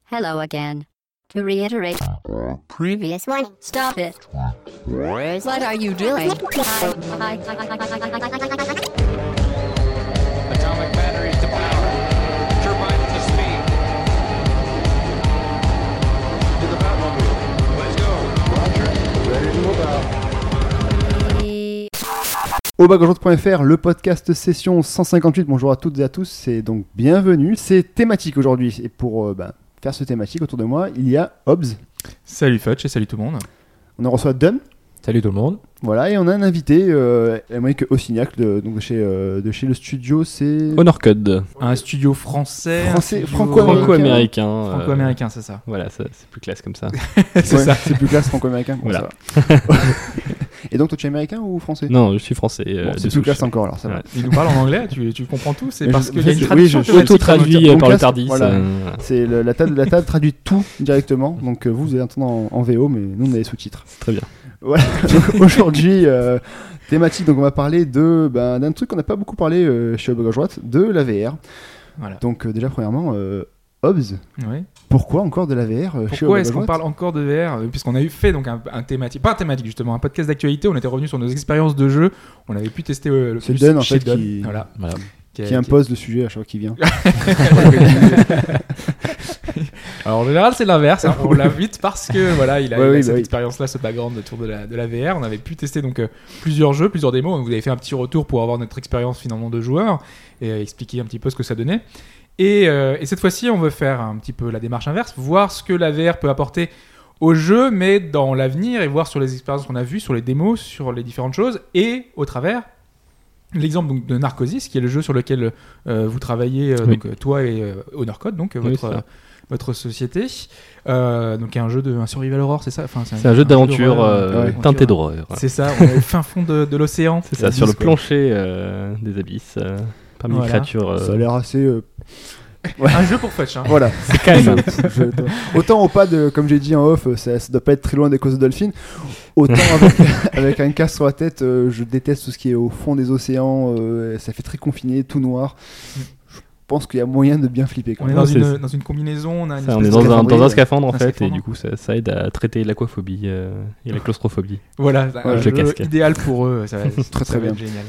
Hello again. To reiterate, previous one, stop it. What are you doing? Atomic batteries to power. Turbines to speed. To the Batmobile. Let's go. Roger. Ready to move out. Aubagourjournée.fr, le podcast session 158. Bonjour à toutes et à tous, c'est donc bienvenue. C'est thématique aujourd'hui. Et pour faire ce thématique autour de moi, il y a Hobbs. Salut Fudge et salut tout le monde. On en reçoit Dun. Salut tout le monde. Voilà, et on a un invité, Émeric Ossignac, de chez le studio, c'est... Honor Code. Un studio français. Franco-américain. Franco-américain, c'est ça. Voilà, c'est plus classe comme ça. C'est Ouais, ça. c'est plus classe franco-américain. Bon, Voilà. ça va. Et donc toi tu es américain ou français? Non, je suis français. Bon, de c'est plus souche. classe encore alors, ça va. Ouais. Il nous parle en anglais, tu comprends tout. C'est Mais parce je- qu'il y a une oui, traduction. je- automatique Auto-traduit Mon par le classe, Tardis. voilà. C'est la table traduit tout directement, donc vous allez entendre en VO, mais nous on a les sous-titres. Très bien. Voilà. Donc, aujourd'hui, thématique, donc on va parler d'un truc qu'on n'a pas beaucoup parlé chez Aubagourjoite, de la VR. Voilà. Donc déjà premièrement, Hobbs, Oui. pourquoi encore de la VR chez Pourquoi est-ce qu'on Aubagourjoite? parle encore de VR Puisqu'on a fait donc un thématique, pas un thématique justement, un podcast d'actualité. On était revenu sur nos expériences de jeu. On avait pu tester le C'est plus Dun, en chez fait, Dun. qui- Voilà. Voilà. Qui impose le sujet à chaque fois qu'il vient. Alors en général c'est l'inverse, hein. On l'invite parce que voilà il a, Ouais, il a oui, cette bah oui. expérience-là, ce background autour de la VR. On avait pu tester donc plusieurs jeux, plusieurs démos. Vous avez fait un petit retour pour avoir notre expérience finalement de joueur et expliquer un petit peu ce que ça donnait. Et cette fois-ci on veut faire un petit peu la démarche inverse, voir ce que la VR peut apporter au jeu, mais dans l'avenir, et voir sur les expériences qu'on a vues, sur les démos, sur les différentes choses, et au travers l'exemple donc de Narcosis, qui est le jeu sur lequel vous travaillez, Oui. donc toi et Honor Code, donc Oui, c'est votre société. Donc un jeu un survival horror, c'est ça, enfin, C'est un jeu d'aventure ouais. teinté d'horreur. C'est ça, on est au fin fond de l'océan. C'est ça, sur le plancher des abysses, parmi Voilà. les créatures. Ça a l'air assez... Un jeu pour Fudge, hein. Voilà. C'est calme. Autant au pas de, comme j'ai dit en off, ça doit pas être très loin des causes de Dolphin. Autant avec un casque sur la tête, je déteste tout ce qui est au fond des océans. Ça fait très confiné, tout noir. Je pense qu'il y a moyen de bien flipper. Quand On est même. dans une combinaison, on a une Ça, on espèce est de dans un scaphandre en Un fait, scaphandre. et du coup ça aide à traiter l'aquaphobie et la claustrophobie. Voilà, un le jeu casque. idéal pour eux. Ça, Très, ça va bien. être génial.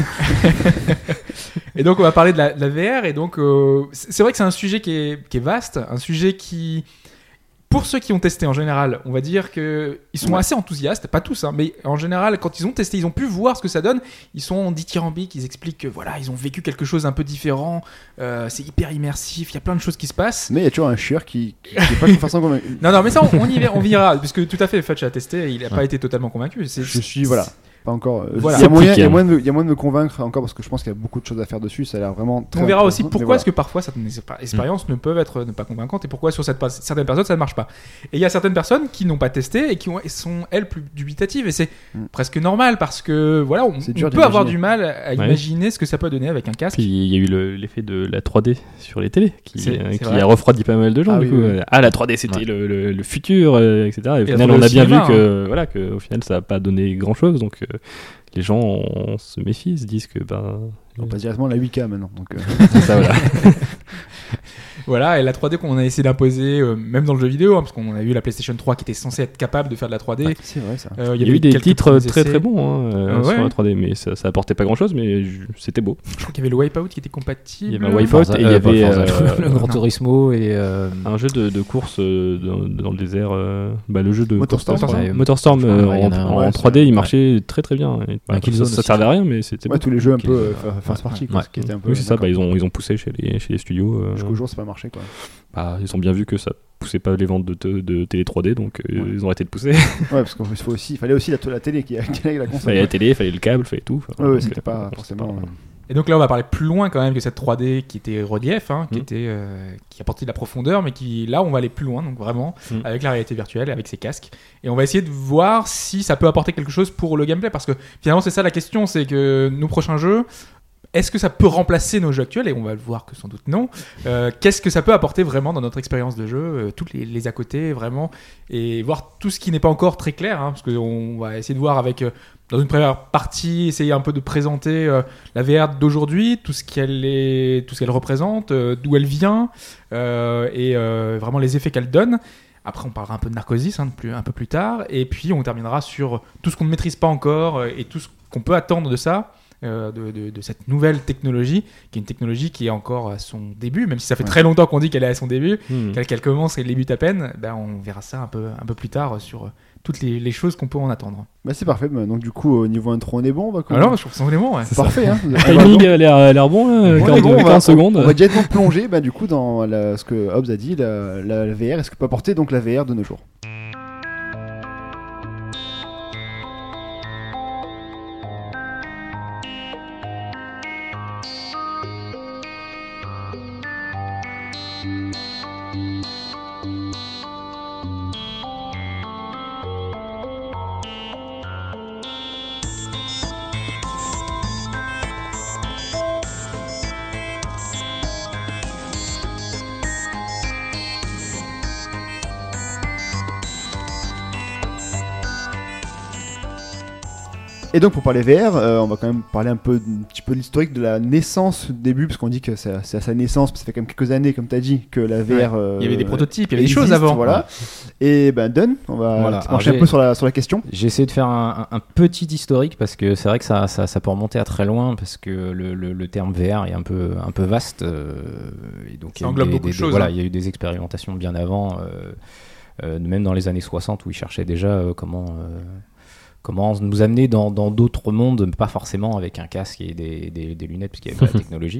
Et donc on va parler de la VR. Et donc c'est vrai que c'est un sujet qui est vaste, un sujet qui, pour ceux qui ont testé en général, on va dire que ils sont assez enthousiastes, pas tous, hein, mais en général quand ils ont testé, ils ont pu voir ce que ça donne. Ils sont dithyrambiques, ils expliquent que voilà, ils ont vécu quelque chose un peu différent. C'est hyper immersif, il y a plein de choses qui se passent. Mais il y a toujours un chieur qui est pas forcément convaincu. Non, mais ça, on verra, puisque tout à fait, Fudge a testé, et il n'a pas été totalement convaincu. Je suis, voilà. Pas encore. Voilà. Il y a moyen Sceptique, de me convaincre encore parce que je pense qu'il y a beaucoup de choses à faire dessus. Ça a l'air vraiment très On verra aussi intéressant, mais pourquoi voilà. est-ce que parfois certaines expériences ne peuvent être ne pas convaincantes et pourquoi sur certaines personnes ça ne marche pas. Et il y a certaines personnes qui n'ont pas testé et qui sont elles plus dubitatives, et c'est presque normal parce que voilà, on C'est dur peut avoir d'imaginer. du mal à imaginer ce que ça peut donner avec un casque. Puis il y a eu l'effet de la 3D sur les télés qui C'est vrai. a refroidi pas mal de gens. Ah du oui, coup. oui. La 3D c'était le futur, etc. Et au final, attendez, on a le bien vu cinéma, que au final ça n'a pas donné grand chose. Donc les gens se méfient, se disent que On passe directement à la 8K maintenant. Donc, c'est ça, voilà. Voilà, et la 3D qu'on a essayé d'imposer même dans le jeu vidéo, hein, parce qu'on a eu la PlayStation 3 qui était censée être capable de faire de la 3D. c'est vrai ça. Il y a eu des quelques titres premiers très essais. très bons Ouais. sur la 3D, mais ça apportait pas grand chose, mais c'était beau. Je crois qu'il y avait le Wipeout qui était compatible. Il y avait un Wipeout et il y avait le Gran non. Turismo et un jeu de course dans le désert, le jeu de Motorstorm, course, ouais. Motorstorm Ouais, il y en a un, en ouais, 3D, il marchait très très bien. Et, Killzone ça aussi. servait à rien, mais c'était Ouais, beau. tous les jeux un peu Ouais. first party, quoi, Ouais. ce qui était un peu. Oui, c'est ça, d'accord. ils ont poussé chez les studios. Jusqu'au jour, c'est pas marché quoi. Ils ont bien vu que ça poussait pas les ventes de télé 3D, donc ils ont arrêté de pousser. Ouais, parce qu'il fallait aussi la télé qui allait la Il console. fallait la télé, il fallait le câble, il fallait tout. Ouais, Donc, c'était pas forcément. Et donc là, on va parler plus loin quand même que cette 3D qui était relief, hein, Mm. qui apportait de la profondeur, mais là, on va aller plus loin, donc vraiment, avec la réalité virtuelle, avec ces casques. Et on va essayer de voir si ça peut apporter quelque chose pour le gameplay, parce que finalement, c'est ça la question, c'est que nos prochains jeux, est-ce que ça peut remplacer nos jeux actuels? Et on va le voir que sans doute non. Qu'est-ce que ça peut apporter vraiment dans notre expérience de jeu, toutes les à côté vraiment, et voir tout ce qui n'est pas encore très clair, hein, parce qu'on va essayer de voir avec dans une première partie, essayer un peu de présenter la VR d'aujourd'hui, tout ce qu'elle représente, d'où elle vient, et vraiment les effets qu'elle donne. Après, on parlera un peu de Narcosis un peu plus tard, et puis on terminera sur tout ce qu'on ne maîtrise pas encore et tout ce qu'on peut attendre de ça. De cette nouvelle technologie, qui est une technologie qui est encore à son début, même si ça fait très longtemps qu'on dit qu'elle est à son début, qu'elle commence et elle débute à peine, on verra ça un peu plus tard sur toutes les choses qu'on peut en attendre. Bah c'est parfait, donc du coup au niveau intro on est bon, on va alors je trouve que ça on est bon, ouais. C'est parfait, hein. Timing a l'air bon, 40 secondes. On va directement plonger du coup dans ce que Hobbs a dit, la VR, est-ce que peut apporter donc la VR de nos jours. Et donc pour parler VR, on va quand même parler un petit peu de l'historique de la naissance du début, parce qu'on dit que c'est à sa naissance, ça fait quand même quelques années, comme tu as dit, que la VR... il y avait des prototypes, il y avait des choses avant. Voilà. Et Dun, on va se pencher un peu sur la question. J'ai essayé de faire un petit historique, parce que c'est vrai que ça peut remonter à très loin, parce que le terme VR est un peu vaste. Et donc ça englobe beaucoup de choses. Voilà, il y a eu des expérimentations bien avant, même dans les années 60, où ils cherchaient déjà comment nous amener dans d'autres mondes, pas forcément avec un casque et des lunettes, puisqu'il n'y avait pas la technologie.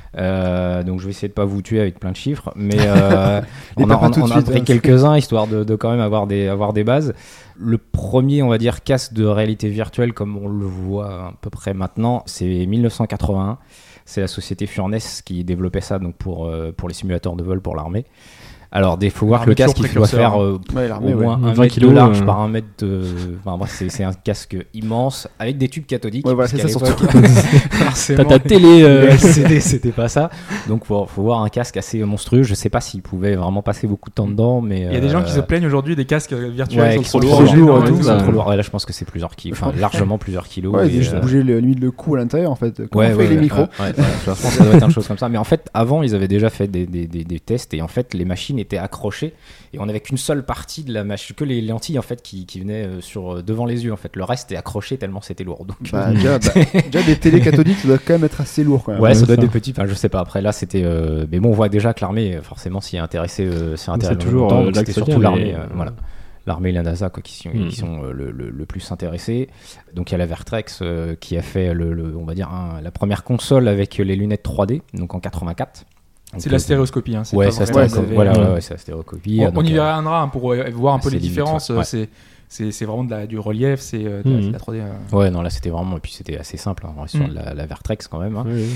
Donc je vais essayer de pas vous tuer avec plein de chiffres, mais on a pris quelques-uns, histoire de quand même avoir des bases. Le premier, on va dire, casque de réalité virtuelle, comme on le voit à peu près maintenant, c'est 1981. C'est la société Furness qui développait ça donc pour les simulateurs de vol pour l'armée. Alors, il faut voir que le casque, il doit faire au moins 1 mètre de large par 1 mètre de... Enfin, bref, c'est un casque immense avec des tubes cathodiques. Ouais, voilà, c'est ça surtout. T'as ta télé LCD, c'était pas ça. Donc, faut voir un casque assez monstrueux. Je sais pas s'il pouvait vraiment passer beaucoup de temps dedans, mais... Il y a des gens qui se plaignent aujourd'hui des casques virtuels qui sont trop lourds. Ils sont trop lourds. Là, je pense que c'est plusieurs kilos. Enfin, largement plusieurs kilos. Ouais, juste bouger limite le cou à l'intérieur, en fait. Comment on fait les micros. Je pense que ça doit être une chose comme ça. Mais en fait, avant, ils avaient déjà fait des tests, et en fait, les machines étaient accrochées. Et on n'avait qu'une seule partie de la machine, que les lentilles en fait qui venaient devant les yeux en fait. Le reste est accroché tellement c'était lourd. Donc déjà des télé cathodiques, ça doit quand même être assez lourd quand même. Ouais, ça doit être des petits. Enfin, je sais pas. Après là, c'était. Mais bon, on voit déjà que l'armée, forcément, s'y est intéressée. C'est toujours c'était surtout l'armée. Voilà. L'armée et la NASA qui sont le plus intéressés. Donc il y a la Vertrex qui a fait on va dire la première console avec les lunettes 3D, donc en 84. C'est la stéréoscopie. Ouais, c'est la stéréoscopie. On y reviendra pour voir un peu les différences. C'est vraiment du relief, c'est de la 3D. Ouais, non, là c'était vraiment, et puis c'était assez simple, on reste sur la Vertrex quand même. Hein. Oui.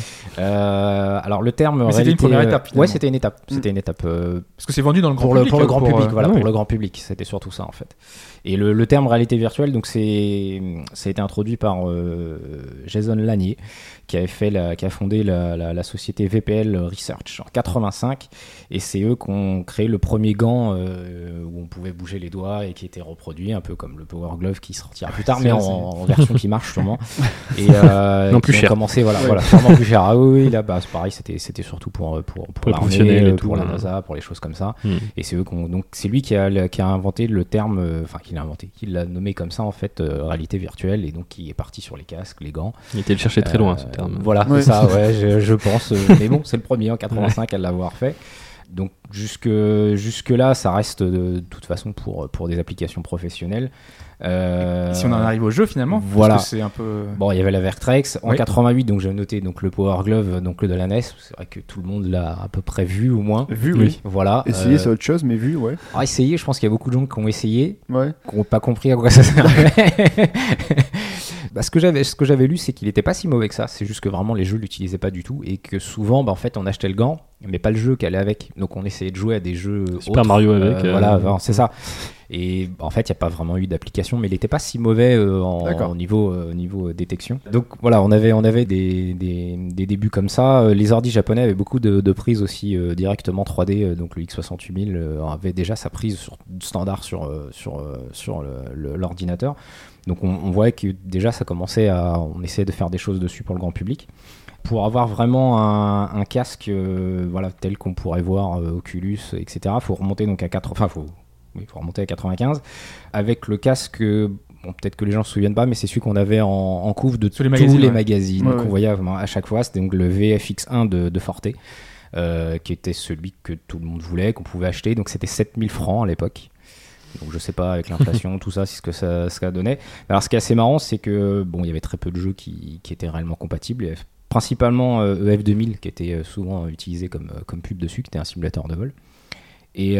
Alors le terme. Mais c'était une première étape. Finalement. Ouais, c'était une étape. Parce que c'est vendu dans le grand public. Pour le grand public, voilà, pour le grand public, c'était surtout ça en fait. Et le terme réalité virtuelle, donc ça a été introduit par Jason Lanier, qui a fondé la société VPL Research en 85, et c'est eux qui ont créé le premier gant où on pouvait bouger les doigts et qui était reproduit un peu comme le Power Glove qui sortira plus tard, mais en version qui marche sûrement. Et non, plus cher. Commencé, voilà, sûrement plus cher. Ah oui, là, c'est pareil, c'était surtout pour l'armée, pour la NASA, pour les choses comme ça. Et c'est eux donc c'est lui qui a inventé le terme, qui l'a nommé comme ça en fait, réalité virtuelle, et donc qui est parti sur les casques, les gants. Il était le chercher très loin ce terme. Voilà, c'est ça, ouais, je pense. Mais bon, c'est le premier en 85 à l'avoir fait. Donc jusque là, ça reste de toute façon pour des applications professionnelles. Si on en arrive au jeu finalement, voilà. Parce que c'est un peu... Bon, il y avait la Vertrex en 88, donc j'ai noté donc le Power Glove, donc le de la NES. C'est vrai que tout le monde l'a à peu près vu au moins. Vu, oui. Voilà. Essayer, c'est autre chose, mais vu, ouais. Alors, essayer, je pense qu'il y a beaucoup de gens qui ont essayé, qui n'ont pas compris à quoi ça servait. Bah, ce que j'avais lu, c'est qu'il était pas si mauvais que ça. C'est juste que vraiment les jeux l'utilisaient pas du tout, et que souvent, en fait, on achetait le gant, mais pas le jeu qui allait avec. Donc on essayait de jouer à des jeux Super Mario avec. Voilà, c'est ça. Et en fait, il n'y a pas vraiment eu d'application, mais il n'était pas si mauvais D'accord. au niveau détection. Donc voilà, on avait des débuts comme ça. Les ordi japonais avaient beaucoup de prises aussi directement 3D. Donc le X68000 avait déjà sa prise standard sur l'ordinateur. Donc on voyait que déjà ça commençait on essayait de faire des choses dessus pour le grand public. Pour avoir vraiment un casque tel qu'on pourrait voir Oculus, etc., faut remonter donc faut remonter à 95 avec le casque. Bon, peut-être que les gens se souviennent pas, mais c'est celui qu'on avait en couve de Sur les tous magazines, les ouais. magazines. Ouais, Donc ouais. on voyait vraiment à chaque fois, c'était donc le VFX1 de Forte, qui était celui que tout le monde voulait, qu'on pouvait acheter. Donc c'était 7000 francs à l'époque. Donc je sais pas avec l'inflation, tout ça, c'est ce que ça donnait. Alors ce qui est assez marrant, c'est que bon, il y avait très peu de jeux qui étaient réellement compatibles. Il y avait principalement EF2000 qui était souvent utilisé comme pub dessus, qui était un simulateur de vol. Et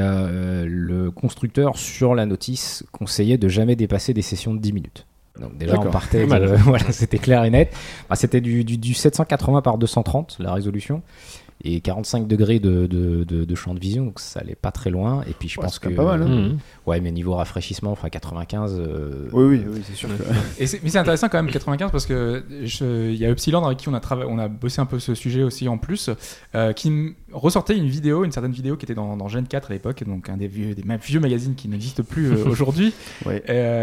le constructeur sur la notice conseillait de jamais dépasser des sessions de 10 minutes. Donc déjà D'accord. on partait Pas mal. voilà, c'était clair et net. C'était du 780 par 230 la résolution et 45 degrés de champ de vision, donc ça allait pas très loin. Et puis je Ouais, pense c'est que quand même pas mal, hein. Mhm. ouais, mais niveau rafraîchissement, enfin 95 Oui, c'est sûr. Que... Mais c'est intéressant quand même 95 parce que il y a Epsilon avec qui on a bossé un peu ce sujet aussi en plus, qui ressortait une certaine vidéo qui était dans Gen 4 à l'époque, donc un des vieux magazines qui n'existe plus aujourd'hui. Ouais.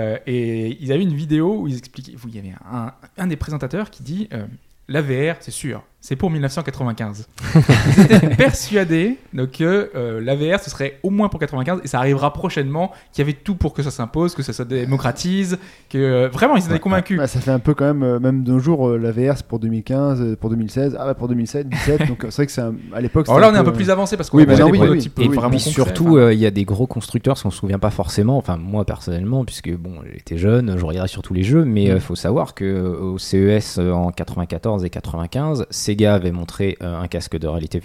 Et ils avaient une vidéo où ils expliquaient, où il y avait un des présentateurs qui dit la VR, c'est sûr, c'est pour 1995. Ils étaient persuadés donc, que la VR, ce serait au moins pour 95 et ça arrivera prochainement, qu'il y avait tout pour que ça s'impose, que ça se démocratise, que vraiment ils étaient convaincus. Bah, ça fait un peu quand même de nos jours, la VR c'est pour 2015, pour 2016, pour 2007, 2017. Donc c'est vrai que à l'époque. Alors là, on est un peu plus avancé parce qu'on Oui, voit maintenant, des oui, prototypes Et vraiment puis concrets, surtout, enfin. il y a des gros constructeurs, parce qu'on se souvient pas forcément, enfin moi personnellement, puisque bon, j'étais jeune, je regardais surtout les jeux, mais il faut savoir que au CES en 94 et 95, Sega avait montré un casque de réalité,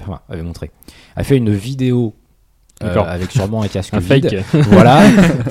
a fait une vidéo D'accord. avec sûrement un casque Un vide, fake. voilà,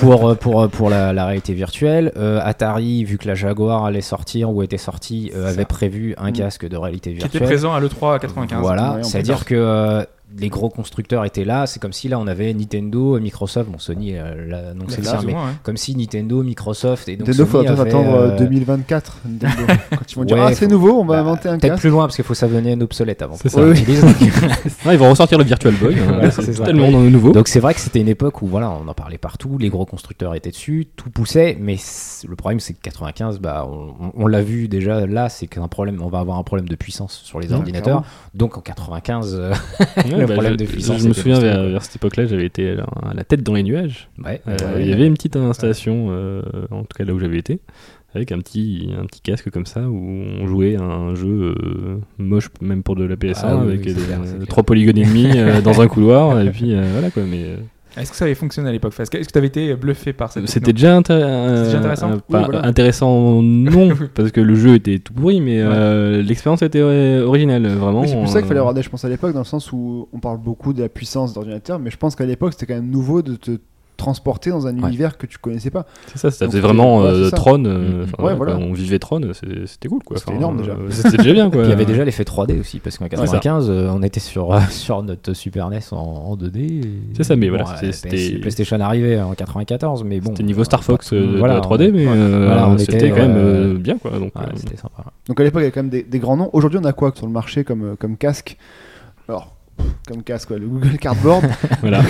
pour la réalité virtuelle. Atari, vu que la Jaguar allait sortir ou était sortie, avait prévu un casque de réalité Qui était virtuelle. présent à l'E3 à 95. Voilà, Ouais, on c'est-à-dire peut que les gros constructeurs étaient là. C'est comme si là on avait Nintendo, Microsoft, bon Sony l'a annoncé Là, ça, Plus ou mais moins, ouais. comme si Nintendo, Microsoft et donc Nintendo, Sony faut avaient, attendre 2024. Nintendo. Quand ils vont dire Ouais, c'est faut- nouveau, on va bah, inventer un peut-être casque. plus loin parce qu'il faut que ça devienne obsolète avant C'est que ça. ça Oui, l'utilise. Ah, ils vont ressortir le Virtual Boy. Voilà, c'est c'est ça. tellement nouveau. Donc c'est vrai que c'était une époque où voilà, on en parlait partout, les gros constructeurs étaient dessus, tout poussait, mais le problème c'est que 95, bah, on l'a vu déjà là, c'est qu'un problème, on va avoir un problème de puissance sur les ordinateurs. Donc en 95, Ouais, le bah, problème de puissance. je me était souviens monstrueux, vers cette époque-là, j'avais été à la tête dans les nuages. Ouais. Il y avait une petite installation, en tout cas là où j'avais été, avec un petit casque comme ça où on jouait à un jeu moche, même pour de la PS1, Ah oui, avec oui, c'est clair, c'est clair. 3 polygones et demi dans un couloir, et puis voilà quoi. Mais Est-ce que ça avait fonctionné à l'époque? Est-ce que tu avais été bluffé par cette c'était techno? déjà, déjà intéressant? Oui, pas voilà. intéressant, non, parce que le jeu était tout pourri, mais l'expérience était originale, vraiment. Oui, c'est plus ça qu'il fallait regarder, je pense, à l'époque, dans le sens où on parle beaucoup de la puissance d'ordinateur, mais je pense qu'à l'époque, c'était quand même nouveau de te transporter dans un univers que tu connaissais pas. C'est ça, ça Donc, faisait vraiment ouais, c'est ça. Tron. Ouais, voilà. On vivait Tron, c'était cool quoi. C'était énorme, déjà. C'était déjà bien quoi. Puis il y avait déjà l'effet 3D aussi, parce qu'en 95, on était sur notre Super NES en 2D. et- C'est ça, mais voilà, la c'était- PlayStation arrivait en 94, mais bon. C'était niveau Star Fox de voilà, la 3D, mais voilà, on c'était était, quand même bien quoi. Donc, Ouais, c'était sympa. Donc à l'époque, il y avait quand même des grands noms. Aujourd'hui, on a quoi sur le marché comme casque? Alors, comme casque, quoi, le Google Cardboard, voilà,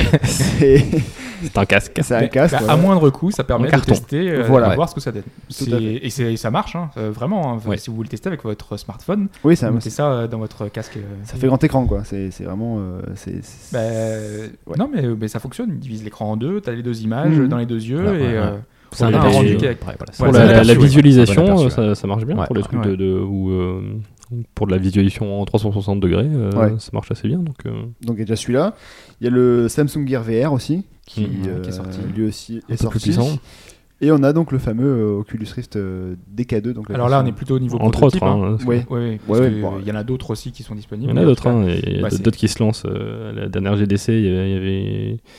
c'est c'est un casque. c'est un Mais, casque. bah, voilà. À moindre coût, ça permet En de carton. tester, Voilà. de voir ce que ça donne. Tout à fait. Et ça marche, hein, vraiment. Hein, Ouais. Si vous le testez avec votre smartphone, Oui, vous mettez ça dans votre casque. ça fait grand écran, quoi. C'est vraiment. Bah, Ouais. Non, mais ça fonctionne. Il divise l'écran en deux. Tu as les deux images Mhm. dans les deux yeux. Ouais, et, ouais, ouais. on a un un aperçu, rendu ouais. qui est- Après, voilà, Ouais, Pour c'est la, un la aperçu, ouais. visualisation, Un bon aperçu, ça marche bien. Ouais. Pour les trucs Ouais. pour de la visualisation en 360 degrés, Ouais. ça marche assez bien. Donc, Donc il y a déjà celui-là. Il y a le Samsung Gear VR aussi, qui qui est sorti. lui aussi un est peu plus sorti. puissant. Et on a donc le fameux Oculus Rift DK2. Donc Alors là, on est plutôt au niveau Entre prototype. autres, hein, parce que Ouais. Oui, parce Ouais, que bon. il y en a d'autres aussi qui sont il disponibles. y en a mais en d'autres. tout cas, Hein, et il y a bah, d'autres qui se lancent. À la dernière GDC, il y avait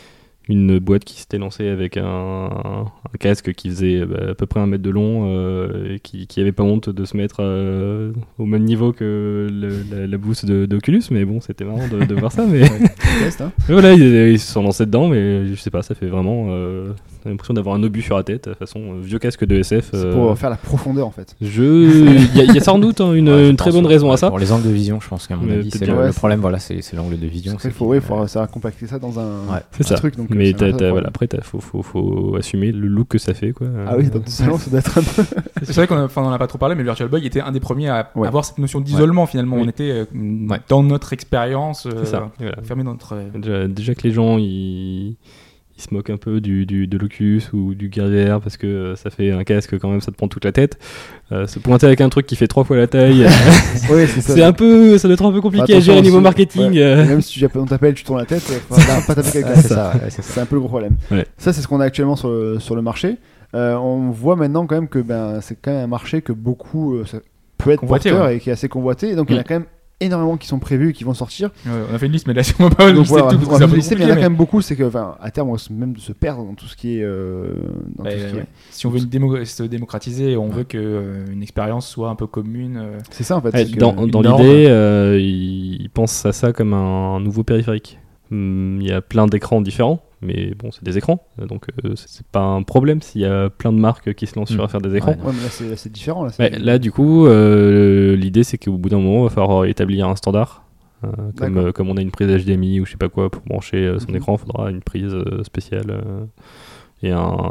une boîte qui s'était lancée avec un casque qui faisait à peu près 1 mètre de long, et qui avait pas honte de se mettre au même niveau que la boost d'Oculus, mais bon, c'était marrant de voir ça. Mais Test, hein. mais voilà, ils se sont lancés dedans, mais je sais pas, ça fait vraiment t'as l'impression d'avoir un obus sur la tête, façon vieux casque de SF. C'est pour faire la profondeur en fait. Il y a sans doute une très bonne raison à ça. Pour les angles de vision, je pense qu'à mon Mais avis, peut-être c'est bien, le ouais, problème. Voilà, c'est l'angle de vision. Il faut ça va compacter ça dans un C'est ça. truc. Donc, Mais c'est un vrai voilà, problème. après, faut assumer le look que ça fait, quoi. Ah oui, dans ton salon, ça doit être un peu. C'est vrai qu'on n'en a pas trop parlé, mais le Virtual Boy était un des premiers à Ouais. avoir cette notion d'isolement finalement. Oui. On était dans notre expérience, C'est ça. Et voilà. fermé dans notre. Déjà que les gens ils se moquent un peu de l'Oculus ou du Gear VR parce que ça fait un casque quand même, ça te prend toute la tête. Se pointer avec un truc qui fait 3 fois la taille, Oui, c'est ça. ça doit être un peu compliqué à gérer niveau marketing. Ouais. Même si on t'appelle, tu tournes la tête, faut pas taper quelqu'un. c'est ça. Ouais, c'est ça. C'est un peu le gros problème. Ouais. Ça, c'est ce qu'on a actuellement sur le marché. On voit maintenant quand même que c'est quand même un marché que beaucoup ça peut être Convoité, porteur ouais. et qui est assez convoité. Et donc il y en a quand même énormément qui sont prévus et qui vont sortir. On a fait une liste, mais là, si on va pas Donc lister voilà, tout, on parce que va c'est un peu lister, mais il y en a compliqué, quand même beaucoup. C'est que à terme, on risque même de se perdre dans tout ce qui est. Dans tout ce qui est- Si on veut se démocratiser, on veut que une expérience soit un peu commune. C'est ça en fait. Ouais, c'est que- dans une norme. l'idée, ils pensent à ça comme un nouveau périphérique. Il y a plein d'écrans différents, mais bon, c'est des écrans, donc c'est pas un problème s'il y a plein de marques qui se lancent sur à faire des écrans. Ouais, Ouais, mais là c'est différent. Là, Là, du coup, l'idée c'est qu'au bout d'un moment, il va falloir établir un standard. Comme on a une prise HDMI ou je sais pas quoi pour brancher son écran, il faudra une prise spéciale et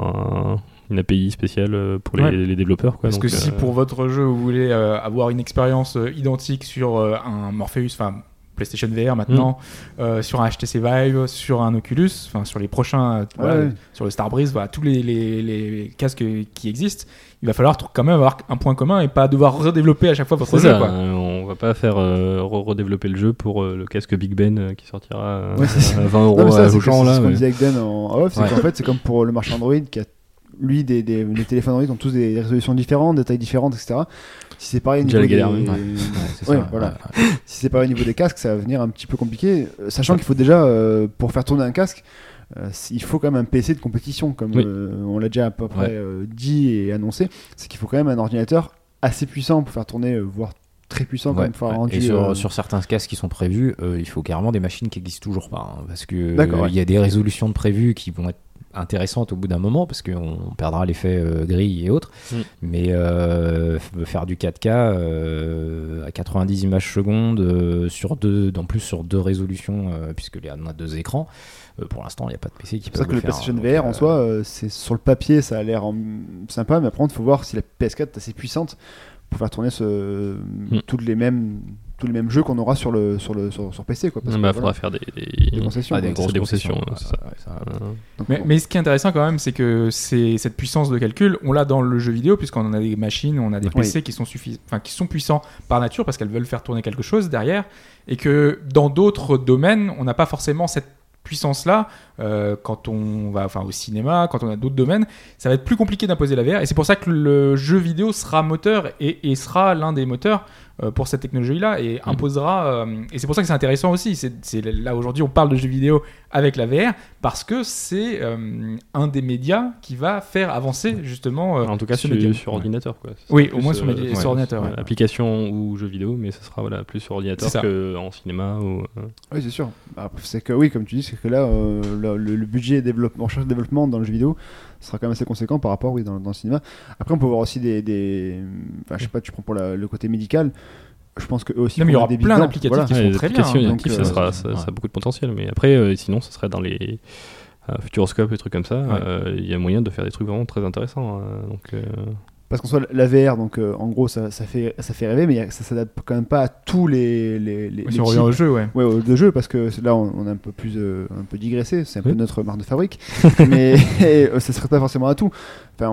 une API spéciale pour les développeurs. Quoi. Parce Donc, que si pour votre jeu vous voulez avoir une expérience identique sur un Morpheus, enfin PlayStation VR maintenant, sur un HTC Vive, sur un Oculus, enfin sur les prochains, Ouais. sur le Starbreeze, voilà, tous les casques qui existent, il va falloir quand même avoir un point commun et pas devoir redévelopper à chaque fois votre c'est jeu. ça, Quoi. on va pas faire redévelopper le jeu pour le casque Big Ben qui sortira Ouais, c'est ça. à 20 Non, mais euros ça, c'est aux gens. ce Là, qu'on mais- disait avec Dan en off, c'est Ouais. qu'en fait c'est comme pour le marché Android qui a lui les téléphones Android ont tous des résolutions différentes, des tailles différentes, etc. Si c'est pareil au Déjà niveau la galère, des... même. C'est Ouais, ça. voilà. Si c'est pareil au niveau des casques, ça va venir un petit peu compliqué, sachant qu'il faut déjà pour faire tourner un casque, il faut quand même un PC de compétition, comme Oui. on l'a déjà à peu près dit et annoncé, c'est qu'il faut quand même un ordinateur assez puissant pour faire tourner, voire très puissant quand Ouais, même, faut avoir ouais. rendu, Et sur certains casques qui sont prévus, il faut carrément des machines qui n'existent toujours pas, hein, parce que D'accord, ouais. il y a des résolutions de prévues qui vont être intéressantes au bout d'un moment, parce qu'on perdra l'effet grille et autres. Mais faire du 4K à 90 images secondes sur deux résolutions, puisqu'il y en a 2 écrans. Pour l'instant, il n'y a pas de PC qui peut C'est pour ça que le faire. PlayStation Donc, VR en soi, c'est sur le papier, ça a l'air sympa, mais après, il faut voir si la PS4 est assez puissante pour faire tourner tous les mêmes jeux qu'on aura sur PC. Quoi, parce que, Il voilà, faudra faire des concessions. des quoi. grosses concessions, concessions, c'est ça. ouais, ça. Donc, bon. Mais ce qui est intéressant quand même, c'est que cette puissance de calcul, on l'a dans le jeu vidéo, puisqu'on en a des machines, on a des PC qui sont puissants par nature, parce qu'elles veulent faire tourner quelque chose derrière, et que dans d'autres domaines, on n'a pas forcément cette puissance-là, quand on va au cinéma, quand on a d'autres domaines, ça va être plus compliqué d'imposer la VR, et c'est pour ça que le jeu vidéo sera moteur, et sera l'un des moteurs pour cette technologie-là, et imposera, et c'est pour ça que c'est intéressant aussi, là aujourd'hui on parle de jeux vidéo avec la VR, parce que c'est un des médias qui va faire avancer justement en tout cas ce médium. sur ordinateur. Quoi. Ce Oui, sera au moins plus, sur ordinateur. Ouais. Application ou jeu vidéo, mais ce sera plus sur ordinateur C'est ça. qu'en cinéma. Oui, c'est sûr. C'est que oui, comme tu dis, c'est que là, le budget recherche et développement dans le jeu vidéo sera quand même assez conséquent par rapport dans le cinéma. Après, on peut voir aussi je sais pas, tu prends pour le côté médical. Je pense que eux aussi. Non, mais il y aura des plein bilans. d'applicatifs Voilà. qui sont les très bien. applications donc, ça a beaucoup de potentiel. Mais après, sinon, ce serait dans les Futuroscope, des trucs comme ça. Il y a moyen de faire des trucs vraiment très intéressants. Parce qu'en soit la VR, donc en gros, ça fait rêver, mais ça s'adapte quand même pas à tous les Si on revient types. au jeu, ouais. Ouais, de jeu, parce que là on a un peu digressé, c'est un peu Oui. notre marque de fabrique, mais ça serait pas forcément à tout. Enfin,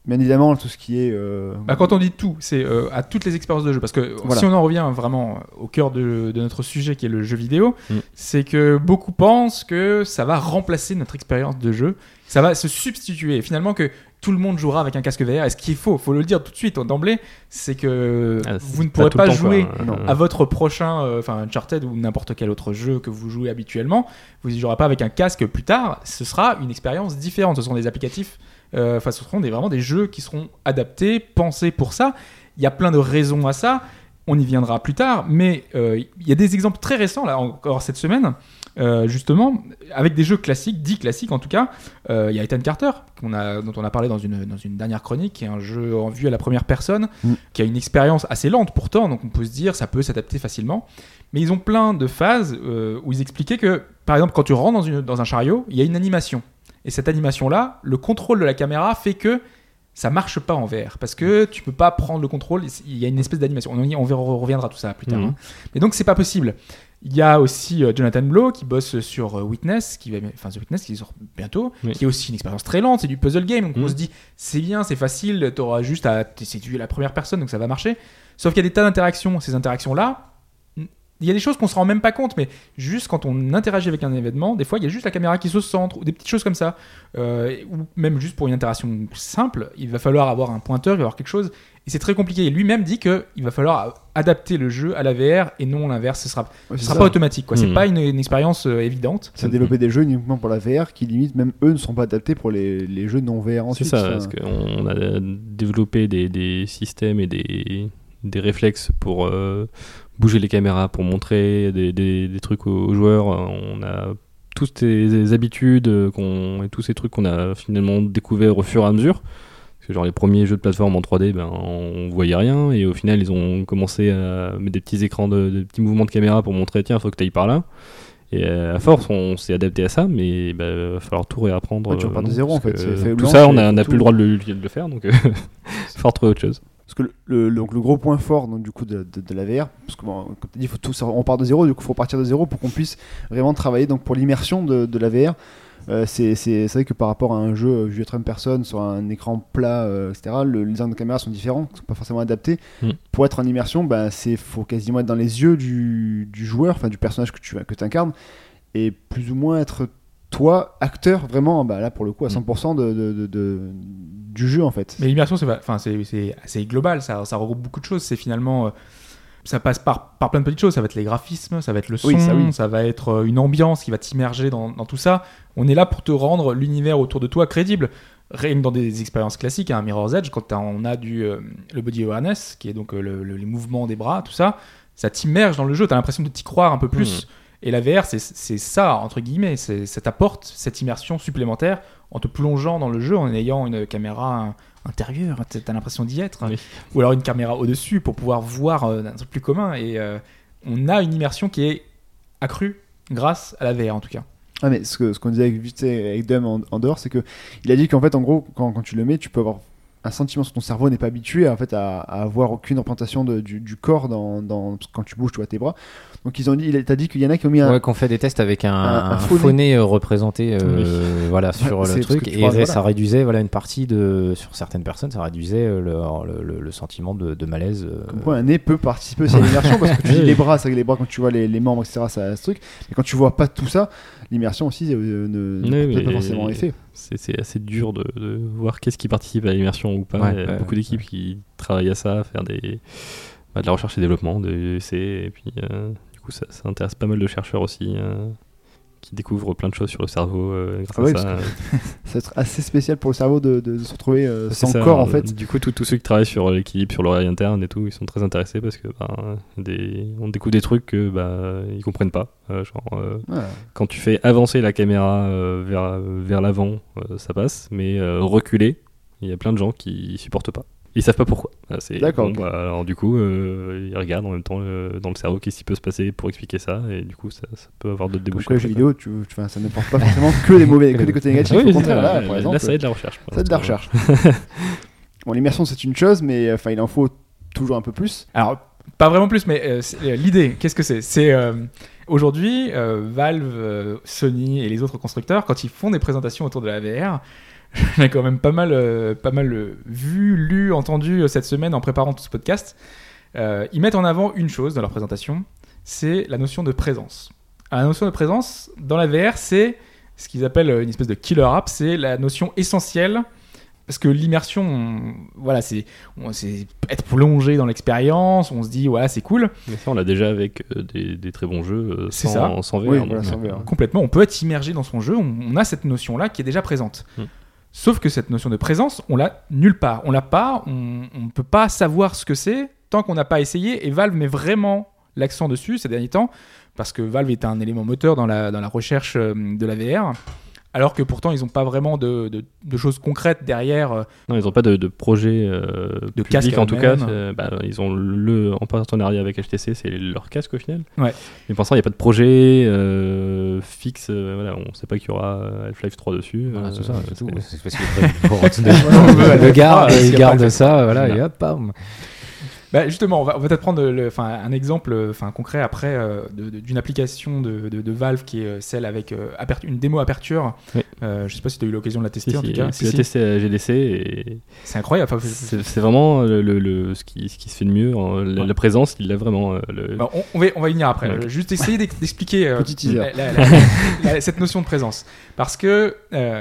bien évidemment tout ce qui est. Quand on dit tout, c'est à toutes les expériences de jeu. Parce que Voilà. si on en revient vraiment au cœur de notre sujet qui est le jeu vidéo, c'est que beaucoup pensent que ça va remplacer notre expérience de jeu, ça va se substituer. Et finalement, que tout le monde jouera avec un casque VR. Et ce qu'il faut le dire tout de suite, d'emblée, c'est que vous ne pourrez pas jouer à votre prochain Uncharted ou n'importe quel autre jeu que vous jouez habituellement. Vous n'y jouerez pas avec un casque plus tard. Ce sera une expérience différente. Ce seront des applicatifs. Ce seront vraiment des jeux qui seront adaptés, pensés pour ça. Il y a plein de raisons à ça. On y viendra plus tard, mais il y a des exemples très récents, là encore cette semaine, justement, avec des jeux classiques, dits classiques en tout cas. Il y a Ethan Carter, dont on a parlé dans une dernière chronique, qui est un jeu en vue à la première personne, qui a une expérience assez lente pourtant, donc on peut se dire ça peut s'adapter facilement. Mais ils ont plein de phases où ils expliquaient que, par exemple, quand tu rentres dans un chariot, il y a une animation. Et cette animation-là, le contrôle de la caméra fait que ça marche pas en VR parce que tu peux pas prendre le contrôle. Il y a une espèce d'animation. On reviendra tout ça plus tard. Mais donc c'est pas possible. Il y a aussi Jonathan Blow qui bosse sur Witness, The Witness qui sort bientôt, qui est aussi une expérience très lente. C'est du puzzle game. Donc on se dit c'est bien, c'est facile. T'auras juste à essayer la première personne, donc ça va marcher. Sauf qu'il y a des tas d'interactions. Ces interactions-là, il y a des choses qu'on se rend même pas compte, mais juste quand on interagit avec un événement, des fois il y a juste la caméra qui se centre ou des petites choses comme ça, ou même juste pour une interaction simple, il va falloir avoir un pointeur, il va y avoir quelque chose, et c'est très compliqué. Et lui-même dit qu'il va falloir adapter le jeu à la VR et non l'inverse. Ce sera pas automatique, quoi. C'est pas une expérience évidente. C'est développer des jeux uniquement pour la VR qui limite même eux ne sont pas adaptés pour les jeux non VR ensuite. C'est ça, parce qu'on a développé des systèmes et des réflexes pour bouger les caméras, pour montrer des trucs aux joueurs. On a toutes ces habitudes et tous ces trucs qu'on a finalement découvert au fur et à mesure. Parce que genre les premiers jeux de plateforme en 3D, on voyait rien, et au final ils ont commencé à mettre des petits écrans, de petits mouvements de caméra pour montrer tiens, faut que t'ailles par là. Et à force, on s'est adapté à ça, mais il va falloir tout réapprendre. Tu repars de zéro en fait. Tout ça, on n'a plus le droit de le faire, donc il va falloir trouver autre chose. Parce que donc le gros point fort donc, du coup de la VR, parce que comme tu as dit, on part de zéro, du coup il faut partir de zéro pour qu'on puisse vraiment travailler donc, pour l'immersion de la VR. C'est vrai que par rapport à un jeu vu à troisième personne sur un écran plat, etc., les angles de caméra sont différents, ne sont pas forcément adaptés. Pour être en immersion, faut quasiment être dans les yeux du joueur, enfin du personnage que tu incarnes, et plus ou moins être toi, acteur, vraiment, là pour le coup, à 100% du jeu en fait. Mais l'immersion, c'est assez global, ça regroupe beaucoup de choses. C'est finalement. Ça passe par plein de petites choses. Ça va être les graphismes, ça va être le son, ça va être une ambiance qui va t'immerger dans tout ça. On est là pour te rendre l'univers autour de toi crédible. Rien que dans des expériences classiques, Mirror's Edge, quand on a le body awareness, qui est donc les mouvements des bras, tout ça, ça t'immerge dans le jeu. T'as l'impression de t'y croire un peu plus. Et la VR, c'est ça, entre guillemets. Ça t'apporte cette immersion supplémentaire en te plongeant dans le jeu, en ayant une caméra intérieure, t'as l'impression d'y être, ou alors une caméra au-dessus pour pouvoir voir un truc plus commun, et on a une immersion qui est accrue grâce à la VR en tout cas. Ah mais ce qu'on disait avec Dom en dehors, c'est que il a dit qu'en fait en gros quand tu le mets, tu peux avoir un sentiment sur ton cerveau n'est pas habitué en fait à avoir aucune représentation du corps quand tu bouges, tu vois, tes bras. Donc il t'a dit qu'il y en a qui ont mis qu'on fait des tests avec un faux nez représenté sur le truc, et ça réduisait une partie sur certaines personnes, ça réduisait le sentiment de malaise. Comme quoi un nez peut participer aussi à l'immersion, parce que tu dis les bras, c'est vrai que les bras quand tu vois les membres, etc., ça a ce truc, mais quand tu vois pas tout ça, l'immersion aussi ne peut pas forcément effet. C'est assez dur de voir qu'est-ce qui participe à l'immersion ou pas. Il y a beaucoup d'équipes qui travaillent à ça, à faire de la recherche et développement, de essais, et puis du coup ça intéresse pas mal de chercheurs aussi qui découvrent plein de choses sur le cerveau grâce à ça. Ça va être assez spécial pour le cerveau de se retrouver sans corps en fait. Du coup tous ceux qui travaillent sur l'équilibre, sur l'oreille interne et tout, ils sont très intéressés parce que on découvre des trucs que ils comprennent pas. Quand tu fais avancer la caméra vers l'avant, ça passe, mais reculer, il y a plein de gens qui supportent pas. Ils savent pas pourquoi. D'accord. Alors du coup, ils regardent en même temps dans le cerveau qu'est-ce qui peut se passer pour expliquer ça, et du coup ça peut avoir d'autres débouchés. Donc les jeux vidéo, ça ne porte pas forcément que des côtés négatifs. Au contraire, par exemple, ça aide la recherche. Ça aide la recherche. Bon, l'immersion c'est une chose, mais il en faut toujours un peu plus. Alors pas vraiment plus, mais l'idée, qu'est-ce que c'est ? C'est aujourd'hui Valve, Sony et les autres constructeurs, quand ils font des présentations autour de la VR, j'en ai quand même pas mal vu, lu, entendu cette semaine en préparant tout ce podcast. Ils mettent en avant une chose dans leur présentation, c'est la notion de présence. La notion de présence dans la VR, c'est ce qu'ils appellent une espèce de killer app, c'est la notion essentielle. Parce que l'immersion, voilà, c'est être plongé dans l'expérience, on se dit, voilà, c'est cool. Mais ça, on l'a déjà avec des très bons jeux C'est sans VR. Oui, voilà, sans VR. Complètement, on peut être immergé dans son jeu, on a cette notion-là qui est déjà présente. Sauf que cette notion de présence, on l'a nulle part. On l'a pas, on ne peut pas savoir ce que c'est tant qu'on n'a pas essayé. Et Valve met vraiment l'accent dessus ces derniers temps, parce que Valve est un élément moteur dans la recherche de la VR. Alors que pourtant, ils n'ont pas vraiment de choses concrètes derrière. Non, ils n'ont pas de projet De public casque en tout cas. eux-mêmes. Ils ont en partenariat avec HTC, c'est leur casque au final. Ouais. Mais pour l'instant, il n'y a pas de projet fixe. Voilà, on ne sait pas qu'il y aura Half-Life 3 dessus. Voilà, c'est ça, c'est tout. c'est- C'est parce qu'il le garde ça, voilà, et hop, bam. Bah justement, on va peut-être prendre un exemple concret après d'une application de Valve qui est celle avec une démo Aperture. Oui. Je sais pas si tu as eu l'occasion de la tester Si, en tout cas. tu l'as testé à GDC et C'est incroyable. Enfin, c'est vraiment ce qui se fait de mieux. La présence, il l'a vraiment. Bah, on va y venir après. Ouais. Juste essayer d'expliquer Petit teaser. cette notion de présence. Parce que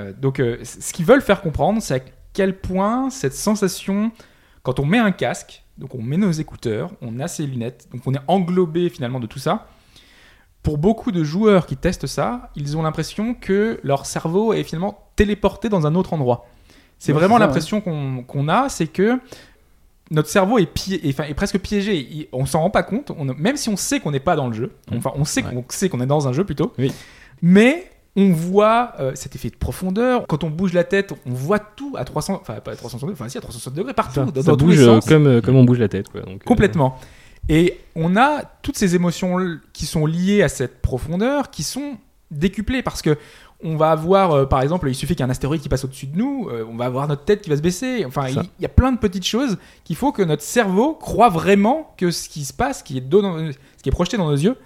ce qu'ils veulent faire comprendre, c'est à quel point cette sensation, quand on met un casque, donc on met nos écouteurs, on a ses lunettes, donc on est englobé finalement de tout ça. Pour beaucoup de joueurs qui testent ça, ils ont l'impression que leur cerveau est finalement téléporté dans un autre endroit. C'est Ouais, vraiment c'est ça, l'impression qu'on a, c'est que notre cerveau est presque piégé. On s'en rend pas compte, même si on sait qu'on n'est pas dans le jeu. Enfin, on sait qu'on est dans un jeu plutôt. Oui. Mais on voit cet effet de profondeur. Quand on bouge la tête, on voit tout à 300, enfin pas à 360 degrés, enfin si à 360 degrés partout, ça dans tous les bouge sens. comme on bouge la tête. Quoi, donc, Complètement. Et on a toutes ces émotions qui sont liées à cette profondeur qui sont décuplées parce que on va avoir, par exemple, il suffit qu'il y ait un astéroïde qui passe au-dessus de nous, on va avoir notre tête qui va se baisser. Enfin, il y a plein de petites choses qu'il faut que notre cerveau croit vraiment que ce qui se passe, ce qui est projeté dans nos yeux,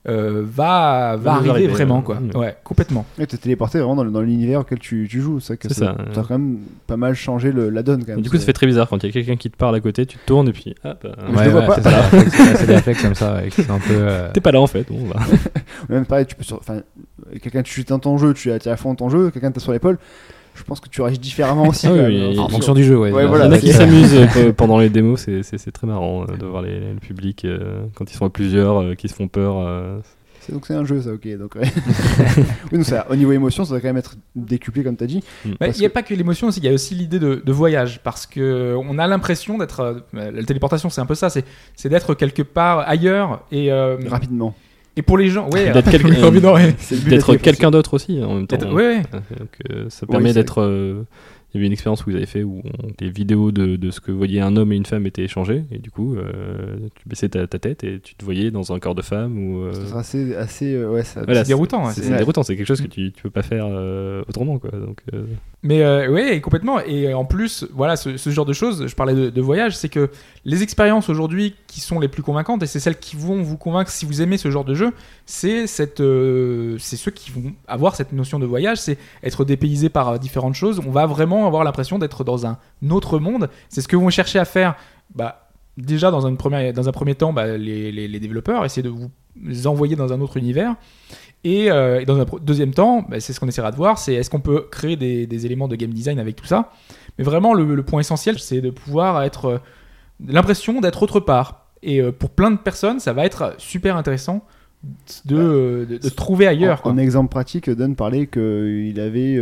va arriver vraiment, quoi. Ouais, complètement. Et t'es téléporté vraiment dans l'univers auquel tu joues. C'est que C'est ça. ça a quand même pas mal changé la donne quand même. Du coup, ça fait très bizarre quand il y a quelqu'un qui te parle à côté, tu te tournes et puis hop. Je le vois pas. C'est des réflexes comme ça, c'est un peu. T'es pas là en fait. Bon, bah. Même pareil, quelqu'un tu dans ton jeu, tu attires à fond dans ton jeu, quelqu'un t'a sur l'épaule. Je pense que tu réagis différemment aussi. Ah quand oui, même, oui, En fonction du jeu, ouais. Ouais, Il y voilà. en a qui s'amusent pendant les démos, c'est très marrant de voir le public quand ils sont à plusieurs, qui se font peur. Donc c'est un jeu ça, ok. Donc, ouais. Oui, donc ça, au niveau émotion, ça va quand même être décuplé comme t'as dit. Il n'y a pas que l'émotion aussi, il y a aussi l'idée de voyage parce qu'on a l'impression d'être. La téléportation, c'est un peu ça, c'est d'être quelque part ailleurs et. Rapidement. Et pour les gens, ouais. D'être C'est le but d'être de la quelqu'un d'autre aussi en même temps. Ouais. Donc, ça permet c'est d'être. Il y avait une expérience que vous avez fait où des vidéos de ce que voyaient un homme et une femme étaient échangées et du coup tu baissais ta tête et tu te voyais dans un corps de femme ou. Ça sera assez ouais, ça. C'est déroutant. C'est Ouais. déroutant, c'est quelque chose que tu peux pas faire autrement quoi. Donc, Mais ouais, complètement. Et en plus, voilà, ce genre de choses, je parlais de voyage, c'est que les expériences aujourd'hui qui sont les plus convaincantes, et c'est celles qui vont vous convaincre si vous aimez ce genre de jeu, c'est ceux qui vont avoir cette notion de voyage, c'est être dépaysé par différentes choses. On va vraiment avoir l'impression d'être dans un autre monde. C'est ce que vont chercher à faire. Déjà, dans un premier temps, les développeurs, essayer de vous envoyer dans un autre univers. Et dans un deuxième temps, c'est ce qu'on essaiera de voir, c'est est-ce qu'on peut créer des éléments de game design avec tout ça. Mais vraiment, le point essentiel, c'est de pouvoir être l'impression d'être autre part. Et pour plein de personnes, ça va être super intéressant de se trouver ailleurs. En exemple pratique, Don parlait qu'il avait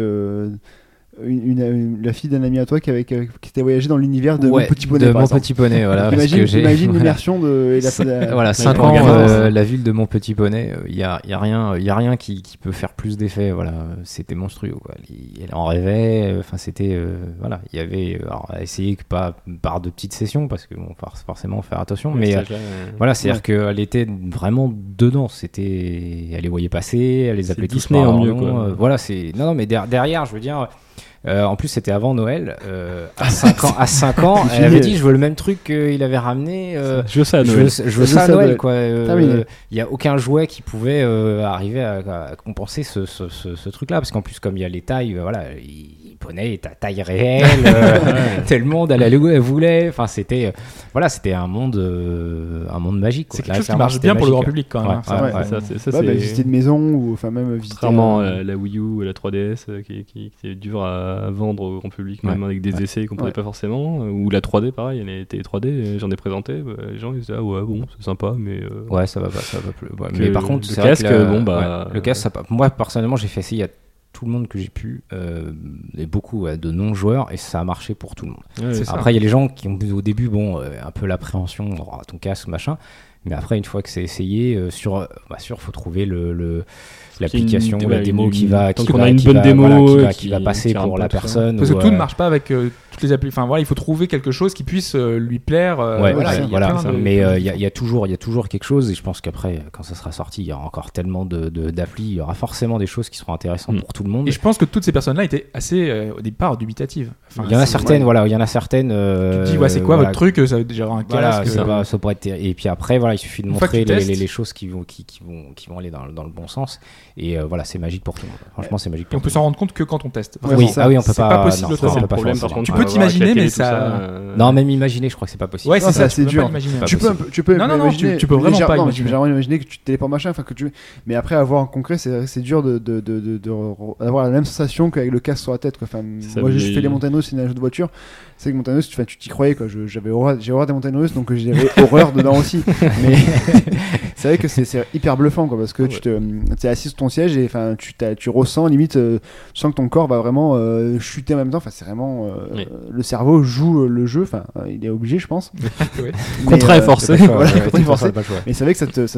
la fille d'un ami à toi qui était voyagé dans l'univers de Mon Petit Poney. De par Mon exemple. Petit Poney, voilà. parce que Imagine voilà. l'immersion de. Voilà, 5 pour ans, un gamin, la ville de Mon Petit Poney, il y a rien qui peut faire plus d'effet. Voilà, c'était monstrueux, quoi. Elle en rêvait. Enfin, c'était voilà, il y avait alors, à essayer que pas par de petites sessions parce que bon, forcément faire attention, mais voilà, c'est-à-dire qu'elle était vraiment dedans. Elle les voyait passer, elle les appelait tous Disney par en leur mieux, nom, quoi. voilà, c'est non, mais derrière, je veux dire. En plus, c'était avant Noël. À 5 ans, elle avait dit je veux le même truc qu'il avait ramené. Je veux ça à Noël. Je veux ça à Noël, quoi. Il n'y a aucun jouet qui pouvait arriver à compenser ce truc-là, parce qu'en plus, comme il y a les tailles, voilà, il prenait ta taille réelle, tel monde, elle allait où elle voulait. Enfin, c'était un monde magique. Quoi. C'est quelque chose qui marche bien pour le grand public quand même. Visiter de maison ou enfin même visiter. Contrairement à la Wii U et la 3DS qui est dur à vendre au grand public, même avec des essais qu'on ne connaît pas forcément. Ou la 3D, pareil, elle était 3D, j'en ai présenté. Les gens ils disaient ah ouais bon c'est sympa mais ouais ça va plus. Ouais. Mais par contre le casque le casque moi personnellement j'ai fait essayer à tout le monde que j'ai pu et beaucoup de non-joueurs et ça a marché pour tout le monde. Après il y a les gens qui ont au début un peu l'appréhension ton casque machin, mais après une fois que c'est essayé faut trouver l'application ou la démo qui va passer pour la personne parce que tout ne marche pas avec toutes les applis. Enfin voilà, il faut trouver quelque chose qui puisse lui plaire. Mais il y a toujours quelque chose et je pense qu'après quand ça sera sorti il y aura encore tellement d'applis, il y aura forcément des choses qui seront intéressantes pour tout le monde. Et je pense que toutes ces personnes-là étaient assez au départ dubitatives. Il y en a certaines. Tu te dis c'est quoi votre truc, ça veut déjà un casque. Ça pourrait être. Et puis après il suffit de montrer les choses qui vont aller dans le bon sens. Et c'est magique pour tout le monde. Franchement, c'est magique. Et on peut s'en rendre compte que quand on teste. On peut pas. C'est pas possible. C'est le problème. Par contre, tu peux t'imaginer, mais ça. Non, même imaginer, je crois que c'est pas possible. Ouais, c'est assez dur. Tu peux imaginer. Tu peux vraiment pas imaginer. J'ai imaginer que tu te téléportes machin, enfin que tu. Mais après avoir en concret, c'est dur d'avoir la même sensation qu'avec le casque sur la tête. Enfin, moi, j'ai fait les montagnes russes, c'est un jeu de voiture. C'est que montagnes russes, tu t'y croyais quoi. J'ai horreur des montagnes russes, donc j'avais horreur dedans aussi. Mais c'est vrai que c'est hyper bluffant quoi, parce que tu es assis sur ton siège et enfin tu ressens limite, tu sens que ton corps va vraiment chuter en même temps. Enfin c'est vraiment le cerveau joue le jeu. Enfin il est obligé je pense. Contrat est forcé. Mais c'est vrai que ça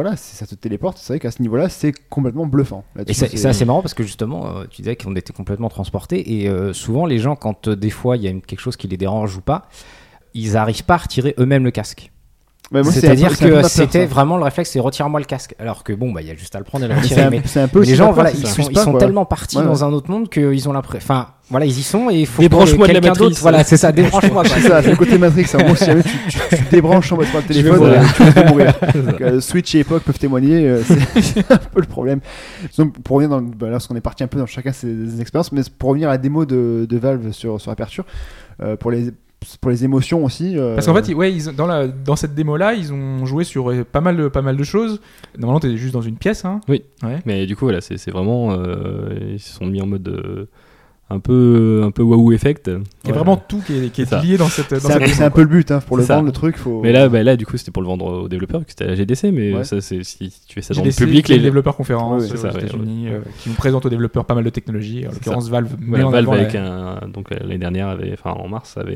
te téléporte. C'est vrai qu'à ce niveau-là c'est complètement bluffant. Et c'est assez marrant parce que justement tu disais qu'on était complètement transportés et souvent les gens quand des fois il y a quelque chose qui les dérange ou pas, ils n'arrivent pas à retirer eux-mêmes le casque. C'est-à-dire que c'était vraiment le réflexe, c'est retire-moi le casque. Alors que il y a juste à le prendre et le retirer. C'est un peu les gens, ils sont tellement partis dans un autre monde qu'ils ont l'impression. Enfin, voilà, ils y sont et il faut débranche-moi que quelqu'un de la matrice. d'autre. Voilà, c'est ça, débranche-moi. C'est ça, c'est le côté Matrix. Si jamais tu débranches en le téléphone, tu vas mourir. Switch et Epoch peuvent témoigner. C'est un peu le problème. Donc, pour revenir parce qu'on est parti un peu dans chacun ses expériences, mais pour revenir à la démo de Valve sur Aperture, pour les émotions aussi. Parce qu'en fait, dans cette démo-là, ils ont joué sur pas mal de choses. Normalement, t'es juste dans une pièce. Hein. Oui. Ouais. Mais du coup, voilà, c'est vraiment. Ils se sont mis en mode. Un peu waouh effect. Il y a vraiment tout qui est lié dans cette. C'est un peu le but pour le vendre le truc. Mais là, du coup, c'était pour le vendre aux développeurs, que c'était à la GDC, mais ça, c'est si tu fais ça dans le public, les développeurs conférences aux États-Unis qui nous présentent aux développeurs pas mal de technologies. En l'occurrence, Valve. Valve avec donc l'année dernière en mars avait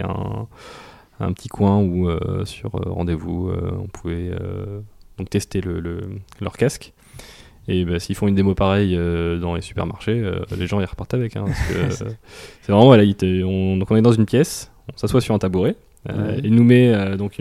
un petit coin où sur rendez-vous, on pouvait donc tester leur casque. Et s'ils font une démo pareille dans les supermarchés, les gens y repartent avec. Parce que c'est vraiment, donc on est dans une pièce, on s'assoit sur un tabouret, il nous met donc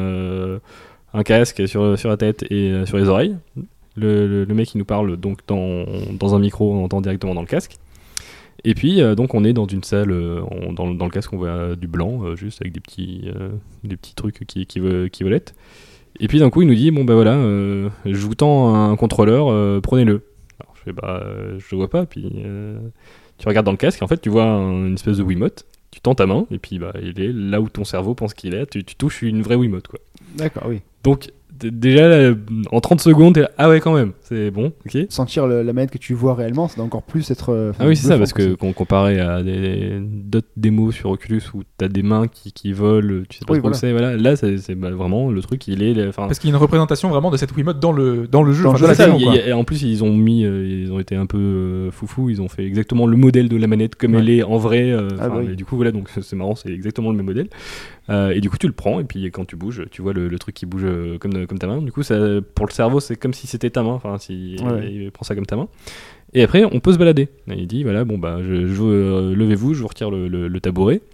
un casque sur la tête et sur les oreilles. Le mec il nous parle donc dans un micro, on entend directement dans le casque. Et puis donc on est dans une salle, dans le casque on voit du blanc, juste avec des petits trucs qui volettent. Et puis d'un coup il nous dit je vous tends un contrôleur, prenez-le. Alors je fais je le vois pas, puis tu regardes dans le casque et en fait tu vois une espèce de Wiimote, tu tends ta main et puis il est là où ton cerveau pense qu'il est, tu touches une vraie Wiimote quoi. D'accord, oui. Donc déjà en 30 secondes t'es là, ah ouais quand même, c'est bon, ok. Sentir la manette que tu vois réellement, ça doit encore plus être oui c'est ça, parce que comparé à d'autres démos sur Oculus où t'as des mains qui volent, tu sais pas trop où c'est, voilà. Là c'est vraiment le truc, parce qu'il y a une représentation vraiment de cette Wiimote dans le jeu, et en plus ils ont été un peu foufou, ils ont fait exactement le modèle de la manette comme elle est en vrai, et du coup voilà, donc c'est marrant, c'est exactement le même modèle. Et du coup tu le prends et puis quand tu bouges tu vois le truc qui bouge comme ta main, du coup ça, pour le cerveau c'est comme si c'était ta main, il prend ça comme ta main et après on peut se balader et il dit voilà je levez-vous, je vous retire le tabouret,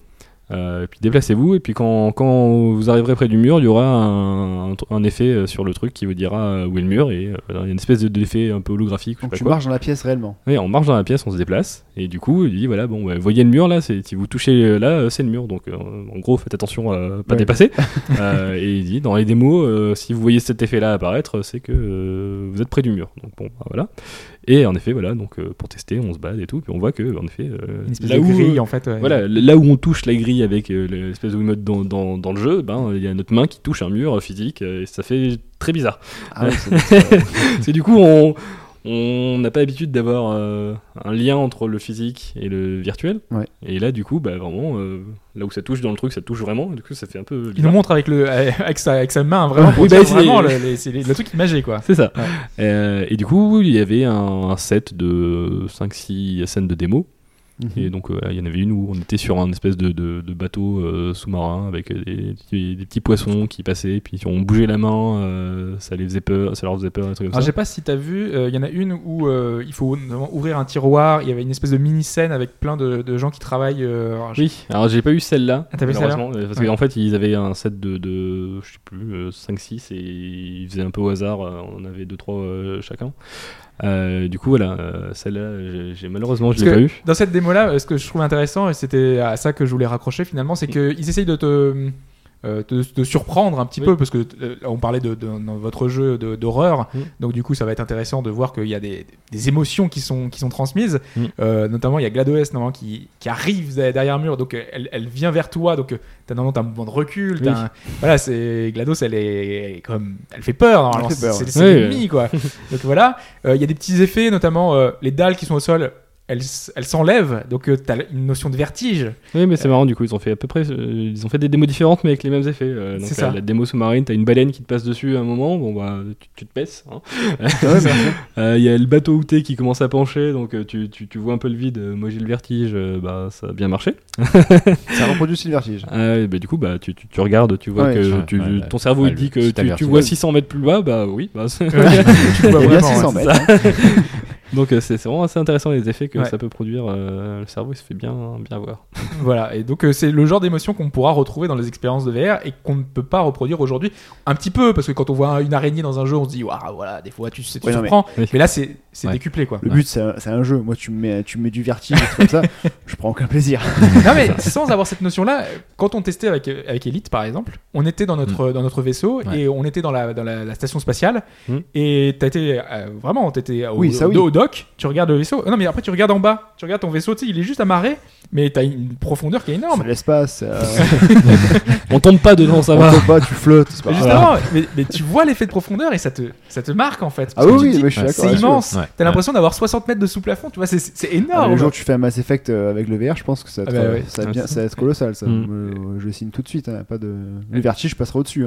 Et puis déplacez-vous, et puis quand vous arriverez près du mur, il y aura un effet sur le truc qui vous dira où est le mur, et il y a une espèce d'effet un peu holographique. Donc tu marches dans la pièce réellement. Oui, on marche dans la pièce, on se déplace, et du coup, il dit voilà, bon, vous voyez le mur là, si vous touchez là, c'est le mur, donc en gros, faites attention à pas dépasser. Et il dit dans les démos, si vous voyez cet effet là apparaître, c'est que vous êtes près du mur. Donc bon, voilà. Et en effet, voilà, donc pour tester, on se balade et tout, puis on voit que en effet, une espèce de grille en fait. Voilà, là où on touche la grille avec l'espèce de Wiimote dans le jeu, il y a notre main qui touche un mur physique, et ça fait très bizarre. Ah ouais, Parce que du coup, on n'a pas l'habitude d'avoir un lien entre le physique et le virtuel. Ouais. Et là, du coup, vraiment, là où ça touche dans le truc, ça touche vraiment. Et du coup, ça fait un peu. Il nous montre avec sa main vraiment. Oui, c'est vraiment le truc magique quoi. C'est ça. Ouais. Et du coup, il y avait un set de 5-6 scènes de démo. Et donc il y en avait une où on était sur un espèce de bateau sous-marin avec des petits poissons qui passaient, et puis on bougeait la main, ça leur faisait peur, des trucs comme ça. Alors je sais pas si t'as vu, il y en a une où il faut ouvrir un tiroir, il y avait une espèce de mini-scène avec plein de gens qui travaillent. Oui, alors j'ai pas eu celle-là, t'as vu malheureusement, parce qu'en fait ils avaient un set de je sais plus, 5-6, et ils faisaient un peu au hasard, on avait 2-3 chacun. Du coup voilà, celle-là malheureusement je l'ai pas eu. Dans cette démo là, ce que je trouve intéressant, et c'était à ça que je voulais raccrocher finalement, c'est qu'ils essayent de te surprendre un petit peu, parce que on parlait dans votre jeu d'horreur, donc du coup ça va être intéressant de voir qu'il y a des émotions qui sont transmises, notamment il y a GLaDOS qui arrive derrière le mur, donc elle vient vers toi, donc t'as un mouvement de recul, voilà, c'est GLaDOS, elle fait peur normalement, c'est l'ennemi quoi. Donc voilà, il y a des petits effets, notamment les dalles qui sont au sol, elle s'enlève, donc t'as une notion de vertige. Oui, mais c'est marrant, du coup, ils ont fait à peu près, ils ont fait des démos différentes, mais avec les mêmes effets. Donc c'est ça. La démo sous-marine, t'as une baleine qui te passe dessus à un moment, bon bah tu te baisses. Hein. Y a le bateau où t'es qui commence à pencher, donc tu vois un peu le vide. Moi j'ai le vertige, ça a bien marché. Ça reproduit aussi le vertige. Du coup, tu regardes, tu vois que ton cerveau il dit que tu vois 600 mètres plus bas, bah oui. Tu vois vraiment 600 mètres. Donc c'est vraiment assez intéressant les effets que ça peut produire, le cerveau il se fait bien voir. Voilà, et donc c'est le genre d'émotion qu'on pourra retrouver dans les expériences de VR et qu'on ne peut pas reproduire aujourd'hui, un petit peu, parce que quand on voit une araignée dans un jeu on se dit waouh, voilà, des fois tu surprends, mais là c'est décuplé quoi. Le but c'est un jeu, moi tu me mets du vertige comme ça, je prends aucun plaisir. Non mais sans avoir cette notion là, quand on testait avec Elite par exemple, on était dans notre vaisseau et on était dans la station spatiale et t'étais au dock, tu regardes le vaisseau. Non mais après tu regardes en bas, tu regardes ton vaisseau, tu sais, il est juste amarré, mais t'as une profondeur qui est énorme. C'est l'espace. On tombe pas dedans, ça va. On tombe pas, tu flottes. C'est pas justement, mais tu vois l'effet de profondeur et ça te marque en fait. Ah oui, mais je suis d'accord. C'est immense. T'as l'impression d'avoir 60 mètres de sous-plafond, tu vois, c'est énorme. Le jour où tu fais un Mass Effect avec le VR, je pense que ça va être colossal. Ça. Je signe tout de suite. Pas de... Le vertige, je passerai au-dessus.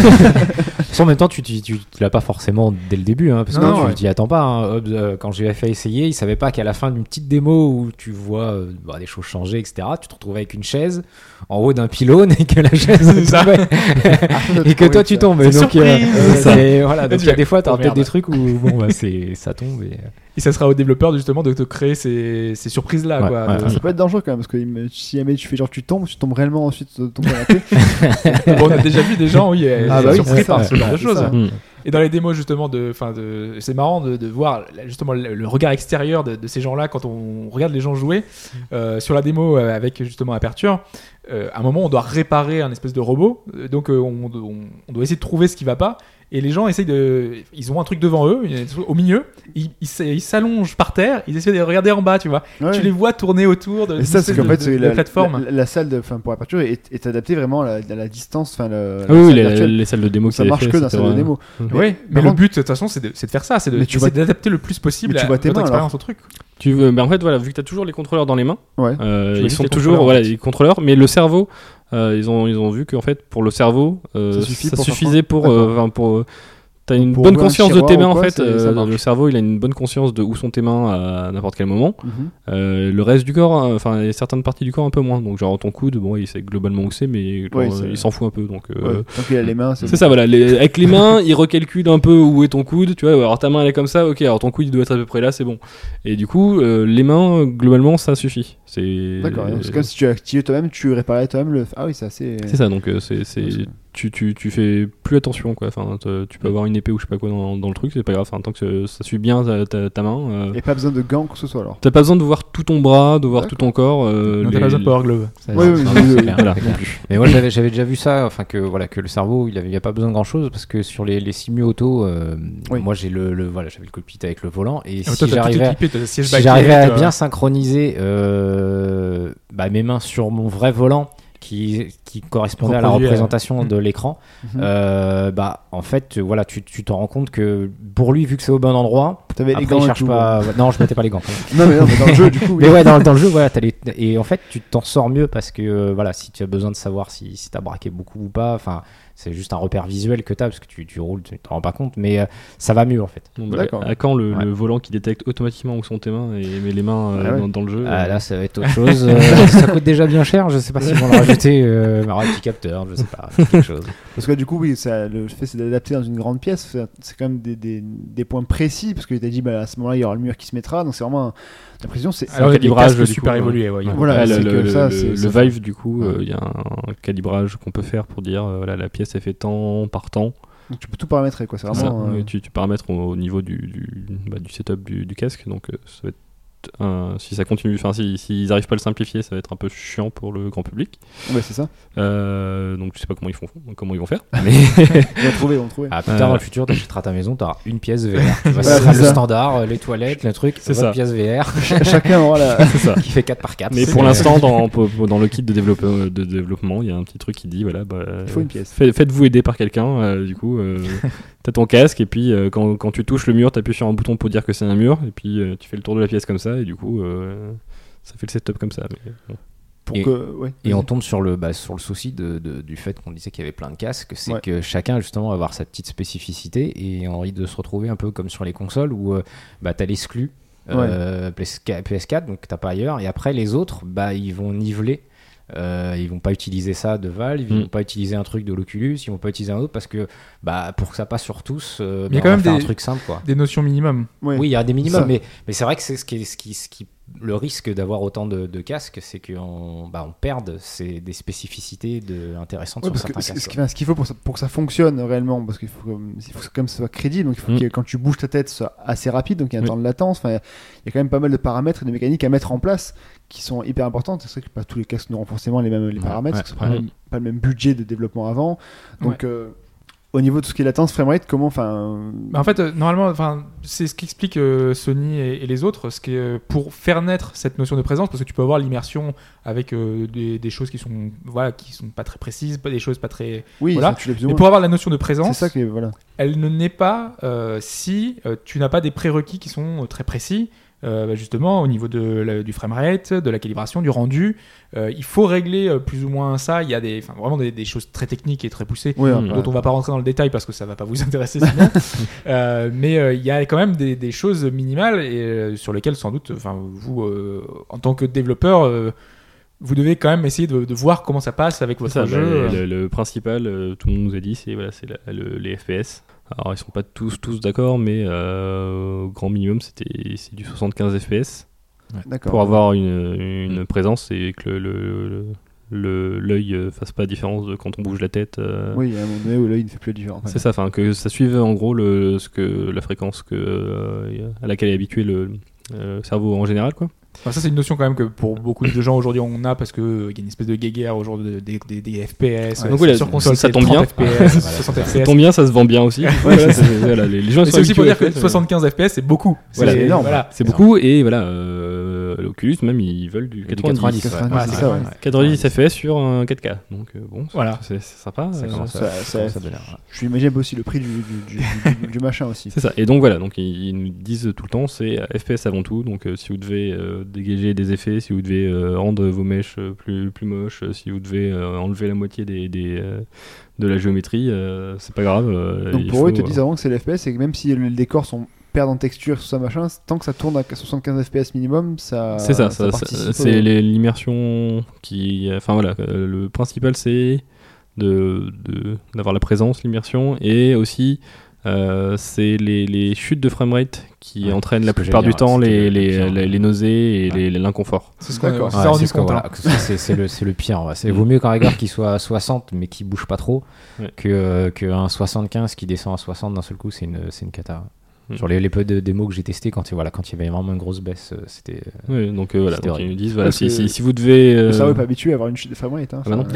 En même temps, tu l'as pas forcément dès le début, parce que tu t'y attends pas. Hobbs, quand j'ai fait essayer, il savait pas qu'à la fin d'une petite démo où tu vois des choses changer, etc., tu te retrouves avec une chaise en haut d'un pylône et que la chaise tombait et que toi tu tombes. Donc il y a des fois, t'as peut-être des trucs où ça tombe. Et ça sera aux développeurs justement de te créer ces surprises là. Ça peut être dangereux quand même, parce que si jamais tu fais genre tu tombes réellement ensuite tomber à la tête. Bon, on a déjà vu des gens surpris par ce genre de choses. Et dans les démos justement c'est marrant de voir justement le regard extérieur de ces gens-là quand on regarde les gens jouer sur la démo avec justement Aperture. À un moment on doit réparer un espèce de robot, donc on doit essayer de trouver ce qui va pas. Et les gens ils ont un truc devant eux, au milieu, ils s'allongent par terre, ils essaient de regarder en bas, tu vois. Ouais. Tu les vois tourner autour de la plateforme. La salle pour Aperture est adaptée vraiment à la distance, les salles de démo, ça marche que dans la salle de démo. Oui, mais le but de toute façon c'est de faire ça, c'est d'adapter le plus possible à votre expérience au truc. En fait, voilà, vu que tu as toujours les contrôleurs dans les mains, ils sont toujours les contrôleurs, mais le cerveau, ils ont vu qu'en fait pour le cerveau ça suffisait pour t'as une bonne conscience de tes mains en fait. Le cerveau il a une bonne conscience de où sont tes mains à n'importe quel moment. Le reste du corps, il y a certaines parties du corps un peu moins. Donc genre ton coude, il sait globalement où c'est, mais il s'en fout un peu. Donc tant qu'il a les mains, c'est ça, voilà. Avec les mains, il recalcule un peu où est ton coude. Tu vois, alors ta main elle est comme ça, ok. Alors ton coude il doit être à peu près là, c'est bon. Et du coup, les mains globalement ça suffit. D'accord, donc c'est comme si tu activais toi-même, tu réparais toi-même le. Ah oui, c'est assez. C'est ça, donc tu fais plus attention, quoi. Enfin, tu peux avoir une épée ou je sais pas quoi dans le truc, c'est pas grave. Enfin, tant que ça suit bien ta main. Et pas besoin de gants, que ce soit alors. T'as pas besoin de voir tout ton bras, de voir tout ton corps. Non, t'as pas besoin de Power Glove. Oui, C'est clair, Voilà, c'est non clair. plus. Mais moi j'avais déjà vu ça, enfin que le cerveau il y a pas besoin de grand chose parce que sur les simu auto, moi j'ai j'avais le cockpit avec le volant et Ah, si toi, t'as tout j'arrivais équipé, t'as le siège si baquet, j'arrivais à t'as- bien synchroniser mes mains sur mon vrai volant qui correspondait à la Reproduit, représentation de l'écran, en fait voilà tu t'en rends compte que pour lui vu que c'est au bon endroit, T'avais les après gants il et cherche tout, pas non je mettais pas les gants Non, mais dans le jeu, du coup. Oui. mais ouais dans le jeu voilà et en fait tu t'en sors mieux parce que voilà si tu as besoin de savoir si t'as braqué beaucoup ou pas, enfin c'est juste un repère visuel que t'as parce que tu roules, tu t'en rends pas compte, mais ça va mieux en fait. Bon, bah, D'accord. à quand le Ouais. volant qui détecte automatiquement où sont tes mains et met les mains Ah ouais. dans le jeu Ah, là ça va être autre chose. Ça coûte déjà bien cher, je sais pas si vont le rajouter un petit capteur, je sais pas, quelque chose. Parce que du coup, oui, le fait c'est d'adapter dans une grande pièce, c'est quand même des points précis, parce que tu as dit, à ce moment-là, il y aura le mur qui se mettra, donc c'est vraiment. La précision, c'est. Alors, il y a des calibrage, casques du super coup, évolués. Ouais. Voilà, c'est le, que le- ça, le- c'est- le ça- Vive, du coup, il y a un calibrage qu'on peut faire pour dire voilà, la pièce elle fait tant par temps. Donc tu peux tout paramétrer, quoi. C'est Ça, vraiment. tu paramètres au niveau du setup du casque, donc ça va être si ça continue, enfin s'ils n'arrivent pas à le simplifier, ça va être un peu chiant pour le grand public. Ouais, c'est ça. Donc je sais pas comment ils vont faire. Mais On va trouver. Ah, plus tard dans le futur, tu achèteras ta maison, tu auras une pièce VR. Tu vois, Voilà, ça sera c'est le ça. standard, les toilettes, le truc, C'est votre ça. pièce VR Chacun aura la. c'est ça. qui fait 4x4. Mais pour l'instant, dans le kit de développement, il y a un petit truc qui dit voilà, Il faut une pièce. faites-vous aider par quelqu'un. Du coup, t'as ton casque et puis quand tu touches le mur, t'appuies sur un bouton pour dire que c'est un mur et puis tu fais le tour de la pièce comme ça et du coup, ça fait le setup comme ça. Mais, bon. Pour Et- que. Ouais. Et on tombe sur le souci du fait qu'on disait qu'il y avait plein de casques, c'est Ouais. que chacun justement va avoir sa petite spécificité et on risque de se retrouver un peu comme sur les consoles où t'as l'exclu PS4, donc t'as pas ailleurs, et après les autres ils vont niveler. Ils vont pas utiliser ça de Valve, ils vont pas utiliser un truc de l'Oculus, ils vont pas utiliser un autre parce que pour que ça passe sur tous, il y a on quand va même faire un des- truc simple quoi. Des notions minimum. Ouais. Oui, il y a des minimums, Ça. mais c'est vrai que c'est ce qui le risque d'avoir autant de casques, c'est qu'on perde des spécificités intéressantes Ouais, sur parce que certains casques. ce qu'il faut pour que ça fonctionne réellement, parce qu'il faut quand même que ça soit crédible, donc il faut que quand tu bouges ta tête, ce soit assez rapide, donc il y a un temps de latence, enfin, il y a quand même pas mal de paramètres et de mécaniques à mettre en place qui sont hyper importantes. C'est vrai que pas tous les casques n'auront forcément les mêmes paramètres, ouais, parce que c'est pas le même budget de développement avant. Donc au niveau de tout ce qui est latence, framerate, comment, enfin. En fait, normalement, c'est ce qu'explique Sony et les autres, ce qui est pour faire naître cette notion de présence, parce que tu peux avoir l'immersion avec des choses qui sont pas très précises, pas des choses pas très. Oui, voilà. tu l'as plus ou Mais moins. pour avoir la notion de présence, C'est ça qui est, voilà. elle ne naît pas si tu n'as pas des prérequis qui sont très précis. Justement au niveau du framerate, de la calibration, du rendu, il faut régler plus ou moins ça. Il y a vraiment des choses très techniques et très poussées Ouais, dont on va pas rentrer dans le détail parce que ça va pas vous intéresser sinon. Mais il y a quand même des choses minimales et sur lesquelles sans doute, vous en tant que développeur, vous devez quand même essayer de voir comment ça passe avec votre Ça, jeu. le principal, tout le monde nous a dit, c'est les FPS. Alors ils sont pas tous d'accord, mais grand minimum c'est du 75 FPS D'accord. pour avoir une présence et que l'œil fasse pas la différence de quand on bouge la tête. Oui, à un moment donné où l'œil ne fait plus la différence. C'est ça, que ça suive en gros la fréquence à laquelle est habitué le cerveau en général, quoi. Ça c'est une notion quand même que pour beaucoup de gens aujourd'hui on a parce que il y a une espèce de guéguerre aujourd'hui des FPS. Donc voilà, sur console, ça c'est tombe 30 bien. FPS, 60 Ça FPS. tombe bien, ça se vend bien aussi. Voilà, les gens Mais sont c'est aussi pour habitués dire à que FPS, 75 FPS c'est beaucoup. Voilà, c'est énorme. Voilà. c'est beaucoup et voilà, l'Oculus même ils veulent du 90. 90, ouais. 90, Ouais, c'est c'est ça, ouais. 90 FPS sur un 4K. Donc bon, Voilà. c'est sympa. Ça commence ça- à donner. Je m'imagine aussi le prix du machin aussi. C'est ça. Et donc voilà, donc ils nous disent tout le temps, c'est FPS avant tout. Donc si vous devez dégager des effets, si vous devez rendre vos mèches plus moches, si vous devez enlever la moitié de la géométrie, c'est pas grave. Donc il pour eux, ils te faut, disent avant que c'est l'FPS et que même si les décors perdent en texture, tout ça machin, tant que ça tourne à 75 FPS minimum, ça. c'est ça, participe c'est l'immersion qui. Enfin voilà, le principal c'est d'avoir la présence, l'immersion et aussi c'est les chutes de framerate qui entraînent la ce que plupart j'allais du temps dire, les nausées et l'inconfort. C'est ce qu'on D'accord. s'est rendu c'est ce que, compte. voilà, c'est le pire. Ouais. C'est vaut mieux qu'un rigueur qui soit à 60 mais qui bouge pas trop Ouais. qu'un 75 qui descend à 60 d'un seul coup. C'est une cata. Sur les peu de démos que j'ai testé quand il y avait vraiment une grosse baisse, c'était. Oui, donc voilà, C'était donc ils horrible. nous disent voilà, Parce que si vous devez. Le cerveau est pas habitué à avoir une chute de framerate. Hein, Ah bah non.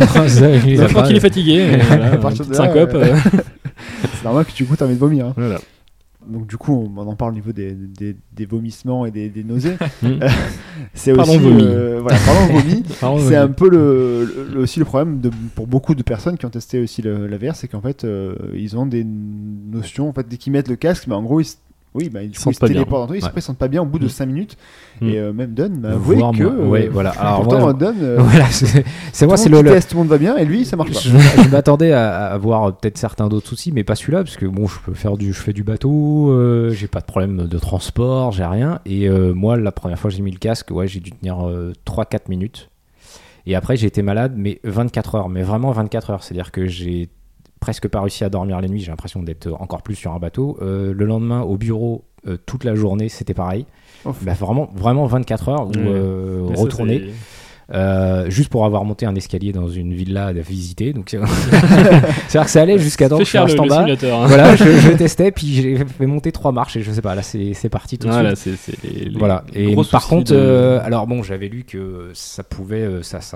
Il Il a va falloir pas- qu'il est fatigué. et voilà, À partir une de là, petite syncope. C'est normal que du coup, t'as envie de vomir. Hein. Voilà. Donc du coup, on en parle au niveau des vomissements et des nausées. Mm. C'est Parlons aussi, vomi. voilà, parlons vomi. Pardon, C'est un peu aussi le problème pour beaucoup de personnes qui ont testé aussi la VR, c'est qu'en fait, ils ont des notions, en fait, dès qu'ils mettent le casque, mais en gros, ils se sentent pas bien. téléportent dans tout, ils Ouais. se sentent pas bien au bout de Mm. 5 minutes. Mm. Et même Don m'a avoué Voir, que. moi. Ouais, voilà. Alors, pourtant, moi, Don, voilà, c'est moi, c'est tout le monde le. qui teste, tout le monde va bien, et lui, ça marche pas. Je m'attendais à voir peut-être certains d'autres soucis, mais pas celui-là, parce que bon, je fais du bateau, j'ai pas de problème de transport, j'ai rien. Et moi, la première fois que j'ai mis le casque, ouais, j'ai dû tenir 3-4 minutes. Et après, j'ai été malade, mais 24 heures, mais vraiment 24 heures. C'est-à-dire que j'ai presque pas réussi à dormir les nuits, j'ai l'impression d'être encore plus sur un bateau. Le lendemain, au bureau, toute la journée, c'était pareil. Ouf. Bah, vraiment 24 heures où Mais ça, retourner. c'est- Juste pour avoir monté un escalier dans une villa à visiter. Donc, c'est-à-dire que ça allait jusqu'à temps fait que je cher reste le en bas. simulateur. Hein. Voilà, je testais, puis j'ai fait monter 3 marches et je sais pas, là c'est parti tout de Voilà, suite. c'est les Voilà. Et gros par soucis contre, de- alors bon, j'avais lu que ça pouvait,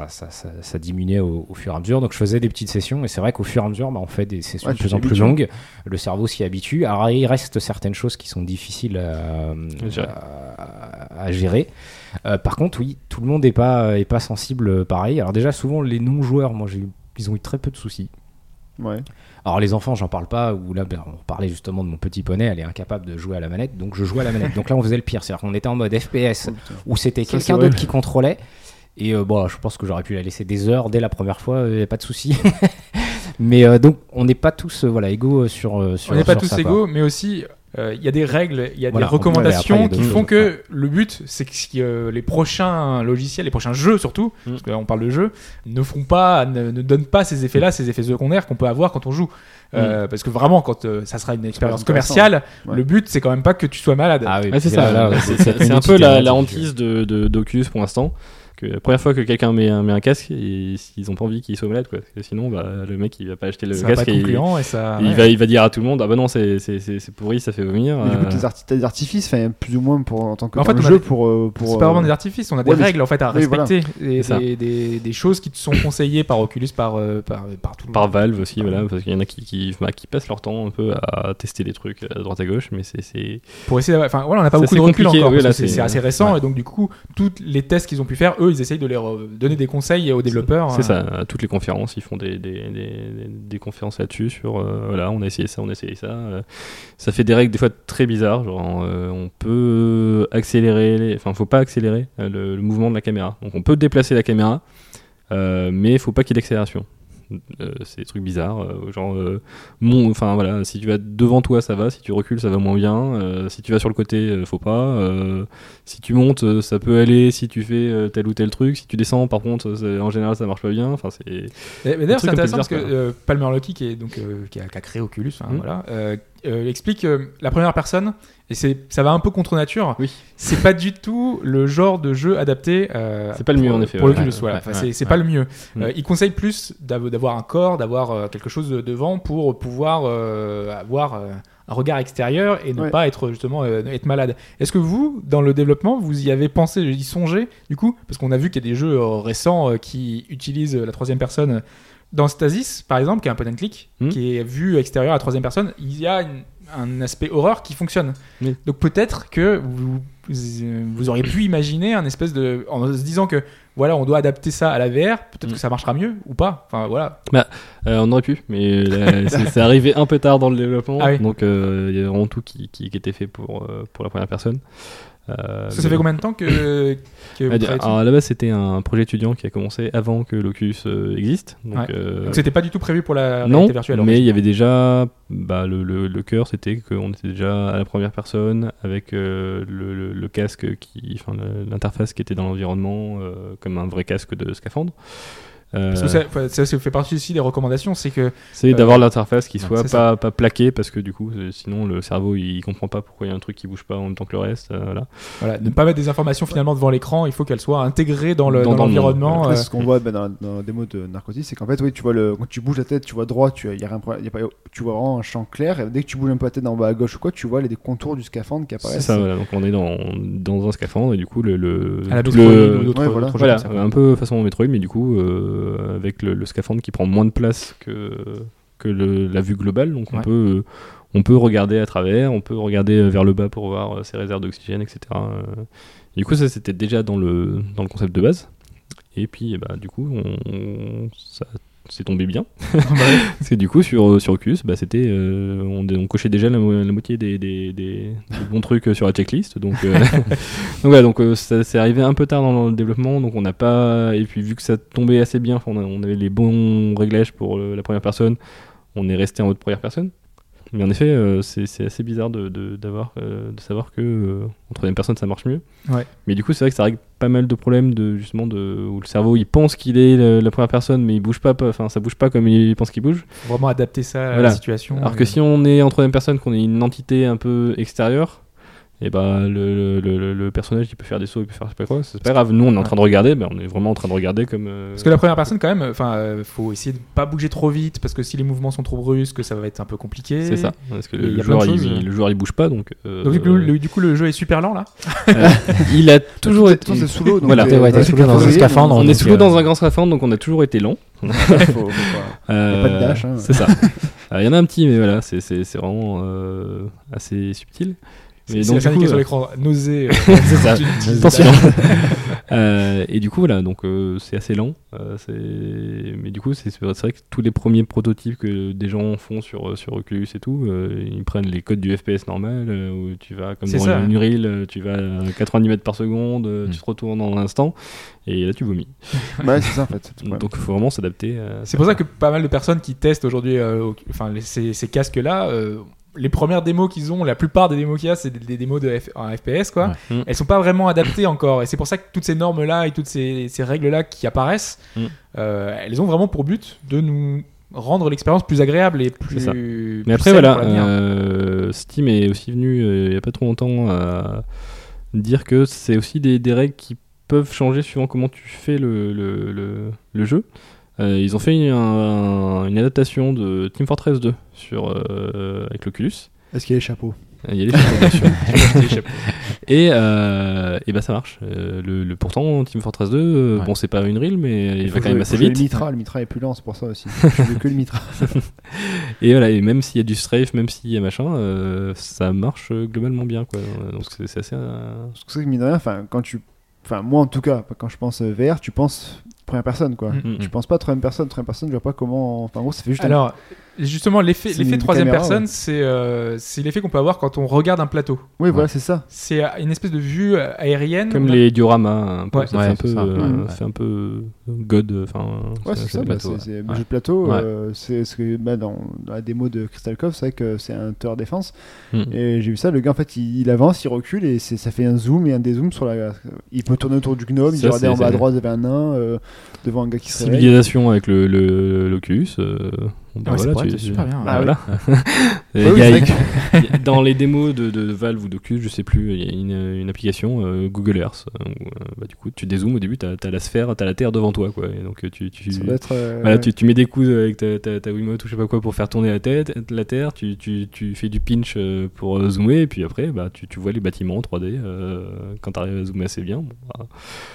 ça diminuait au fur et à mesure. Donc je faisais des petites sessions et c'est vrai qu'au fur et à mesure, bah, on fait des sessions Ouais, de tu plus en plus t'habitues. longues. Le cerveau s'y habitue. Alors il reste certaines choses qui sont difficiles Gérer. à gérer. Par contre, oui, tout le monde est pas sensible pareil. Alors déjà, souvent les non-joueurs, ils ont eu très peu de soucis. Ouais. Alors les enfants, j'en parle pas, où là on parlait justement de mon petit poney, elle est incapable de jouer à la manette, donc je jouais à la manette. Donc là on faisait le pire, c'est-à-dire qu'on était en mode FPS, Oh, putain. où c'était Ça, quelqu'un c'est vrai. d'autre qui contrôlait, et bon, je pense que j'aurais pu la laisser des heures dès la première fois, il n'y a pas de souci. Mais donc on n'est pas tous égaux sur On n'est pas sur tous ça, quoi. égaux, mais aussi il y a des règles, il y a Voilà, des recommandations après, il y a qui d'autres font choses, que le but, c'est que les prochains logiciels, les prochains jeux surtout, parce qu'on parle de jeux, ne donnent pas ces effets-là, ces effets secondaires qu'on peut avoir quand on joue. Parce que vraiment, quand ça sera une expérience intéressant. commerciale, Ouais. le but, c'est quand même pas que tu sois malade. Ah oui, Ouais, c'est puis ça. là, ouais, C'est une un peu utilité, la hein, hantise d'Oculus pour l'instant. Que la première fois que quelqu'un met un casque, ils ont pas envie qu'il soit malade, quoi. Parce que sinon, bah, le mec il va pas acheter le Ça va pas casque être et concluant et ça. il ouais. va dire à tout le monde ah bah non c'est pourri, ça fait vomir. Mais du coup, t'as des artifices, enfin, plus ou moins en tant que En fait, dans le on a jeu des- pour. C'est pas vraiment des artifices, on a des ouais, mais règles en fait à oui, voilà. respecter, et C'est ça. des choses qui te sont conseillées par Oculus, par tout le monde. Par Valve aussi, voilà, parce qu'il y en a qui passent leur temps un peu à tester des trucs à droite à gauche, mais c'est Pour essayer d'avoir- enfin voilà, on n'a pas C'est beaucoup de assez recul compliqué, encore, oui, parce là, que c'est c'est- assez récent, ouais. et donc du coup tous les tests qu'ils ont pu faire, eux ils essayent de donner des conseils aux développeurs. c'est ça. À toutes les conférences, ils font des conférences là-dessus sur voilà, on a essayé ça, ça fait des règles des fois très bizarres, genre on peut accélérer, enfin faut pas accélérer le mouvement de la caméra, donc on peut déplacer la caméra, mais faut pas qu'il y ait d'accélération. C'est des trucs bizarres, genre enfin voilà, si tu vas devant toi ça va, si tu recules ça va moins bien, si tu vas sur le côté faut pas, si tu montes ça peut aller, si tu fais tel ou tel truc, si tu descends par contre en général ça marche pas bien, enfin c'est Mais d'ailleurs c'est trucs un peu intéressant parce que bizarres, Palmer Luckey qui a créé Oculus, hein, Mhm. voilà, explique la première personne, et ça va un peu contre nature. Oui. C'est pas du tout le genre de jeu adapté. C'est pas le mieux, pour- en effet, Pour ouais. l'Oculus, Ouais, voilà. ouais, Enfin, ouais, c'est ouais. pas le mieux. Mhm. Il conseille plus d'avoir un corps, d'avoir quelque chose devant pour pouvoir avoir un regard extérieur et ne Ouais. pas être justement être malade. Est-ce que vous, dans le développement, vous y avez pensé, y songez du coup, parce qu'on a vu qu'il y a des jeux récents qui utilisent la troisième personne. Dans Stasis, par exemple, qui est un point and click, qui est vu extérieur à la troisième personne, il y a un aspect horreur qui fonctionne. Oui. Donc peut-être que vous auriez pu imaginer un espèce de, en se disant que voilà, on doit adapter ça à la VR, peut-être que ça marchera mieux ou pas. Enfin voilà. on aurait pu, mais c'est arrivé un peu tard dans le développement, Ah oui. donc il y a vraiment tout qui était fait pour la première personne. Ça fait combien de temps que vous travaillez dessus alors, à la base, c'était un projet étudiant qui a commencé avant que l'Oculus existe. Donc, Ouais. Donc c'était pas du tout prévu pour la non, réalité virtuelle. mais il y avait déjà le cœur, c'était qu'on était déjà à la première personne avec le casque l'interface qui était dans l'environnement comme un vrai casque de scaphandre. Parce que ça fait partie aussi des recommandations, c'est que C'est d'avoir l'interface qui c'est soit ça. pas plaquée, parce que du coup, sinon le cerveau il comprend pas pourquoi il y a un truc qui bouge pas en même temps que le reste. Voilà. ne pas mettre des informations finalement devant l'écran, il faut qu'elles soient intégrées dans Dans le l'environnement. Après, ce qu'on voit dans la démo de Narcotis, c'est qu'en fait, oui, tu vois quand tu bouges la tête, tu vois droit, tu vois vraiment un champ clair, et dès que tu bouges un peu la tête d'en bas à gauche ou quoi, tu vois les contours du scaphandre qui C'est apparaissent. ça, voilà. Donc on est dans un scaphandre et du coup à la tout Metroid le- ou d'autres Ouais, voilà. d'autres jeux voilà, comme ça, quoi. un peu façon Metroid, mais du coup avec le scaphandre qui prend moins de place que la vue globale, donc on peut regarder à travers, on peut regarder vers le bas pour voir ses réserves d'oxygène, etc. Du coup ça c'était déjà dans le concept de base, et puis du coup ça c'est tombé bien. Parce que du coup sur Oculus c'était on cochait déjà la moitié des bons trucs sur la checklist, donc ça c'est arrivé un peu tard dans le développement, donc on n'a pas, et puis vu que ça tombait assez bien, on avait les bons réglages pour la première personne, on est resté en mode première personne. Mais en effet, c'est assez bizarre de savoir que en troisième personne ça marche mieux. Ouais. Mais du coup, c'est vrai que ça règle pas mal de problèmes où le cerveau il pense qu'il est la première personne, mais il bouge pas, enfin ça bouge pas comme il pense qu'il bouge. Faut vraiment adapter ça à Voilà. la situation. Alors que si on est en troisième personne, qu'on est une entité un peu extérieure, et le personnage il peut faire des sauts, il peut faire je sais pas quoi, c'est pas grave. Nous on est en train de regarder, on est vraiment en train de regarder comme. Parce que la première personne, quand même, faut essayer de pas bouger trop vite, parce que si les mouvements sont trop brusques, ça va être un peu compliqué. C'est ça, parce que Et il y le a plein de joueur, choses. le joueur il bouge pas, donc. Donc du coup, le jeu est super lent là. Il a toujours été. C'est sous l'eau, donc Voilà. T'es sous l'eau dans un scaphandre. On est donc, sous l'eau dans un grand scaphandre, donc on a toujours été lent. faut pas. Y a pas de dash, hein. C'est ça. Il y en a un petit, mais voilà, c'est vraiment assez subtil. Mais C'est donc, la du coup, indiqué sur l'écran. Nausée. c'est ça. Attention. Et du coup, voilà, donc c'est assez lent. Mais du coup, c'est vrai que tous les premiers prototypes que des gens font sur Oculus et tout, ils prennent les codes du FPS normal, où tu vas comme C'est dans ça. une Unreal, tu vas à 90 mètres par seconde, tu te retournes en un instant, et là tu vomis. Ouais, c'est ça en fait. c'est le problème. Donc il faut vraiment s'adapter. C'est pour ça que pas mal de personnes qui testent aujourd'hui ces casques-là, les premières démos qu'ils ont, la plupart des démos qu'il y a, c'est des démos en FPS, quoi. Ouais. Elles sont pas vraiment adaptées encore. Et c'est pour ça que toutes ces normes-là et toutes ces règles-là qui apparaissent, elles ont vraiment pour but de nous rendre l'expérience plus agréable et plus. C'est ça. plus Mais après, saine voilà, pour l'avenir. Steam est aussi venu il y a pas trop longtemps à dire que c'est aussi des règles qui peuvent changer suivant comment tu fais le jeu. Ils ont fait une adaptation de Team Fortress 2 avec l'Oculus. Est-ce qu'il y a les chapeaux? Il y a les chapeaux, bien sûr. Les chapeaux. Et ça marche. Pourtant, Team Fortress 2, bon, c'est pas une reel, mais il va quand même assez vite. Le Mitra est plus lent, c'est pour ça aussi. Je veux que le Mitra. Et voilà, et même s'il y a du strafe, même s'il y a machin, ça marche globalement bien, quoi. Donc c'est assez. C'est pour ça que mine de rien, moi en tout cas, quand je pense VR, tu penses première personne, quoi. Tu penses pas troisième personne, je vois pas comment. Enfin, en gros, ça fait juste. Alors, justement, l'effet une troisième caméra, personne, ouais. c'est l'effet qu'on peut avoir quand on regarde un plateau. Oui, voilà, c'est ça. C'est une espèce de vue aérienne. Comme les dioramas, un peu, Ouais. ça Ouais, fait un peu, c'est ça. fait un peu God, enfin. Ouais, c'est ça, le bah, bateau, c'est ouais. le jeu de plateau. Ouais. C'est ce que dans la démo de Crystal Cove, c'est vrai que c'est un tower défense. Mm. Et j'ai vu ça, le gars en fait il avance, il recule et ça fait un zoom et un dézoom sur la. Il peut tourner autour du gnome, il Ça, dit regardez en bas à c'est- droite, il y avait un nain, devant un gars qui se réveille. Civilisation avec l'Oculus. Ouais, c'est vrai, c'est super bien. Ah, Voilà. Ouais, oui, Il y a- c'est vrai que- dans les démos de Valve ou d'Oculus, je sais plus, il y a une application Google Earth où du coup tu dézoomes au début, t'as la sphère, t'as la Terre devant toi, quoi. Et donc Ça doit être. voilà, tu mets des coups avec ta Wiimote ou je sais pas quoi pour faire tourner la Terre, tu fais du pinch pour zoomer, et puis après tu vois les bâtiments en 3D quand t'arrives à zoomer assez bien. Bon, bah,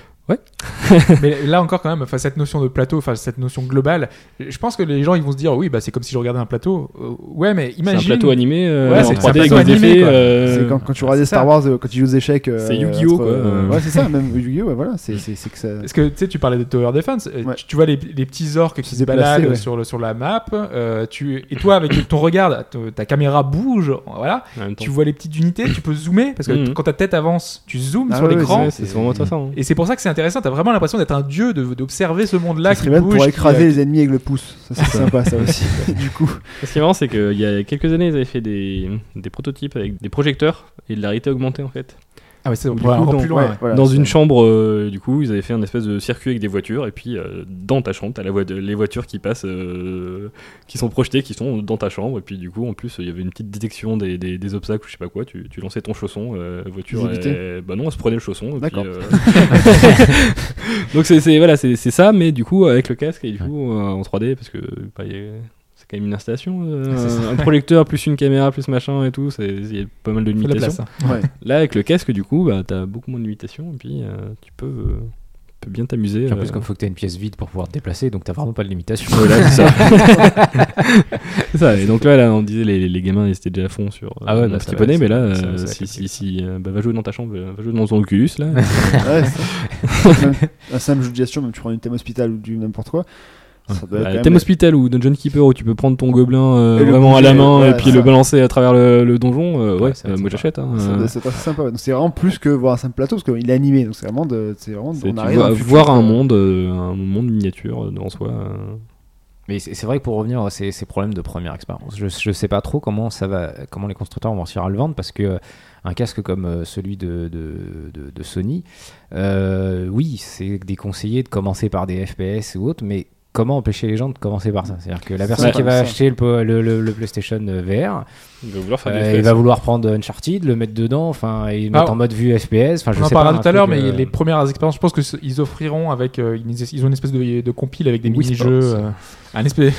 Mais là encore quand même, cette notion de plateau, cette notion globale, je pense que les gens ils vont se dire oui, c'est comme si je regardais un plateau. Ouais, mais imagine. c'est un plateau animé Ouais, en c'est 3D un avec plateau des animé, effets. quoi. C'est quand tu regardais c'est Star ça. Wars, quand tu joues aux échecs. C'est Yu-Gi-Oh, entre, quoi. Ouais, c'est ça, même Yu-Gi-Oh, ouais, voilà. C'est que ça. Parce que tu parlais de Tower Defense, Ouais. tu vois les petits orques qui se déplacer, baladent ouais. sur la map, et toi avec ton regard, ta caméra bouge, voilà, En même temps. tu vois les petites unités, tu peux zoomer, parce que Mhm. quand ta tête avance, tu zoomes Ah sur ouais, l'écran. Ouais, c'est vraiment intéressant. Et c'est pour ça que c'est intéressant, t'as vraiment l'impression d'être un dieu, d'observer ce monde-là Ça qui serait même bouge. pour qui, écraser les ennemis avec le pouce. Ça, c'est sympa, ça aussi. Du coup. Ce qui est marrant, c'est qu'il y a quelques années, ils avaient fait des prototypes avec des projecteurs et de la réalité augmentée en fait. Ah ouais, c'est Du encore coup, plus loin. ouais, ouais. voilà, dans c'est- une chambre, du coup, ils avaient fait un espèce de circuit avec des voitures, et puis dans ta chambre, t'as les voitures qui passent, qui sont projetées, qui sont dans ta chambre, et puis du coup, en plus, il y avait une petite détection des obstacles, ou je sais pas quoi, tu lançais ton chausson, voiture, Ils évitaient. bah non, elle se prenait le chausson. Et D'accord. Donc c'est ça, mais du coup, avec le casque, et du coup, en 3D, parce que bah, c'est quand même une installation, un projecteur, plus une caméra, plus machin et tout, il y a pas mal de Faut de la limitations. place. Hein. Ouais. Là, avec le casque, du coup, bah, t'as beaucoup moins de limitations, et puis tu peux bien t'amuser. Puis en plus, comme faut que t'aies une pièce vide pour pouvoir te déplacer, donc t'as vraiment pas de limitation. Voilà, c'est ça. C'est ça. Et donc là, on disait les gamins ils étaient déjà à fond sur Ah ouais, mon ça petit va, poney, ça mais va, là, ça va, ça va si bah, va jouer dans ta chambre, va jouer dans ton Oculus là. Ouais, c'est- même un simple jeu de gestion, même tu prends une thème hospital ou du n'importe quoi. Ça doit être quand même- Thème Hospital ou Dungeon Keeper où tu peux prendre ton gobelin Et le vraiment à la bouger, main ouais, et puis ça. le balancer à travers le donjon, ouais, ça va être moi sympa. j'achète. Hein, Ça doit être assez sympa. Donc c'est vraiment plus que voir un simple plateau parce qu'il est animé. Donc c'est vraiment c'est- on tu arrive vois, dans le futur, voir quoi. un monde miniature en soi. Mais c'est vrai que pour revenir à ces problèmes de première expérience, je sais pas trop comment les constructeurs vont réussir à le vendre parce que un casque comme celui de Sony, oui, c'est déconseillé de commencer par des FPS ou autres, mais comment empêcher les gens de commencer par ça? C'est-à-dire que la personne Ouais, qui va ça. acheter le PlayStation VR, Il va vouloir faire du il FPS. va vouloir prendre Uncharted, le mettre dedans, enfin, et le Ah, mettre en mode vue FPS. Enfin, je On en sais pas. parlera un tout à l'heure, truc, mais les premières expériences, je pense que ils offriront avec, ils ont une espèce de compile avec des Wii mini-jeux, Sports. un espèce,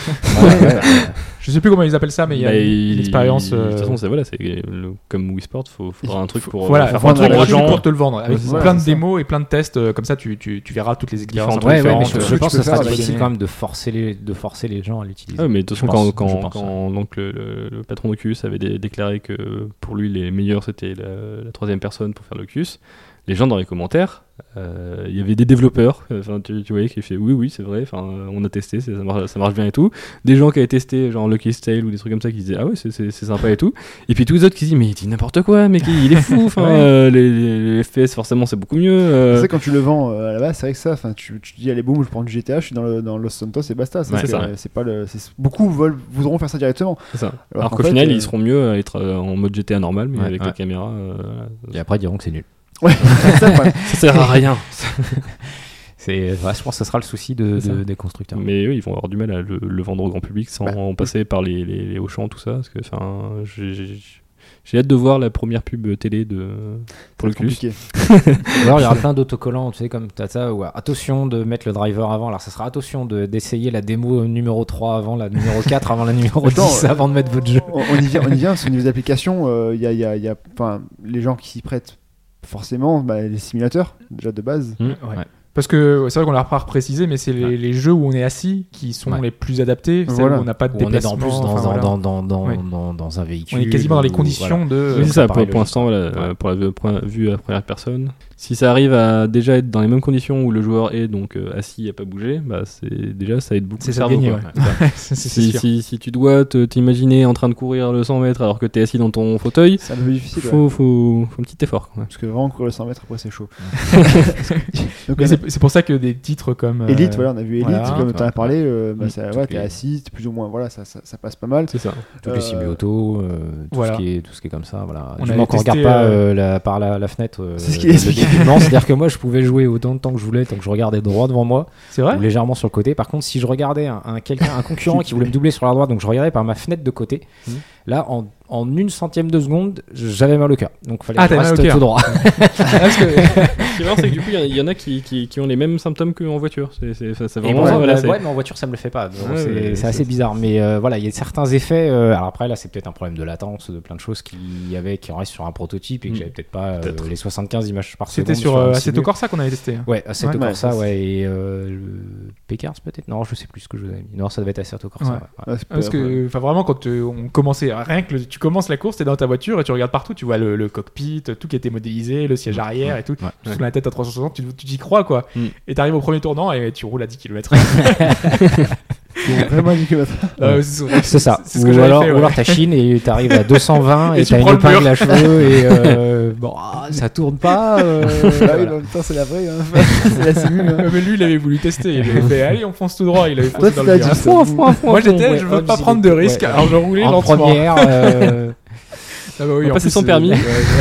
je sais plus comment ils appellent ça, mais il y a Bah, une expérience. De toute façon, c'est comme Wii Sport, faudra un truc pour Voilà, faire faut un prendre truc aux gratuit gens. pour te le vendre, avec Ouais, plein de c'est ça. démos et plein de tests, comme ça tu verras toutes les expériences. Différentes un peu Ouais, mais différentes. je pense tu que peux ça sera faire difficile avec- quand même de forcer les gens à l'utiliser. Ah, mais de toute façon, Je quand pense, donc le patron d'Oculus avait déclaré que pour lui, les meilleurs c'était la troisième personne pour faire l'Oculus, les gens dans les commentaires, il y avait des développeurs, tu voyais qui fait oui, c'est vrai, on a testé, ça marche bien et tout. Des gens qui avaient testé, genre Lucky Tale ou des trucs comme ça, qui disaient ah ouais, c'est sympa et tout. Et puis tous les autres qui disent mais il dit n'importe quoi, mais il est fou, les FPS forcément c'est beaucoup mieux. Tu sais, quand tu le vends à la base, c'est vrai que ça, tu dis allez boum, je prends du GTA, je suis dans Los Santos et basta. Ouais, c'est ça. C'est pas beaucoup voudront faire ça directement. C'est ça. Alors Alors qu'en qu'au fait, final, ils seront mieux à être en mode GTA normal, mais Ouais, avec ouais. la caméra. Et après, ils diront que c'est nul. Ouais, c'est ça, ouais. Ça sert à rien. Je pense que ce sera le souci C'est ça. des constructeurs. Mais eux, ils vont avoir du mal à le vendre au grand public sans Bah, passer par les Auchan, tout ça. Parce que, j'ai hâte de voir la première pub télé pour le C'est Oculus. compliqué. Alors, il y aura plein d'autocollants, tu sais, comme t'as ça, où attention de mettre le driver avant. Alors, ça sera attention d'essayer la démo numéro 3 avant la numéro 4, avant la numéro Attends, 10, avant de mettre votre jeu. On y vient, parce qu'au niveau des applications, il y a les gens qui s'y prêtent forcément, les simulateurs, déjà de base. Ouais. Parce que c'est vrai qu'on l'a pas reprécisé, mais c'est les jeux où on est assis qui sont Ouais. les plus adaptés, celles Voilà. où on n'a pas de Où on est déplacement. en plus enfin, voilà. dans Ouais. dans un véhicule. On est quasiment dans les ou- conditions de. Oui, c'est ça, paraît pour l'instant, voilà, Ouais. pour la vue à première personne. Si ça arrive à déjà être dans les mêmes conditions où le joueur est donc assis à pas bouger, bah ça aide beaucoup C'est le ça de cerveau. gagner, quoi. ouais. C'est sûr. Si tu dois t'imaginer en train de courir le 100 mètres alors que t'es assis dans ton fauteuil, C'est un peu difficile. Ouais. faut un petit effort. Quoi. Parce que vraiment, courir le 100 mètres, après, c'est chaud. Donc, Mais c'est pour ça que des titres comme. Elite, voilà, on a vu Elite, voilà, comme tu en as parlé, toutes t'es les- assis, t'es plus ou moins, voilà, ça passe pas mal. C'est ça. Toutes les semi-autos, voilà. tout ce qui est comme ça. Voilà. On Du avait moment qu'on testé, regarde pas par la fenêtre. C'est ce qu'il explique. C'est-à-dire que moi, je pouvais jouer autant de temps que je voulais, tant que je regardais droit devant moi, C'est vrai. ou légèrement sur le côté. Par contre, si je regardais un concurrent qui voulait me doubler sur la droite, donc je regardais par ma fenêtre de côté, là, en une centième de seconde, j'avais mal au cœur. Donc, fallait que je t'avais mal au reste cœur. tout droit. Parce que Ce qui est marrant, c'est que du coup, il y en a qui ont les mêmes symptômes qu'en voiture. C'est Et vraiment moi, ça. Voilà, c'est- ouais, mais en voiture, ça me le fait pas. Donc, Ouais, mais c'est assez bizarre. Mais voilà, il y a certains effets. Alors après, là, c'est peut-être un problème de latence, de plein de choses qui en restent sur un prototype et que j'avais peut-être pas Peut-être. les 75 images par seconde. c'était sur un Assetto simu. Corsa qu'on avait testé. hein. Ouais, Assetto Ouais. Corsa, Ouais, ouais. Et le Pécars, peut-être. Non, je sais plus ce que je vous avais mis. Non, ça devait être Assetto Corsa. Ouais. Ouais. Ouais, c'est Parce pas- que, enfin, vraiment, quand on commençait, rien que tu commences la course, t'es dans ta voiture et tu regardes partout, tu vois le cockpit, tout qui était modélisé, le siège arrière et tout, Ouais. tu tournes la tête à 360, tu t'y crois quoi. Mm. Et t'arrives au premier tournant et tu roules à 10 km. c'est vraiment du kilomètre. C'est ça. C'est ce que ou, j'avais alors, fait. ou ouais. alors t'achines et t'arrives à 220 Et et tu t'as prends une le mur. épingle à cheveux et bon, ça tourne pas. Ah oui, voilà. en même temps, c'est la vraie. Hein. C'est la simu. Hein. Mais lui, il avait voulu tester. Il avait fait, allez, on fonce tout droit. Il avait Toi, foncé dans tu le l'as mur. dit. Moi, j'étais, je veux pas prendre de risque. Ouais. Alors, je roulais En lentement. première. Ah bah oui, On en passe plus, son permis.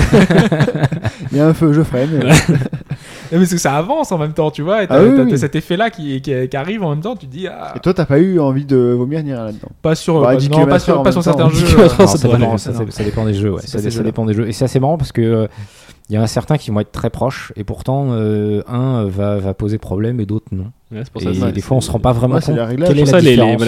Il y a un feu, je freine. Mais parce que ça avance en même temps, tu vois. Et Ah oui, t'as oui. cet effet-là qui arrive en même temps. Tu te dis, Et toi, t'as pas eu envie de vomir ni rien là-dedans? pas sur, Bah, pas, 10 non, pas km/h sur, en pas même sur temps. certains 10 jeux. km/h, Non, ça ça, devrait dépend, aller. ça dépend des jeux. Ouais. C'est pas ces Ça jeux-là. dépend des jeux. Et c'est assez marrant parce que il y en a certains qui vont être très proches et pourtant un va poser problème et d'autres non. Ouais, c'est pour Et ça. des fois on se rend pas vraiment Ouais, c'est compte. les réglages. Quelle est Pour la ça, les différence,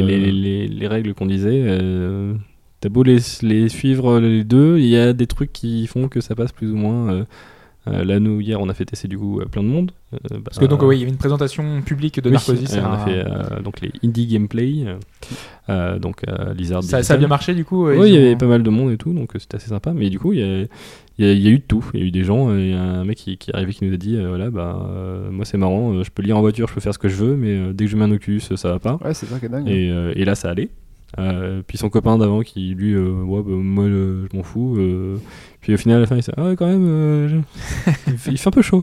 les règles qu'on disait, t'as beau les suivre les deux, il y a des trucs qui font que ça passe plus ou moins. Là, nous, hier, on a fait tester du coup plein de monde. Parce que donc, oui, il y avait une présentation publique de Narcosis. on a fait donc les indie gameplay. Donc Lizard. Ça a bien marché du coup. Oui, ils il y ont- avait pas mal de monde et tout, donc c'était assez sympa. Mais du coup, il y a eu de tout. Il y a eu des gens, il y a un mec qui est arrivé qui nous a dit voilà, moi c'est marrant, je peux lire en voiture, je peux faire ce que je veux, mais dès que je mets un Oculus, ça va pas. Ouais, c'est ça qui est dingue. Et là, ça allait. Puis son copain d'avant qui lui, ouais, moi je m'en fous. Puis au final, à la fin, il s'est dit, ah ouais, quand même, il fait un peu chaud.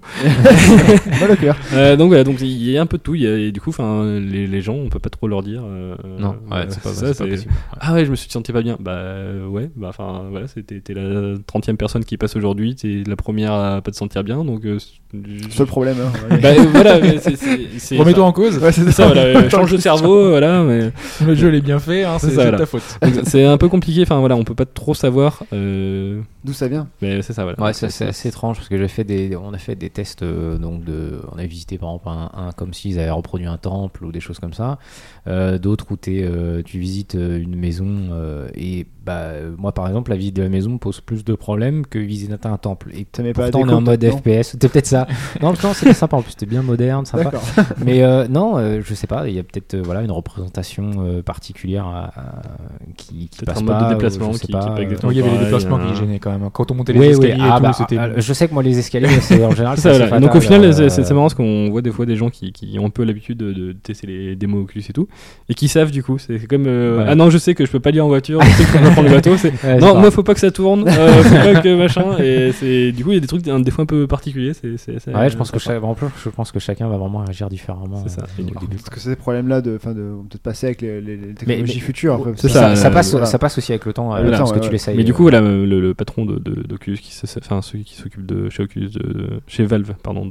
Mal au cœur. Donc voilà, donc il y a un peu de tout. Et du coup, les gens, on peut pas trop leur dire. Non, ouais, c'est pas possible. Ah ouais, je me suis senti pas bien. Ouais, enfin voilà, t'es la 30e personne qui passe aujourd'hui, t'es la première à pas te sentir bien, donc. Seul problème. Hein, Voilà, mais c'est. Remets-toi en cause. Ouais, c'est ça, voilà, change de cerveau, voilà, mais. Le jeu il est bien fait, hein, C'est c'est ça, de voilà. ta faute. Donc, c'est un peu compliqué, enfin voilà, on peut pas trop savoir. D'où ça vient? Mais c'est ça, voilà. Ouais, c'est assez étrange parce que on a fait des tests on a visité par exemple un comme s'ils avaient reproduit un temple ou des choses comme ça. D'autres où tu visites une maison et moi par exemple la visite de la maison me pose plus de problèmes que visiter un temple. Et Ça met pas pourtant à on est en déco, mode non FPS. C'était peut-être ça. Non, c'était sympa en plus. C'était bien moderne, sympa. D'accord. Mais non, je sais pas. Il y a peut-être voilà une représentation particulière qui Peut-être passe un mode pas. de déplacement ou je sais qui est pas exactement Oui, il y avait les pareil, déplacements hein. qui gênaient quand même. Quand on montait les Oui, escaliers oui. et tout, c'était. Je sais que moi les escaliers, c'est en général. C'est ça, assez voilà. Donc fatal, au final, c'est marrant parce qu'on voit des fois des gens qui ont un peu l'habitude de tester les démos Oculus et tout, et qui savent du coup. C'est comme Ouais. ah non, je sais que je peux pas lire en voiture, je sais que je peux pas prendre le bateau. Ouais, Non, c'est moi faut pas que ça tourne, faut pas que machin. Et c'est du coup il y a des trucs des fois un peu particuliers. Ouais, je pense que chacun va vraiment réagir différemment. C'est ça. Au Et début. Parce que c'est ces problèmes-là de peut-être passer avec les technologies mais- futures. Après, c'est parce que ça, Ça passe aussi avec le temps, Voilà. parce que Ouais, tu ouais. l'essayes. Mais du coup, voilà, le patron d'Oculus, ceux qui s'occupent de chez Oculus, chez Valve, pardon,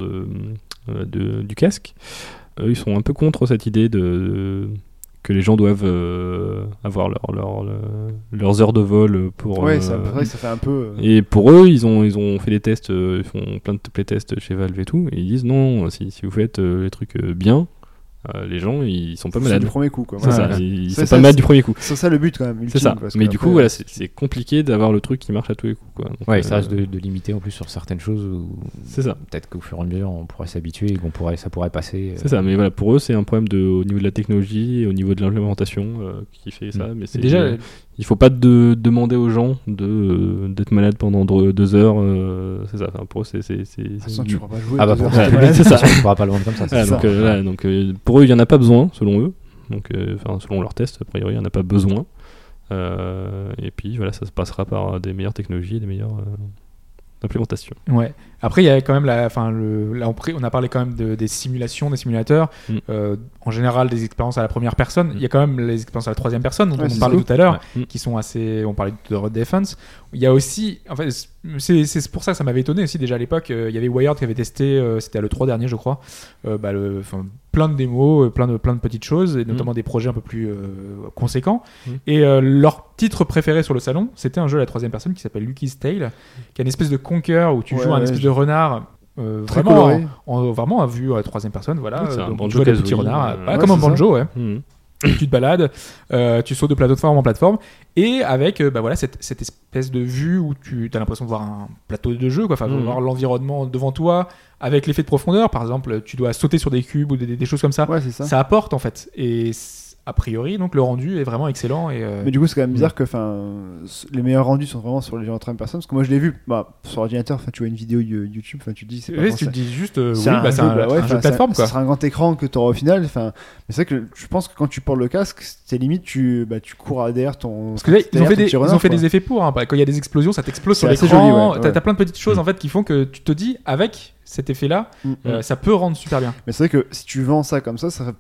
du casque, ils sont un peu contre cette idée que les gens doivent avoir leurs heures de vol pour. Ouais, c'est vrai que ça fait un peu. Et pour eux, ils ont fait des tests, ils font plein de playtests chez Valve et tout, et ils disent non, si vous faites les trucs bien, les gens ils sont pas c'est malades. du premier coup, quoi. C'est Voilà. ça, ils C'est sont ça, pas malades c'est- du premier coup. C'est ça le but quand même. C'est ultime, ça. parce Mais que du après, coup, voilà, c'est compliqué d'avoir le truc qui marche à tous les coups, quoi. Donc, Ouais, ça reste de limiter en plus sur certaines choses où c'est ça. peut-être qu'au fur et à mesure on pourrait s'habituer et ça pourrait passer. C'est ça, mais voilà, pour eux, c'est un problème au niveau de la technologie et au niveau de l'implémentation qui fait ça. Mais c'est Déjà, il faut pas demander aux gens d'être malades pendant 2 heures. C'est ça. Enfin, pour eux, c'est. De toute façon, tu pourras pas jouer. Ah bah deux pour heures, ça, t'es malade. c'est ça. tu pourras pas le vendre comme ça. Voilà, ça. donc, voilà, donc, pour eux, il y en a pas besoin, selon eux. Donc, selon leurs tests, a priori, il n'y en a pas besoin. Et puis, voilà, ça se passera par des meilleures technologies, des meilleures implémentations. Ouais. Après, il y a quand même là, on a parlé quand même des simulations, des simulateurs. Mm. En général, des expériences à la première personne. Il y a quand même les expériences à la troisième personne dont Ouais, on c'est parlait ça. tout à l'heure, Ouais. qui sont assez. On parlait de Red Defense. Il y a aussi, en fait, c'est pour ça que ça m'avait étonné aussi déjà à l'époque. Il y avait Wired qui avait testé, c'était à l'E3 dernier, je crois, plein de démos, plein de petites choses, et notamment des projets un peu plus conséquents. Et leur titre préféré sur le salon, c'était un jeu à la troisième personne qui s'appelle Lucky's Tale, qui est une espèce de conquer où tu Ouais, joues un ouais, espèce de renard. Très Vraiment, coloré. vraiment à vue à la troisième personne, voilà. Oui, c'est un Donc, Banjo tu vois des Kazooie, petits renards, ouais, comme un c'est ça. banjo, ouais. Mhm. Tu te balades, tu sautes de plateforme en plateforme, et avec voilà, cette espèce de vue où tu as l'impression de voir un plateau de jeu, quoi. Enfin, de voir l'environnement devant toi, avec l'effet de profondeur. Par exemple, tu dois sauter sur des cubes ou des choses comme ça. Ouais, c'est ça. Ça apporte en fait. Et a priori, donc le rendu est vraiment excellent. Et, Mais du coup, c'est quand même bizarre que les meilleurs rendus sont vraiment sur les jeux en troisième personne. Parce que moi, je l'ai vu sur ordinateur. Tu vois une vidéo YouTube, tu te dis, c'est pas oui, pour tu ça. te dis juste, C'est un c'est jeu, un, ouais, un jeu de plateforme, ça quoi. sera un grand écran que tu auras au final. Mais c'est vrai que je pense que quand tu portes le casque, c'est limite tu cours derrière ton. Parce que là, ils ont fait, derrière ton petit renard, des quoi. effets pour. Hein. Quand il y a des explosions, ça t'explose sur C'est assez l'écran. joli, ouais. T'as plein de petites choses en fait qui font que tu te dis, avec cet effet-là, ça peut rendre super bien. Mais c'est vrai que si tu vends ça comme ça serait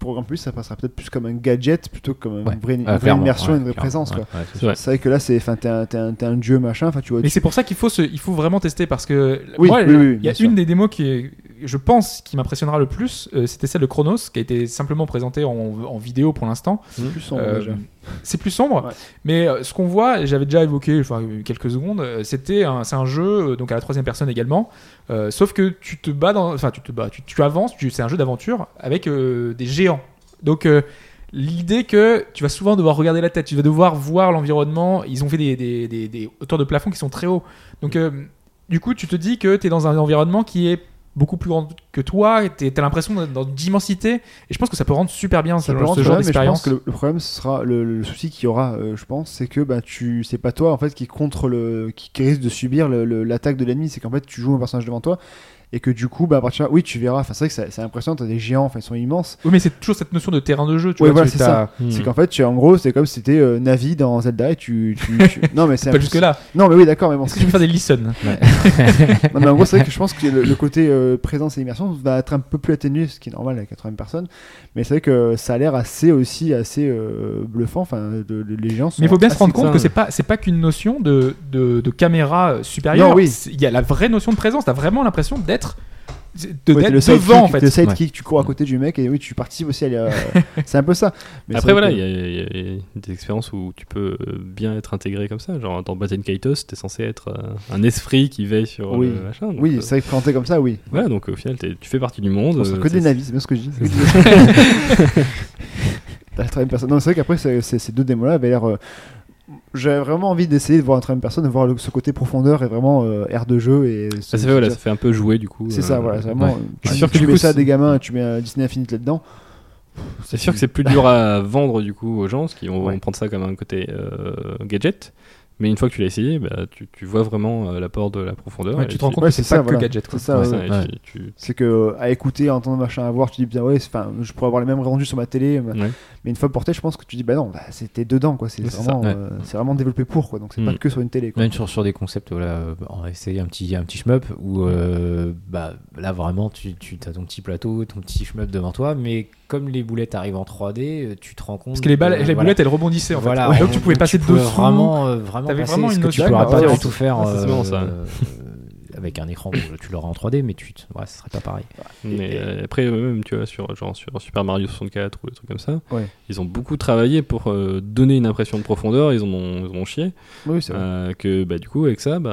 en plus, ça passera peut-être plus comme un gadget plutôt que comme une vraie clairement, immersion, une vraie clairement, présence. Quoi. C'est vrai. C'est vrai que là, t'es un dieu machin. Enfin, tu vois. Mais c'est pour ça qu'il faut vraiment tester parce que Oui, moi, oui, il y bien a sûr. une des démos je pense, qui m'impressionnera le plus, c'était celle de Chronos, qui a été simplement présentée en vidéo pour l'instant. C'est plus sombre, déjà. C'est plus sombre, Ouais. mais ce qu'on voit, et j'avais déjà évoqué quelques secondes, c'est un jeu donc à la troisième personne également, sauf que tu avances, c'est un jeu d'aventure avec des géants. Donc l'idée que tu vas souvent devoir regarder la tête, tu vas devoir voir l'environnement. Ils ont fait des hauteurs de plafond qui sont très hauts. Donc du coup, tu te dis que tu es dans un environnement qui est beaucoup plus grand que toi, t'as l'impression d'être dans d'immensité, et je pense que ça peut rendre super bien ce genre Mais d'expérience. je pense que le problème, ce sera le souci qu'il y aura, je pense, c'est que c'est pas toi en fait qui risque de subir l'attaque de l'ennemi, c'est qu'en fait tu joues un personnage devant toi. Et que du coup, à partir de là, oui, tu verras. Enfin, c'est vrai que c'est impressionnant. T'as des géants, enfin, ils sont immenses. Oui, mais c'est toujours cette notion de terrain de jeu. Tu Ouais, vois, voilà, c'est ça. C'est qu'en fait, en gros, c'est comme si c'était Navi dans Zelda et non, mais c'est pas jusque là. Non, mais oui, d'accord, mais bon. Est-ce que tu peux faire des listen? Non, mais en gros, c'est vrai que je pense que le côté présence et immersion va être un peu plus atténué, ce qui est normal à 80 personnes. Mais c'est vrai que ça a l'air assez bluffant. Enfin, les géants sont. Mais il faut bien se rendre assez compte que c'est pas qu'une notion de caméra supérieure. Non, oui. Il y a la vraie notion de présence. T'as vraiment l'impression d'être t'es le devant en fait. Le sidekick, tu cours à côté du mec et oui, tu participes aussi c'est un peu ça. Mais après voilà, que... il y a des expériences où tu peux bien être intégré comme ça, genre dans Baten Kaitos, t'es censé être un esprit qui veille sur le machin. Donc, oui, c'est vrai que présenté comme ça, oui. Voilà, donc au final tu fais partie du monde. C'est que des navis, c'est bien ce que je dis. T'as la troisième personne. Non, c'est vrai qu'après ces deux démos là avaient l'air j'avais vraiment envie d'essayer de voir en troisième personne, de voir ce côté profondeur et vraiment air de jeu. Et ça fait un peu jouer du coup. C'est ça, voilà. C'est vraiment, c'est sûr que tu du mets coup, ça à des gamins, tu mets un Disney Infinite là-dedans. C'est sûr que c'est plus dur à vendre du coup aux gens, parce qu'ils vont prendre ça comme un côté gadget. Mais une fois que tu l'as essayé, tu vois vraiment l'apport de la profondeur. Ouais, tu te rends compte que c'est pas que gadget. C'est ça. C'est que à écouter, à entendre machin, à voir, tu dis bien je pourrais avoir les mêmes rendus sur ma télé. Mais une fois porté, je pense que tu dis c'était dedans quoi. C'est vraiment développé pour quoi. Donc c'est pas que sur une télé. Quoi. Même sur des concepts, on va essayer un petit shmup où là vraiment tu as ton petit plateau, ton petit shmup devant toi, mais comme les boulettes arrivent en 3D, tu te rends compte. Parce que les boulettes elles rebondissaient en fait. Donc tu pouvais passer dessous. T'avais vraiment une notion. Tu pourrais pas tout faire avec un écran où tu l'auras en 3D, mais ce serait pas pareil. Mais après, même tu vois, sur Super Mario 64 ou des trucs comme ça, ils ont beaucoup travaillé pour donner une impression de profondeur. Ils en ont chié. Oui, c'est vrai. Que du coup, avec ça,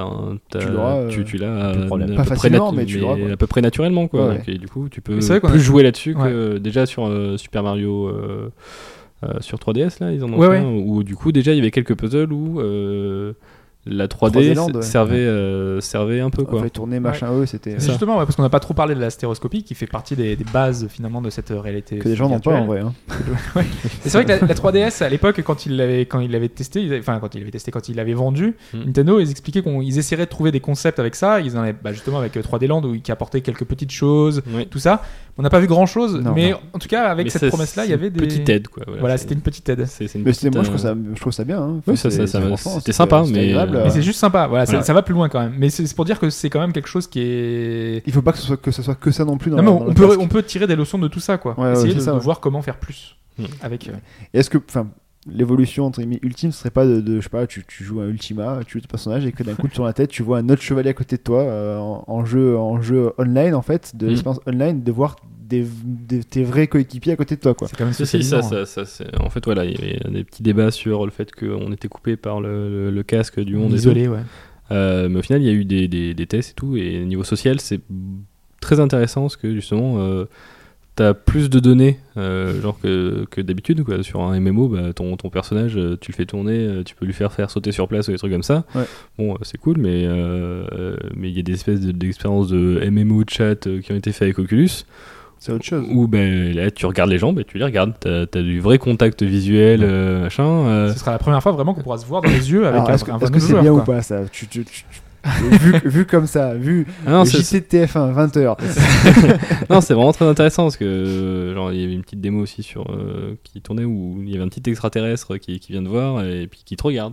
tu l'as pas facilement, mais tu l'auras à peu près naturellement, quoi. Donc, et du coup, tu peux plus jouer là-dessus que déjà sur Super Mario. Sur 3DS là ils en ont fait un où du coup déjà il y avait quelques puzzles où la 3D servait un peu quoi. On fait tourner machin c'était c'est justement parce qu'on n'a pas trop parlé de la stéréoscopie qui fait partie des bases finalement de cette réalité que les gens n'ont pas en vrai c'est vrai que la 3DS à l'époque quand il l'avait testé quand il l'avait vendu Nintendo ils expliquaient qu'ils essaieraient de trouver des concepts avec ça, ils en avaient justement avec 3D Land où qui apportait quelques petites choses tout ça. On n'a pas vu grand chose mais en tout cas avec cette promesse là il y avait des petite aide quoi. Voilà, c'était une petite aide. Mais moi je trouve ça bien. Oui, c'était sympa mais mais c'est juste sympa, voilà. Ça va plus loin quand même. Mais c'est pour dire que c'est quand même quelque chose qui est. Il faut pas que ça soit que ça non plus. On peut tirer des leçons de tout ça, quoi. Essayer de voir comment faire plus avec. Est-ce que, l'évolution entre guillemets ultime, ce serait pas je sais pas, tu joues un Ultima, tu joues ton personnage et que d'un coup sur la tête, tu vois un autre chevalier à côté de toi en jeu online en fait, de l'expérience online, de voir tes vrais coéquipiers à côté de toi quoi. C'est quand même ça, c'est en fait voilà, il y avait des petits débats sur le fait qu'on était coupé par le casque du monde isolé mais au final il y a eu des tests et tout, et niveau social c'est très intéressant parce que justement t'as plus de données genre que d'habitude quoi. Sur un MMO ton personnage tu le fais tourner, tu peux lui faire sauter sur place ou des trucs comme ça. Bon c'est cool mais il y a des espèces d'expériences de MMO chat qui ont été faites avec Oculus. C'est autre chose. Où là tu regardes les gens, tu les regardes, t'as du vrai contact visuel, machin. Ce sera la première fois vraiment qu'on pourra se voir dans les yeux avec est-ce que c'est bien ou pas ça vu comme ça, JCTF1 20h. Non, c'est vraiment très intéressant parce que genre il y avait une petite démo aussi qui tournait où il y avait un petit extraterrestre qui vient te voir et puis qui te regarde.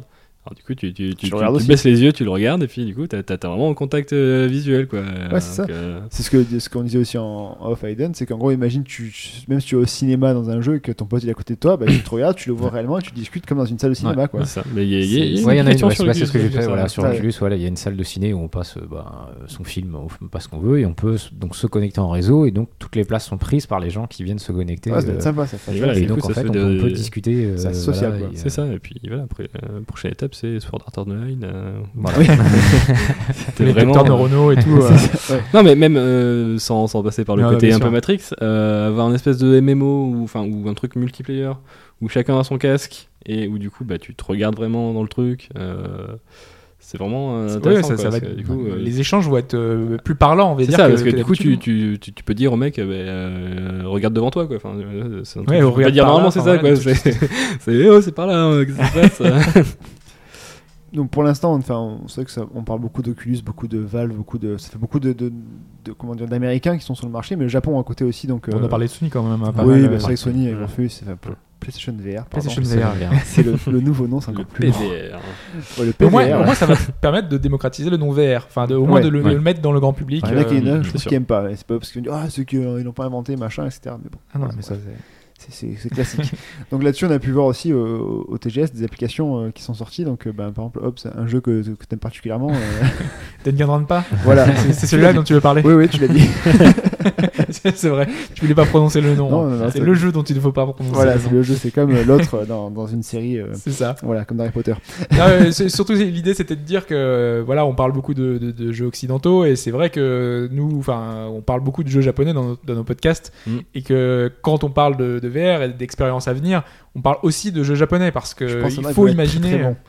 Alors, du coup, tu le regardes aussi. baisses les yeux, tu le regardes, et puis du coup, t'as vraiment un contact visuel, quoi. Ouais, c'est ça. C'est ce qu'on disait aussi en off Aiden, c'est qu'en gros, imagine, même si tu es au cinéma dans un jeu et que ton pote il est à côté de toi, bah, tu te regardes, tu le vois réellement et tu discutes comme dans une salle de cinéma, quoi. C'est ça. Mais il y a Ouais, il y en a une, application ouais, sur c'est ce que j'ai fait ça. voilà, sur Oculus. Voilà, il y a une salle de ciné où on passe son film, on passe ce qu'on veut et on peut donc se connecter en réseau et donc toutes les places sont prises par les gens qui viennent se connecter. Ouais, c'est sympa, ça. Et voilà, Et du donc coup, en ça fait, fait on peut discuter. c'est social, voilà, quoi. C'est ça, et puis voilà, après, prochaine étape, c'est Sword Art Online. Voilà. Les capteurs neuronaux et tout. Non, mais même sans passer par le Non, côté bien un sûr. peu Matrix, avoir une espèce de MMO ou un truc multiplayer où chacun a son casque et où du coup tu te regardes vraiment dans le truc. C'est vraiment Ouais, intéressant. ça quoi, va parce être- que, du coup, les échanges vont être plus parlants, on va c'est dire. ça, parce que du coup, d'habitude. tu peux dire au mec, regarde devant toi, quoi. Enfin, c'est un truc Ouais, que tu peux regarde pas dire par là, normalement, c'est enfin, ça, voilà, quoi. C'est par là, hein, qu'est-ce qui se passe Donc pour l'instant, c'est vrai que on parle beaucoup d'Oculus, beaucoup de Valve, ça fait beaucoup de comment dire, d'Américains qui sont sur le marché, mais le Japon à côté aussi. Donc, On a parlé de Sony quand même. Hein, pas oui, mal, bah, c'est vrai que Sony, ils ont fait PlayStation VR. pardon. PlayStation VR. C'est le nouveau nom, c'est Le encore plus long. PDR. Ouais, le Au moins, PVR. au moins, ça va permettre de démocratiser le nom VR. Enfin, au moins Ouais, de le mettre dans le grand public. Il y en a qui c'est je trouve sûr. qu'ils aiment pas. C'est pas parce qu'ils disent ceux qui ils l'ont pas inventé, machin, etc. Mais bon, Ah non, voilà, mais ça, c'est classique. Donc là-dessus, on a pu voir aussi au TGS des applications qui sont sorties. Donc par exemple, Hobbs, un jeu que t'aimes particulièrement. Danganronpa. Voilà. C'est celui-là dont tu veux parler. Oui, tu l'as dit. C'est vrai. Tu voulais pas prononcer le nom. Non, hein. non, non, c'est c'est- le jeu dont tu ne faut pas prononcer Voilà, le c'est nom. le jeu, c'est comme l'autre dans une série. C'est ça. Voilà, comme dans Harry Potter. Non, surtout l'idée c'était de dire que voilà, on parle beaucoup de jeux occidentaux et c'est vrai que nous, enfin, on parle beaucoup de jeux japonais dans nos podcasts et que quand on parle de VR et d'expériences à venir, on parle aussi de jeux japonais parce que Je pense qu'il y en a il qui faut vont être imaginer. très bons.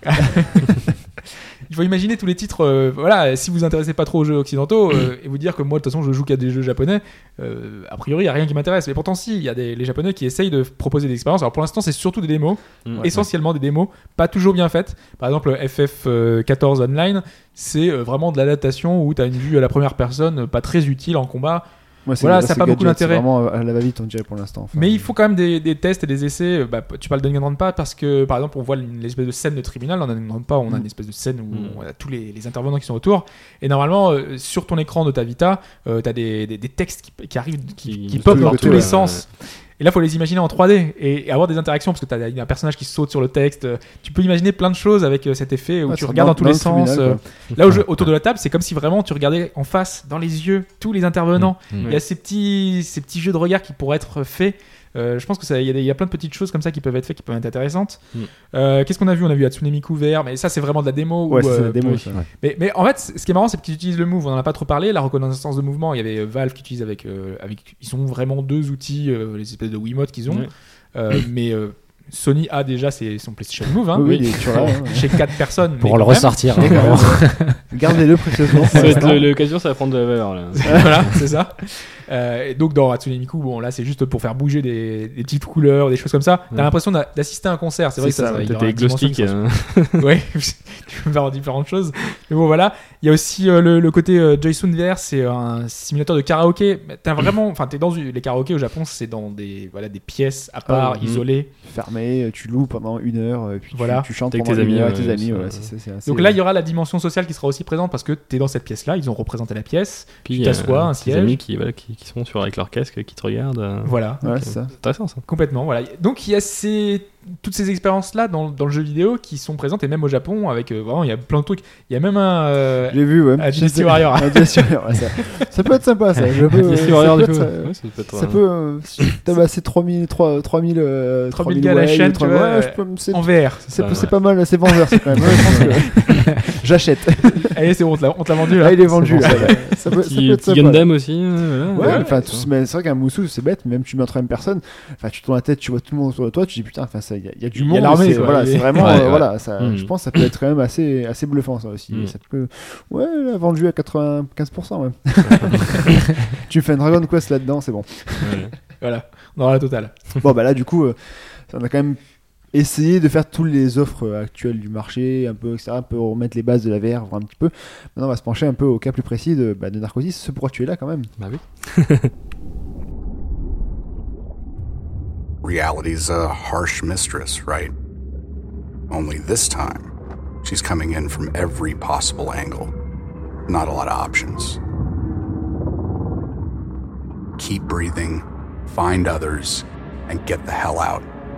Il faut imaginer tous les titres. Voilà, si vous vous intéressez pas trop aux jeux occidentaux et vous dire que moi de toute façon je joue qu'à des jeux japonais, a priori il y a rien qui m'intéresse. Mais pourtant si, il y a les japonais qui essayent de proposer des expériences. Alors pour l'instant c'est surtout des démos, essentiellement des démos, pas toujours bien faites. Par exemple FF14 Online, c'est vraiment de l'adaptation où tu as une vue à la première personne, pas très utile en combat. Moi, Voilà, là, ça a c'est pas beaucoup gadget, d'intérêt. C'est vraiment à la va-vite, on dirait pour l'instant. Enfin, Mais il faut quand même des tests et des essais. Tu parles de Danganronpa parce que, par exemple, on voit l'espèce de scène de tribunal. Dans Danganronpa, on a une espèce de scène où on a tous les intervenants qui sont autour. Et normalement, sur ton écran de ta Vita, tu as des textes qui arrivent, qui pop dans tous les sens. Et là, il faut les imaginer en 3D et avoir des interactions parce que tu as un personnage qui saute sur le texte. Tu peux imaginer plein de choses avec cet effet où tu regardes dans tous les sens. Là, autour de la table, c'est comme si vraiment tu regardais en face, dans les yeux, tous les intervenants. Il y a ces petits jeux de regard qui pourraient être faits. Je pense qu'il y a plein de petites choses comme ça qui peuvent être faites, qui peuvent être intéressantes. Qu'est-ce qu'on a vu ? On a vu Hatsune Miku VR, mais ça, c'est vraiment de la démo. Ouais, c'est la démo. Ça. Mais en fait, ce qui est marrant, c'est qu'ils utilisent le Move. On en a pas trop parlé. La reconnaissance de mouvement, il y avait Valve qui utilise avec ils ont vraiment deux outils, les espèces de Wiimote qu'ils ont. Mais Sony a déjà son PlayStation Move, hein, oui, tu vois, chez 4 personnes. Pour le ressortir. Gardez-le précieusement. Ça va être l'occasion, ça va prendre de la valeur là. Voilà, c'est ça. Et donc dans Hatsune Miku, bon là c'est juste pour faire bouger des petites couleurs, des choses comme ça. T'as l'impression d'assister à un concert. C'est vrai que ça va être avec glow stick. Ouais, tu peux faire différentes choses. Mais bon voilà, il y a aussi le côté Joy-Con VR, c'est un simulateur de karaoké. T'as vraiment, enfin t'es dans les karaokés au Japon, c'est dans des pièces à part, isolées, fermées. Tu loues pendant 1 heure, puis voilà. tu chantes avec pendant tes amis. avec tes amis. Voilà, c'est assez... Donc là il y aura la dimension sociale qui sera aussi présente parce que t'es dans cette pièce là, ils ont représenté la pièce. Puis tu t'assois, un tes siège. amis qui sont avec leur casque, qui te regardent. Voilà. Ouais, c'est ça. Intéressant ça. Complètement, voilà. Donc il y a toutes ces expériences-là dans le jeu vidéo qui sont présentes, et même au Japon, avec vraiment, il y a plein de trucs. Il y a même un... J'ai vu, ouais. un Dynasty Warrior. Un Dynasty Warrior, ouais, ça peut être sympa, ça. Dynasty Warrior, du coup. Ça peut... T'as passé 3000 gars à la chaîne, tu vois, en VR. C'est pas mal, c'est vendeur, c'est quand même. Je pense que j'achète. Allez, c'est bon, on te l'a vendu là. Là, il est vendu. Bon, ça peut Petit être sympa. Gundam aussi. Ouais, enfin, c'est vrai qu'un Moussou, c'est bête, même tu mets en troisième personne, enfin, tu tournes la tête, tu vois tout le monde autour de toi, tu dis putain, enfin, il y a du monde. l'armée, c'est, quoi. voilà, c'est vraiment, voilà, ça, Mm. je pense que ça peut être quand même assez bluffant, ça aussi. Ça peut, ouais, là, vendu à 95%, ouais. Tu fais un Dragon Quest là-dedans, c'est bon. Voilà, on aura la totale. Bon, bah là, du coup, on a quand même essayé de faire toutes les offres actuelles du marché, un peu, etc., un peu remettre les bases de la VR, voir un petit peu. Maintenant, on va se pencher un peu au cas plus précis de Narcosis, ce pourquoi tu es là quand même. Bah oui. Reality's a harsh mistress, right? Only this time, She's coming in from every possible angle. Not a lot of options. Keep breathing, find others, and get the hell out.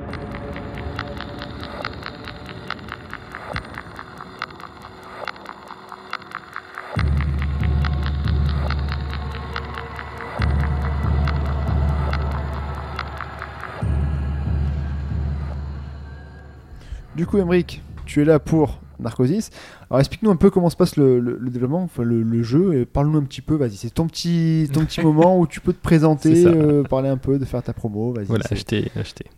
Du coup, Emric, tu es là pour Narcosis. Alors explique-nous un peu comment se passe le développement, enfin le jeu, et parle-nous un petit peu, vas-y, c'est ton petit moment où tu peux te présenter, parler un peu, de faire ta promo, vas-y. Voilà, acheter.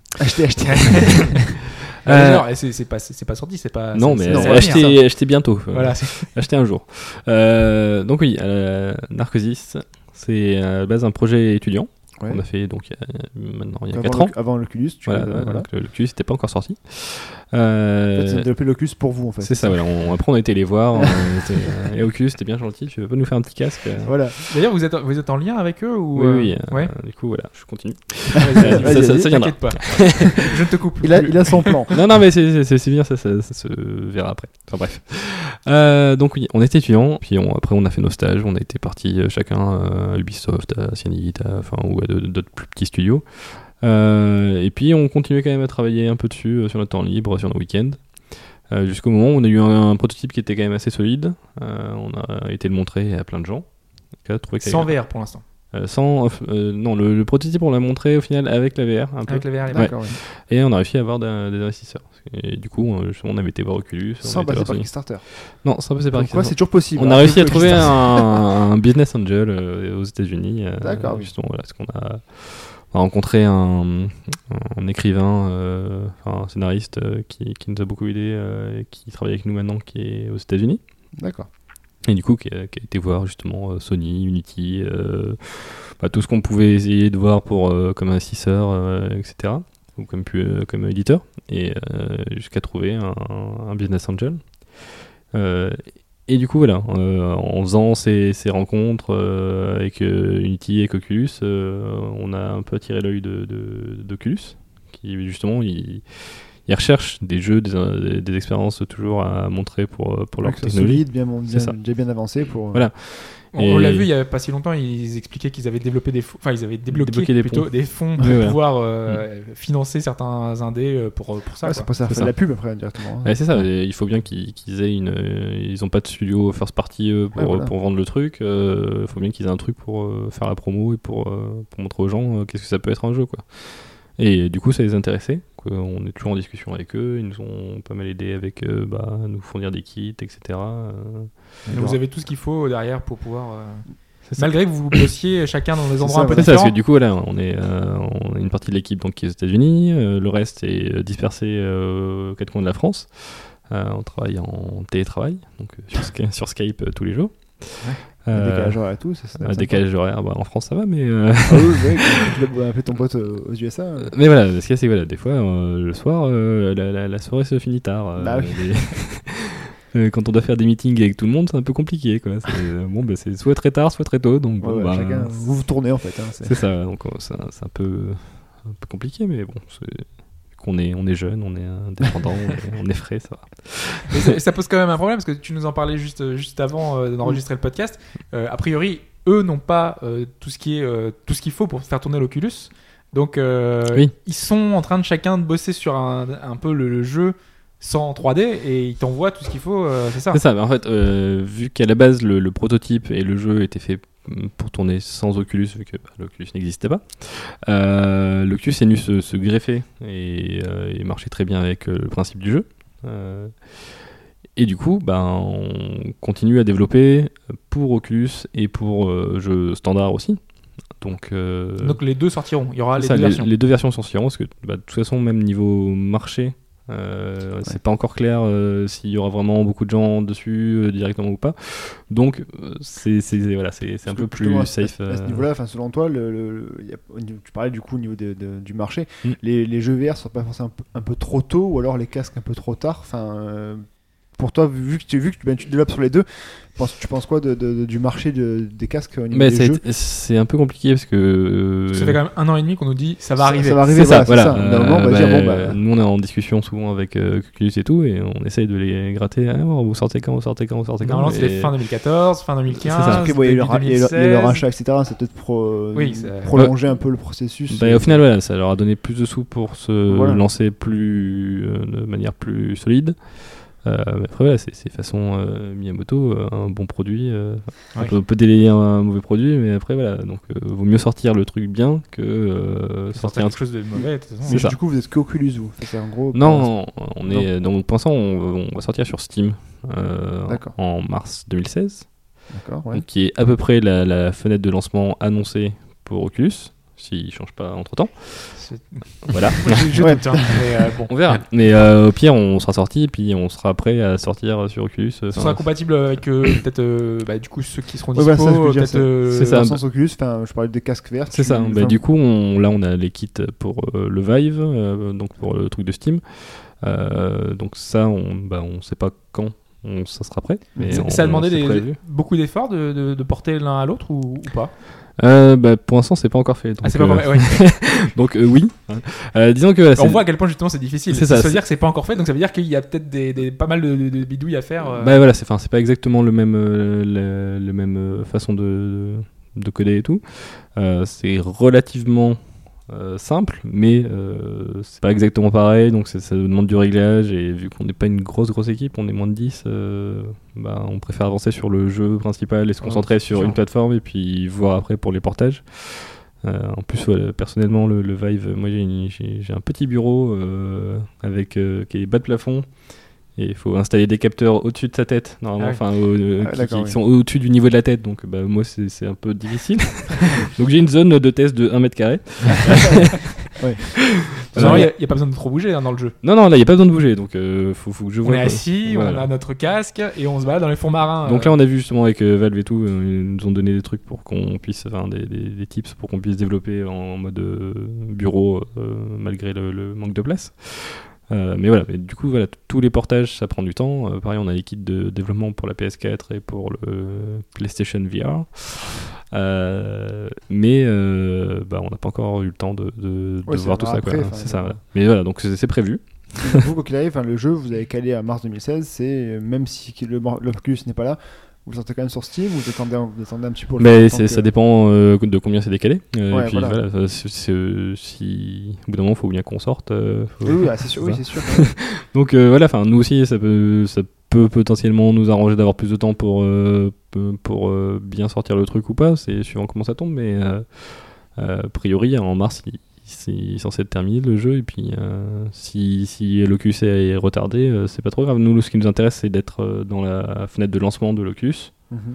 Alors, c'est pas sorti, c'est pas. Non, mais acheter bientôt. Voilà, acheter un jour. Donc oui, Narcosis, c'est à la base un projet étudiant. Ouais. On a fait donc maintenant il y a 4 ans. Avant l'Oculus, voilà. L'Oculus n'était pas encore sorti. En fait, c'est développé l'Oculus pour vous en fait. C'est ça, voilà. Après on a été les voir. Et Oculus c'était bien gentil. Tu veux pas nous faire un petit casque Voilà. D'ailleurs vous êtes en lien avec eux ou Oui. Ouais. Du coup voilà, je continue. Ça viendra. Pas. Je te coupe. Il a son plan. Non mais c'est bien, ça se verra après. Enfin bref. Donc oui, on était étudiants. Puis après on a fait nos stages. On a été partis chacun à Ubisoft, à Cyanide, ou à d'autres plus petits studios. Et puis on continuait quand même à travailler un peu dessus sur notre temps libre, sur nos week-ends, jusqu'au moment où on a eu un prototype qui était quand même assez solide. On a été le montrer à plein de gens. Sans VR pour l'instant. Non, le prototype on l'a montré au final avec la VR. Avec la VR, d'accord. Ouais. Et on a réussi à avoir des investisseurs. Et du coup, on avait été voir Oculus. Sans passer par Kickstarter. Non, sans passer par Kickstarter. Pourquoi c'est toujours possible. On a réussi à trouver un business angel aux États-Unis. D'accord. Justement, voilà, parce qu'on a rencontré un écrivain, un scénariste qui nous a beaucoup aidé, et qui travaille avec nous maintenant, qui est aux États-Unis. D'accord. Et du coup, qui a été voir justement Sony, Unity, tout ce qu'on pouvait essayer de voir comme investisseur, etc. Ou comme éditeur, et jusqu'à trouver un business angel. Et du coup, voilà, en faisant ces rencontres avec Unity et Oculus, on a un peu attiré l'œil d'Oculus, qui justement, il recherche des jeux, des expériences toujours à montrer pour leur technologie. Solide, bien avancé pour. Voilà. On l'a vu il y a pas si longtemps, ils expliquaient qu'ils avaient développé des fonds, enfin ils avaient débloqué des fonds pour pouvoir financer certains indés pour ça. Ouais, c'est pas ça, faire de la pub après directement. Ouais, c'est ça, il faut bien qu'ils aient ils ont pas de studio first party pour vendre le truc, il faut bien qu'ils aient un truc pour faire la promo et pour montrer aux gens qu'est-ce que ça peut être un jeu, quoi. Et du coup ça les intéressait, on est toujours en discussion avec eux, ils nous ont pas mal aidé avec nous fournir des kits, etc. Vous avez tout ce qu'il faut derrière pour pouvoir malgré que vous bossiez chacun dans des endroits un peu différents. C'est ça, parce que du coup voilà, on est une partie de l'équipe donc qui est aux États-Unis, le reste est dispersé aux 4 coins de la France. On travaille en télétravail, donc sur Skype tous les jours. Ouais. Décalage horaire et tout, décalage horaire, en France ça va, mais. Ah oui, tu as fait ton pote aux USA. Mais voilà, ce qu'il y a, c'est que des fois, le soir, la soirée se finit tard. Quand on doit faire des meetings avec tout le monde, c'est un peu compliqué, quoi. C'est soit très tard, soit très tôt. Donc, chacun, vous tournez en fait. Hein, c'est ça, donc c'est un peu compliqué, mais bon, on est jeune, on est indépendant, on est frais, ça va. Et ça pose quand même un problème, parce que tu nous en parlais juste avant d'enregistrer le podcast. A priori, eux n'ont pas tout ce qu'il faut pour faire tourner l'Oculus. Donc, ils sont en train de chacun de bosser sur un peu le jeu sans 3D, et ils t'envoient tout ce qu'il faut, c'est ça. C'est ça, mais en fait, vu qu'à la base, le prototype et le jeu étaient faits pour tourner sans Oculus, vu que l'Oculus n'existait pas, l'Oculus est venu se greffer et marchait très bien avec le principe du jeu. Et du coup, on continue à développer pour Oculus et pour jeux standards aussi. Donc les deux sortiront, il y aura deux versions. Les deux versions sortiront, parce que de toute façon, même niveau marché, c'est pas encore clair s'il y aura vraiment beaucoup de gens dessus directement ou pas, donc c'est un peu plus safe à ce niveau-là. Selon toi, tu parlais du coup au niveau du marché, les jeux VR sont pas forcément un peu trop tôt, ou alors les casques un peu trop tard, pour toi, vu que tu développes sur les deux, tu penses quoi du marché des casques au niveau des jeux? C'est un peu compliqué parce que Ça fait quand même 1 an et demi qu'on nous dit ça va arriver. Ça va arriver, c'est voilà. ça. D'un moment, on va dire, nous on est en discussion souvent avec Oculus et tout, et on essaye de les gratter. Vous sortez quand Normalement, c'était fin 2014, fin 2015. C'est ça. Après, il y a le rachat, etc. Ça peut-être prolonger un peu le processus. Au final, voilà, ça leur a donné plus de sous pour se lancer de manière plus solide. Mais après, voilà, c'est façon Miyamoto, un bon produit. On peut délayer un mauvais produit, mais après, voilà. Donc, vaut mieux sortir le truc bien que sortir quelque chose de mauvais. De toute façon. Mais du coup, vous êtes qu'Oculus, vous. C'est en gros. Non, on est. Donc, pour l'instant, on va sortir sur Steam en mars 2016. D'accord, ouais. Donc, qui est à peu près la fenêtre de lancement annoncée pour Oculus, s'il ne change pas entre temps. Voilà. Bon. On verra. Mais au pire, on sera sorti et puis on sera prêt à sortir sur Oculus. Ça sera compatible avec peut-être du coup ceux qui seront dispo. C'est ça. Dans le sens Oculus, je parlais des casques verts. C'est ça. Du coup, on a les kits pour le Vive, donc pour le truc de Steam. Donc ça, on sait pas quand ça sera prêt. Mais ça a demandé beaucoup d'efforts de porter l'un à l'autre ou pas? Pour l'instant, c'est pas encore fait. Donc, c'est pas encore fait, oui. Donc oui. Disons que on voit à quel point justement c'est difficile. C'est ça veut dire que c'est pas encore fait, donc ça veut dire qu'il y a peut-être pas mal de bidouilles à faire. Voilà, c'est pas exactement le même façon de coder et tout. C'est relativement simple, mais c'est pas exactement pareil, donc ça demande du réglage, et vu qu'on n'est pas une grosse équipe, on est moins de 10, on préfère avancer sur le jeu principal et se concentrer sur une plateforme et puis voir après pour les portages. En plus, personnellement, le Vive, moi j'ai un petit bureau qui est bas de plafond. Et il faut installer des capteurs au-dessus de sa tête, normalement, qui sont au-dessus du niveau de la tête. Donc, moi, c'est un peu difficile. Donc, j'ai une zone de test de 1 mètre carré. Il n'y a pas besoin de trop bouger dans le jeu. Non, là, il n'y a pas besoin de bouger. Donc, faut que je vois. On est assis, on a notre casque et on se balade dans les fonds marins. Donc là, on a vu justement avec Valve et tout, ils nous ont donné des trucs pour qu'on puisse, des tips pour qu'on puisse développer en mode bureau malgré le manque de place. Mais du coup, tous les portages, ça prend du temps. Pareil, on a les kits de développement pour la PS4 et pour le PlayStation VR. Mais on n'a pas encore eu le temps de voir tout ça. C'est ça. Mais voilà, donc c'est prévu. Vous, quoi qu'il arrive, le jeu, vous avez calé à mars 2016. C'est même si l'Oculus n'est pas là, vous le sortez quand même sur Steam, vous attendez un petit peu pour le faire. Ça dépend de combien c'est décalé. Et puis si au bout d'un moment, il faut bien qu'on sorte. C'est sûr. C'est sûr. Donc nous aussi, ça peut potentiellement nous arranger d'avoir plus de temps pour bien sortir le truc ou pas. C'est suivant comment ça tombe, mais a priori, en mars, c'est censé être terminé le jeu, et puis si l'Oculus est retardé, c'est pas trop grave. Nous, ce qui nous intéresse, c'est d'être dans la fenêtre de lancement de l'Oculus.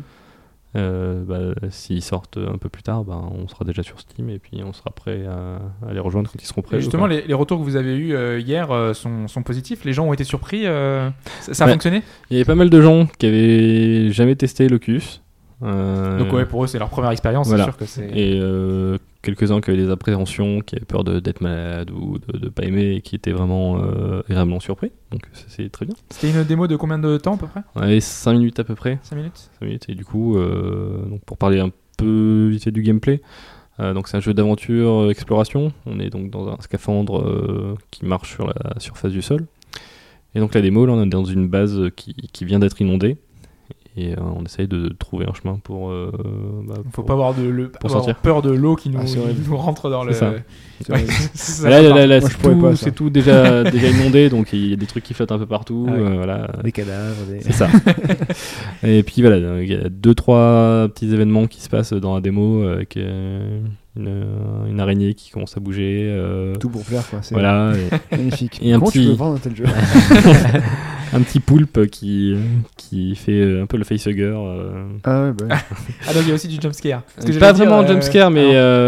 S'ils sortent un peu plus tard, on sera déjà sur Steam, et puis on sera prêt à les rejoindre quand ils seront prêts. Et justement, les retours que vous avez eus hier sont positifs. Les gens ont été surpris. Ça a fonctionné. Il y avait pas mal de gens qui avaient jamais testé l'Oculus. Donc pour eux, c'est leur première expérience. Voilà. C'est sûr que c'est... Et quelques-uns qui avaient des appréhensions, qui avaient peur d'être malade ou de pas aimer, et qui étaient vraiment agréablement surpris. Donc c'est très bien. C'était une démo de combien de temps à peu près? 5 minutes à peu près. 5 minutes. Et du coup, donc pour parler un peu vite fait du gameplay, donc c'est un jeu d'aventure exploration. On est donc dans un scaphandre qui marche sur la surface du sol. Et donc la démo, là, on est dans une base qui vient d'être inondée. Et on essaye de trouver un chemin pour. Faut pas avoir peur de l'eau qui nous rentre dans le. C'est là, c'est tout déjà inondé, donc il y a des trucs qui flottent un peu partout. Des cadavres. C'est ça. Et puis voilà, il y a 2-3 petits événements qui se passent dans la démo avec une araignée qui commence à bouger. Tout pour plaire, quoi. C'est magnifique. Et comment tu peux vendre un tel jeu? Un petit poulpe qui fait un peu le facehugger. Donc il y a aussi du jumpscare. Pas vraiment jumpscare, mais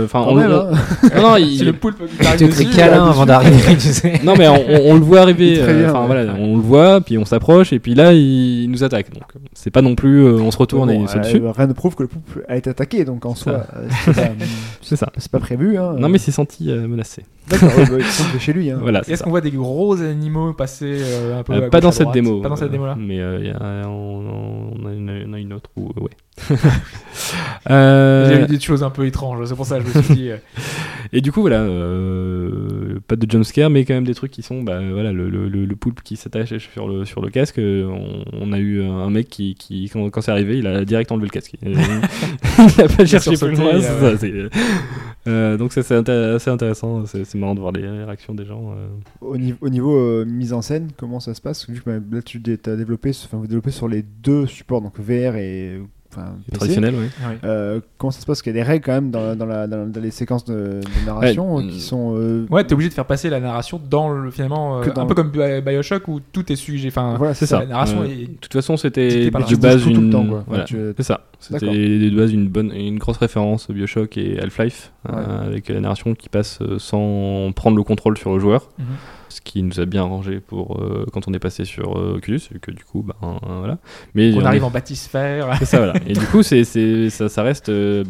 enfin, Quand même, hein. non, C'est le poulpe qui t'arrive T'es très dessus. câlin avant d'arriver, tu sais. non, mais on le voit arriver. Il est très bien, Enfin ouais. voilà, on le voit, puis on s'approche, et puis là, il nous attaque. Donc, c'est pas non plus, on se retourne et il saute dessus. Rien ne prouve que le poulpe a été attaqué, donc en soi, C'est ça. c'est pas prévu. Hein. Non, mais c'est senti menacé. D'accord, ouais, bah, il semble chez lui. Hein. Voilà. Est-ce qu'on voit des gros animaux passer un peu à Pas gauche, dans à cette droite démo. Pas dans cette démo-là. Mais on a une autre où, ouais. J'ai vu des choses un peu étranges, c'est pour ça que je me suis dit. Et du coup, voilà, pas de jumpscare, mais quand même des trucs qui sont, bah, voilà, le poulpe qui s'attache sur le casque. On a eu un mec qui quand c'est arrivé, il a direct enlevé le casque. Il a pas cherché plus loin. C'est ça, donc ça, c'est assez intéressant. C'est marrant de voir les réactions des gens. Au niveau mise en scène, comment ça se passe? Vu que là, vous développez sur les deux supports, donc VR et PC. Traditionnel, oui. Comment ça se passe? Qu'il y a des règles quand même dans les séquences de narration qui sont. Ouais, t'es obligé de faire passer la narration finalement, Que dans un peu comme Bioshock où tout est sujet. Enfin, Voilà, C'est ça. la narration De est. toute façon, c'était Dicté par la de base tout le une. temps, quoi. Voilà, Ouais, c'est ça. C'était D'accord. de base une grosse référence au Bioshock et Half-Life, Ouais. avec la narration qui passe sans prendre le contrôle sur le joueur. Mhm. Ce qui nous a bien arrangé pour quand on est passé sur Oculus, et que du coup, voilà. Mais On arrive en bâtisphère. c'est ça, voilà. Et du coup, ça reste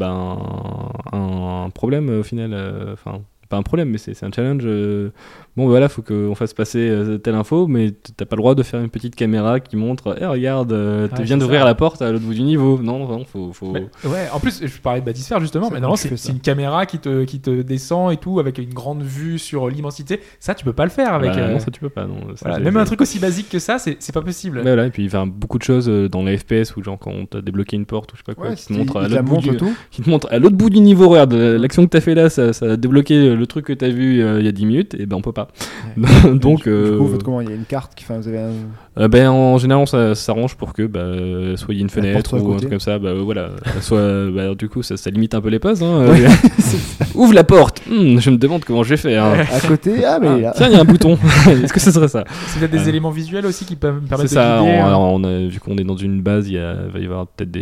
un problème au final. Enfin, pas un problème, mais c'est un challenge. Bon, voilà, faut qu'on fasse passer telle info, mais t'as pas le droit de faire une petite caméra qui montre, regarde, tu Ouais, viens c'est d'ouvrir ça. la porte à l'autre bout du niveau. Non, faut. Mais, ouais, en plus, je parlais de bâtisphère justement, Ça, mais comment non, tu fais ça c'est une caméra qui te descend et tout, avec une grande vue sur l'immensité. Ça, tu peux pas le faire avec. Bah, non, ça tu peux pas. Non. Ça, Voilà, même un truc aussi basique que ça, c'est pas possible. Ouais, voilà, et puis beaucoup de choses dans les FPS où genre quand t'as débloqué une porte ou je sais pas quoi, Ouais, qui te montre à il la l'autre bout montre tout. qui te montre à l'autre bout du niveau, regarde, l'action que t'as fait là, ça a débloqué le truc que t'as vu il y a 10 minutes, et ben on peut pas. Donc, Du coup, vous faites comment? Il y a une carte qui. Vous avez un. ben en général, ça s'arrange pour que soit il y ait une fenêtre porte soit à ou un côté. truc comme ça, voilà, soit du coup ça limite un peu les pauses. Hein, ouvre la porte. Je me demande comment j'ai fait. Hein. À côté, mais il est là. Tiens, il y a un bouton. Est-ce que ce serait ça? C'est peut-être des éléments visuels aussi qui peuvent me C'est permettre de ça, guider. on a, vu qu'on est dans une base, il va y avoir peut-être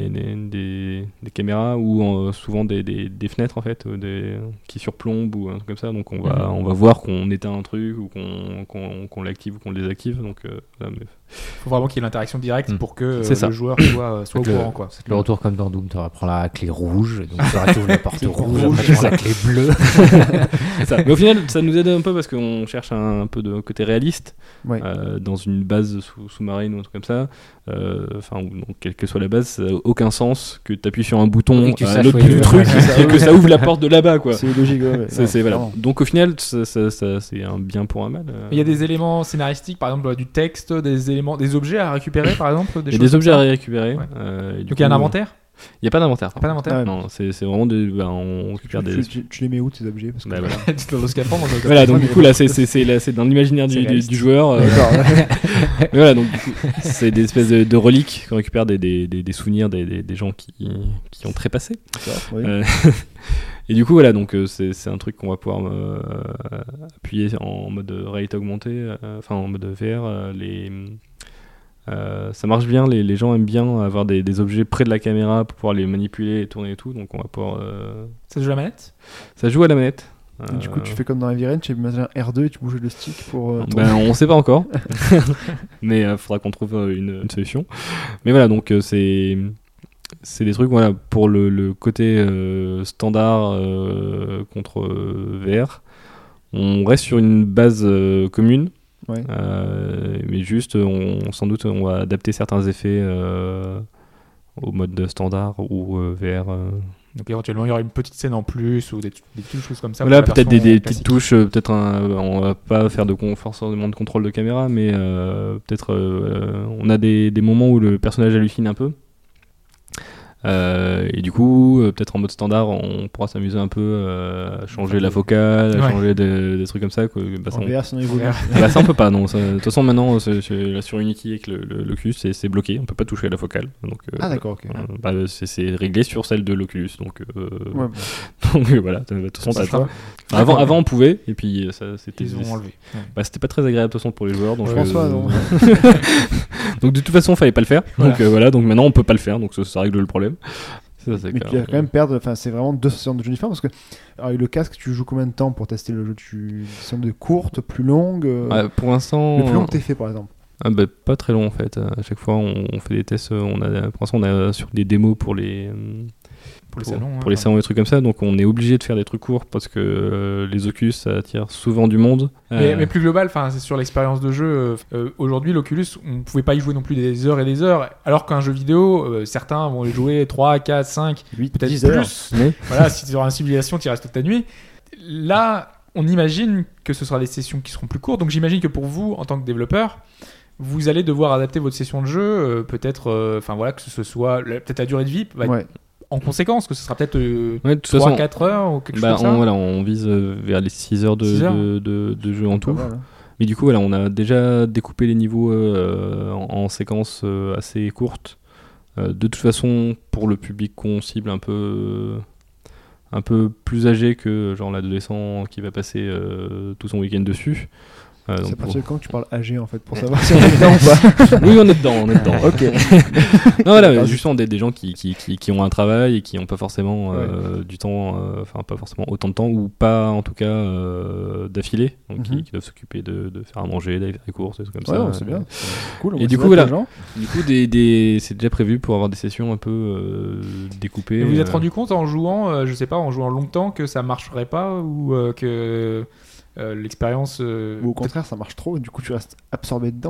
des caméras ou souvent des fenêtres en fait, qui surplombent ou un truc comme ça. Donc on va voir qu'on éteint un truc ou qu'on l'active ou qu'on le désactive. Donc là, mais... Faut vraiment qu'il y ait l'interaction directe pour que C'est ça. le joueur soit au courant, quoi. C'est le retour comme dans Doom, tu prends la clé rouge, donc tu ouvres la porte rouge, après tu c'est prends la ça. clé bleue. C'est ça. Mais au final, ça nous aide un peu parce qu'on cherche un peu de côté réaliste Ouais. dans une base sous-marine ou un truc comme ça. Enfin, donc, quelle que soit la base, ça n'a aucun sens que tu appuies sur un bouton Oui, que tu à saches l'autre où bout il du est. truc Ouais, c'est et que ça ouvre la porte de là-bas, quoi. C'est logique, ouais. C'est voilà. Clairement. Donc au final, ça, c'est un bien pour un mal. Il y a des éléments scénaristiques, par exemple du texte, des objets à récupérer, par exemple. Il y a choses des comme objets ça. à récupérer. Ouais. Et du Donc il y a un coup, inventaire. Il n'y a pas d'inventaire. Pas d'inventaire. Non, c'est vraiment on récupère des. Tu les mets où tes objets? Parce que Bah, voilà. Dans le scaphandre. Voilà, donc du coup là c'est dans l'imaginaire du joueur. D'accord. Mais voilà, donc du coup, c'est des espèces de reliques qu'on récupère des souvenirs des gens qui ont trépassé. Oui. Et du coup voilà, donc c'est un truc qu'on va pouvoir appuyer en mode réalité augmentée, enfin en mode VR. Ça marche bien, les gens aiment bien avoir des objets près de la caméra pour pouvoir les manipuler et tourner et tout, donc on va pouvoir... Ça joue la manette. Ça joue à la manette. Et du coup, tu fais comme dans Heavy Rain, tu mets un R2 et tu bouges le stick pour. On sait pas encore, mais faudra qu'on trouve une solution. Mais voilà, donc c'est des trucs voilà pour le côté standard contre VR. On reste sur une base commune. Ouais. Mais juste, sans doute, on va adapter certains effets au mode standard ou VR. Donc éventuellement il y aura une petite scène en plus ou des petites choses comme ça. Voilà, pour la peut-être version des petites classique. touches, peut-être on va pas faire forcément de contrôle de caméra, mais peut-être on a des moments où le personnage hallucine un peu. Et du coup, peut-être en mode standard, on pourra s'amuser un peu à changer la focale, à changer des trucs comme ça. En VR, sinon il vaut Ça on peut pas, non. De toute façon, maintenant, là, sur Unity avec l'Oculus, c'est bloqué. On peut pas toucher à la focale. Donc, Ah d'accord, ok. c'est réglé sur celle de l'Oculus. Donc, Ouais, donc voilà. De toute façon, Ça sera- avant on pouvait, et puis c'était. Ils ont enlevé. C'était pas très agréable de toute façon pour les joueurs. Donc, Je pense pas, non. donc de toute façon, fallait pas le faire. Donc voilà, donc maintenant on peut pas le faire. Donc ça règle le problème. c'est Mais clair. tu vas quand même perdre. Enfin, c'est vraiment deux sessions de jeu différents parce que alors, avec le casque, tu joues combien de temps pour tester le jeu? Des sessions de courtes, plus longues Pour l'instant, Le plus long que t'aies fait, par exemple. pas très long en fait. À chaque fois, on fait des tests. Pour l'instant, on a sur des démos pour les salons, pour les salons et des trucs comme ça. Donc, on est obligé de faire des trucs courts parce que les Oculus, ça attire souvent du monde. Mais plus global, c'est sur l'expérience de jeu. Aujourd'hui, l'Oculus, on pouvait pas y jouer non plus des heures et des heures. Alors qu'un jeu vidéo, certains vont y jouer 3, 4, 5, 8, peut-être 10 heures. plus. Voilà, si tu es dans une civilisation, tu restes toute ta nuit. Là, on imagine que ce sera des sessions qui seront plus courtes. Donc j'imagine que pour vous, en tant que développeur, vous allez devoir adapter votre session de jeu. Peut-être, que ce soit peut-être la durée de vie va être en conséquence, que ce sera peut-être de toute 3-4 heures ou quelque chose comme ça. On vise vers les 6 heures de jeu en tout. Pas mal, hein. Mais du coup, on a déjà découpé les niveaux en séquences assez courtes. De toute façon, pour le public qu'on cible un peu plus âgé que genre l'adolescent qui va passer tout son week-end dessus. C'est à partir de quand tu parles âgé en fait pour savoir si on est dedans ou pas. Oui, on est dedans. Ok. Non, voilà, justement des gens qui ont un travail et qui n'ont pas forcément du temps, pas forcément autant de temps ou pas en tout cas d'affilée, donc qui doivent s'occuper de faire à manger, d'aller faire des courses, des trucs comme ça. Ouais, c'est bien. C'est cool. Et du coup, voilà. Du coup, c'est déjà prévu pour avoir des sessions un peu découpées. Et vous vous êtes rendu compte en jouant, en jouant longtemps, que ça marcherait pas ou que l'expérience Ou au contraire, ça marche trop et du coup tu restes absorbé dedans.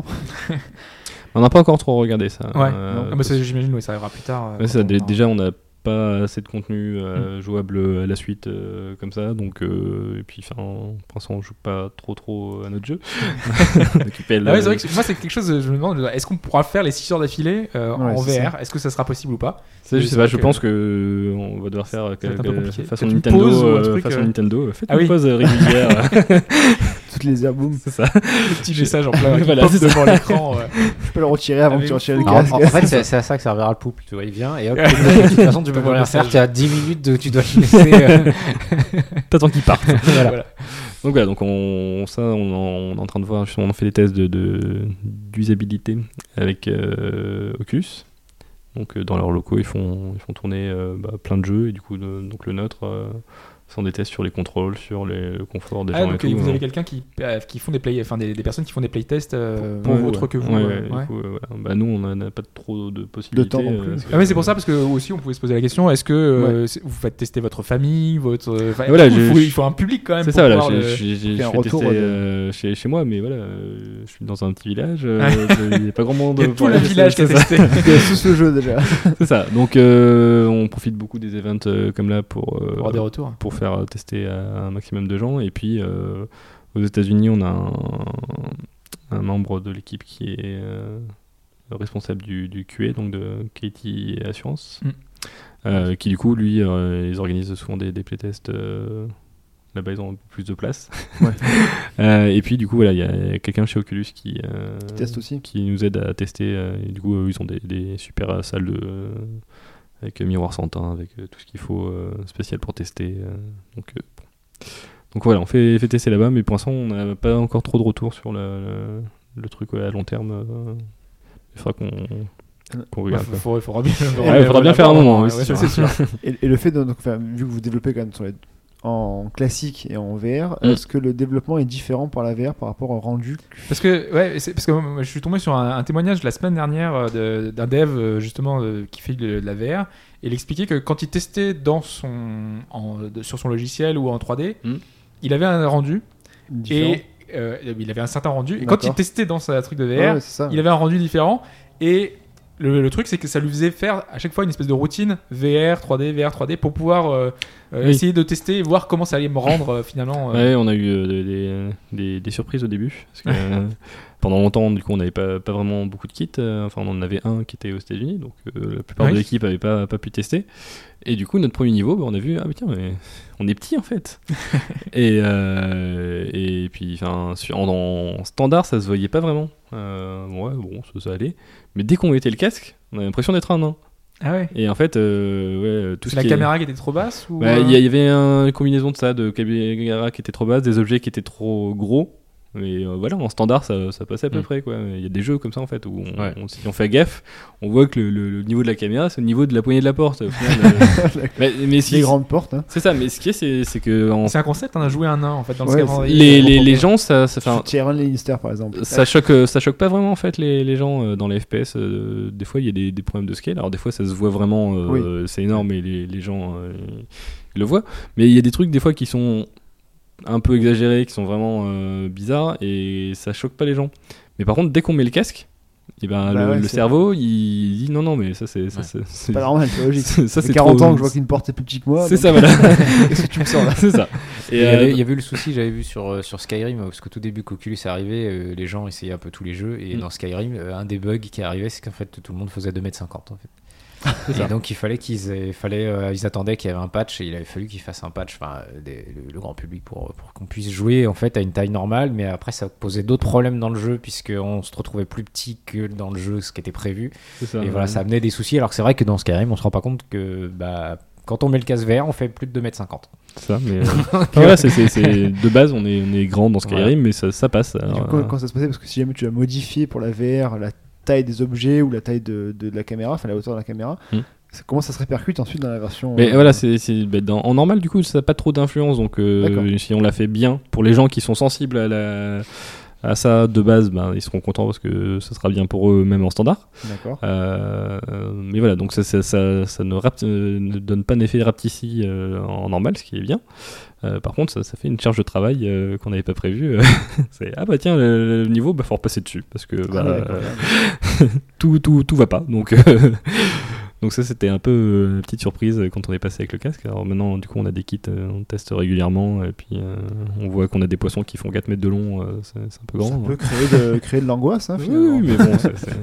On n'a pas encore trop regardé ça. Ça, j'imagine, ça arrivera plus tard. Déjà, on n'a pas assez de contenu jouable à la suite comme ça, donc et puis pour l'instant on joue pas trop à notre jeu. C'est vrai que moi c'est quelque chose, je me demande, est-ce qu'on pourra faire les 6 heures d'affilée en VR? Est-ce que ça sera possible ou pas? Ça, je sais pas, je pense que on va devoir faire façon Nintendo, faites une pause régulière. Toutes les airboom. C'est ça. Le petit message en plein Voilà, pop devant l'écran. Je peux le retirer avant que tu retires le Alors, casque. en fait, c'est à ça que servira le pouple. Tu vois, il vient et hop, de toute façon, tu peux rien faire. Tu as 10 minutes, tu dois te laisser. T'attends qu'il parte. Voilà. Donc voilà, on est en train de voir, justement, on fait des tests d'usabilité avec Oculus. Donc dans leurs locaux, ils font tourner plein de jeux et du coup donc le nôtre sont des tests sur les contrôles, sur le confort des gens donc et tout. vous avez quelqu'un qui font des personnes qui font des playtests autres que vous. Du coup, voilà. Nous on n'a pas trop de possibilités. De temps non plus. Mais c'est pour ça parce que aussi on pouvait se poser la question, est-ce que vous faites tester votre famille, voilà, il faut un public quand même. C'est pour ça, pouvoir j'ai testé chez moi, mais voilà, je suis dans un petit village, il n'y a pas grand monde. Il y a tout le village qui a testé. Il y a sous ce jeu déjà. C'est ça, donc on profite beaucoup des events comme là pour avoir des retours. Pour faire tester à un maximum de gens. Et puis aux États-Unis, on a un membre de l'équipe qui est responsable du QA, donc de Katie Assurance, qui du coup, lui, ils organisent souvent des playtests. Là-bas, ils ont un peu plus de place. Et puis, du coup, voilà, il y a quelqu'un chez Oculus qui teste aussi, qui nous aide à tester. Et du coup, ils ont des super salles avec miroir sans teint, avec tout ce qu'il faut spécial pour tester. Donc voilà, on fait tester là-bas, mais pour l'instant, on n'a pas encore trop de retours sur le truc à long terme. Il faudra qu'on regarde. Il faudra bien faire un moment. C'est sûr. Et le fait de, vu que vous développez quand même en classique et en VR, est-ce que le développement est différent pour la VR par rapport au rendu? Parce que moi, je suis tombé sur un témoignage la semaine dernière d'un dev justement qui fait de la VR, et il expliquait que quand il testait sur son logiciel ou en 3D, il avait un rendu différent. Et il avait un certain rendu. Et quand il testait dans sa truc de VR, il avait un rendu différent. Et le truc, c'est que ça lui faisait faire à chaque fois une espèce de routine VR 3D pour pouvoir essayer de tester et voir comment ça allait me rendre finalement. Ouais, on a eu des surprises au début. Parce que pendant longtemps, du coup, on n'avait pas vraiment beaucoup de kits. Enfin, on en avait un qui était aux États-Unis, donc la plupart de l'équipe n'avait pas pu tester. Et du coup, notre premier niveau, on a vu, tiens, mais on est petit en fait. et puis, en standard, ça se voyait pas vraiment. Ça allait. Mais dès qu'on mettait le casque, on avait l'impression d'être un nain. Ah ouais. Et en fait, tout c'est la caméra qui était trop basse ou il y avait une combinaison de ça, de caméra qui était trop basse, des objets qui étaient trop gros. Mais voilà, en standard, ça passait à peu près, quoi. Il y a des jeux comme ça, en fait, où si on fait gaffe, on voit que le niveau de la caméra, c'est au niveau de la poignée de la porte. Au final, mais si, les grandes portes. Hein. C'est ça, mais ce qui est, c'est que... C'est un concept, on a joué un nain, en fait, dans le Ouais, Skyrim. Les gens, Tyrion Lannister, par exemple. ça choque pas vraiment, en fait, les gens dans les FPS. Des fois, il y a des problèmes de scale. Alors, des fois, ça se voit vraiment, c'est énorme et les gens ils le voient. Mais il y a des trucs, des fois, qui sont un peu exagérés, qui sont vraiment bizarres, et ça choque pas les gens. Mais par contre, dès qu'on met le casque, et le cerveau, il dit non, mais ça, c'est pas normal, c'est logique. Ça, c'est 40 trop... ans que je vois qu'une porte est plus petite que moi. C'est donc... ça, voilà. Qu'est-ce que tu me sors là? C'est ça. Et il y avait eu le souci, j'avais vu sur Skyrim, parce qu'au tout début qu'Oculus est arrivé, les gens essayaient un peu tous les jeux, et dans Skyrim, un des bugs qui arrivait, c'est qu'en fait tout le monde faisait 2m50 en fait. Et donc il fallait ils attendaient qu'il y avait un patch, et il avait fallu qu'ils fassent un patch, le grand public pour qu'on puisse jouer en fait à une taille normale, mais après ça posait d'autres problèmes dans le jeu puisqu'on se retrouvait plus petit que dans le jeu ce qui était prévu. C'est ça, et voilà, ça amenait des soucis, alors que c'est vrai que dans Skyrim on se rend pas compte que quand on met le casque VR on fait plus de 2m50. C'est ça, mais voilà, c'est de base on est grand dans Skyrim, mais ça passe. Alors, du coup, quand ça se passait, parce que si jamais tu as modifié pour la VR la taille des objets ou la taille de la caméra, enfin la hauteur de la caméra, comment ça se répercute ensuite dans la version mais voilà, en normal du coup ça n'a pas trop d'influence, donc si on l'a fait bien pour les gens qui sont sensibles à ça de base, ils seront contents parce que ça sera bien pour eux même en standard. D'accord. Mais voilà, donc ça ne donne pas un effet raptici en normal, ce qui est bien. Par contre, ça fait une charge de travail qu'on n'avait pas prévue. C'est tiens, le niveau, faut repasser dessus parce que tout va pas. Donc ça, c'était un peu une petite surprise quand on est passé avec le casque. Alors maintenant, du coup, on a des kits, on teste régulièrement, et puis on voit qu'on a des poissons qui font 4 mètres de long, c'est un peu grand. Ça peut créer de l'angoisse, hein, finalement. Oui, mais bon,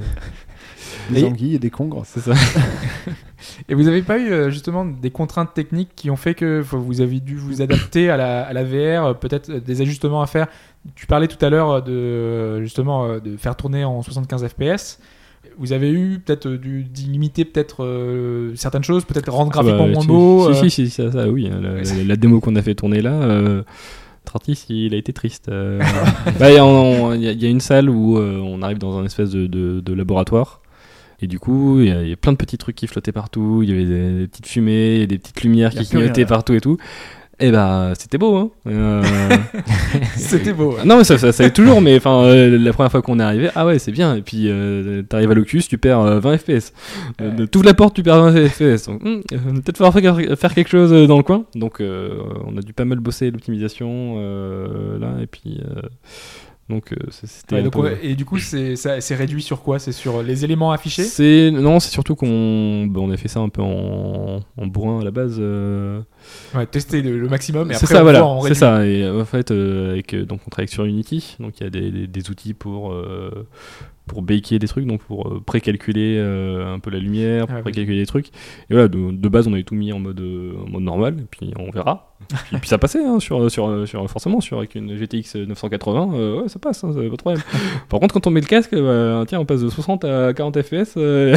des anguilles et des congres. C'est ça. Et vous n'avez pas eu justement des contraintes techniques qui ont fait que vous avez dû vous adapter à la VR, peut-être des ajustements à faire? Tu parlais tout à l'heure de faire tourner en 75 FPS. Vous avez eu peut-être dû limiter certaines choses, peut-être rendre graphiquement moins beau. Si, ça, oui. La démo qu'on a fait tourner là, Tratis, il a été triste. Il y a une salle où on arrive dans un espèce de laboratoire. Et du coup, il y a plein de petits trucs qui flottaient partout. Il y avait des petites fumées, des petites lumières qui clignotaient partout et tout. Et c'était beau, hein. C'était beau. Non, mais ça est toujours, mais la première fois qu'on est arrivé, c'est bien. Et puis t'arrives à l'Oculus, tu perds 20 FPS. T'ouvres la porte, tu perds 20 FPS. Donc, peut-être falloir faire quelque chose dans le coin. Donc on a dû pas mal bosser l'optimisation là, et puis. Donc c'était et du coup c'est réduit sur quoi? C'est sur les éléments affichés? C'est surtout qu'on a fait ça un peu en bourrin à la base. Tester le maximum et c'est après ça, voilà, on c'est ça. Et en fait donc on travaille sur Unity, donc il y a des outils pour baker des trucs, donc pour précalculer un peu la lumière, pour précalculer des trucs. Et voilà, de base on avait tout mis en mode normal, et puis on verra. Et puis ça passait, hein, forcément avec une GTX 980, ça passe, hein, pas de problème. Par contre, quand on met le casque, on passe de 60 à 40 FPS.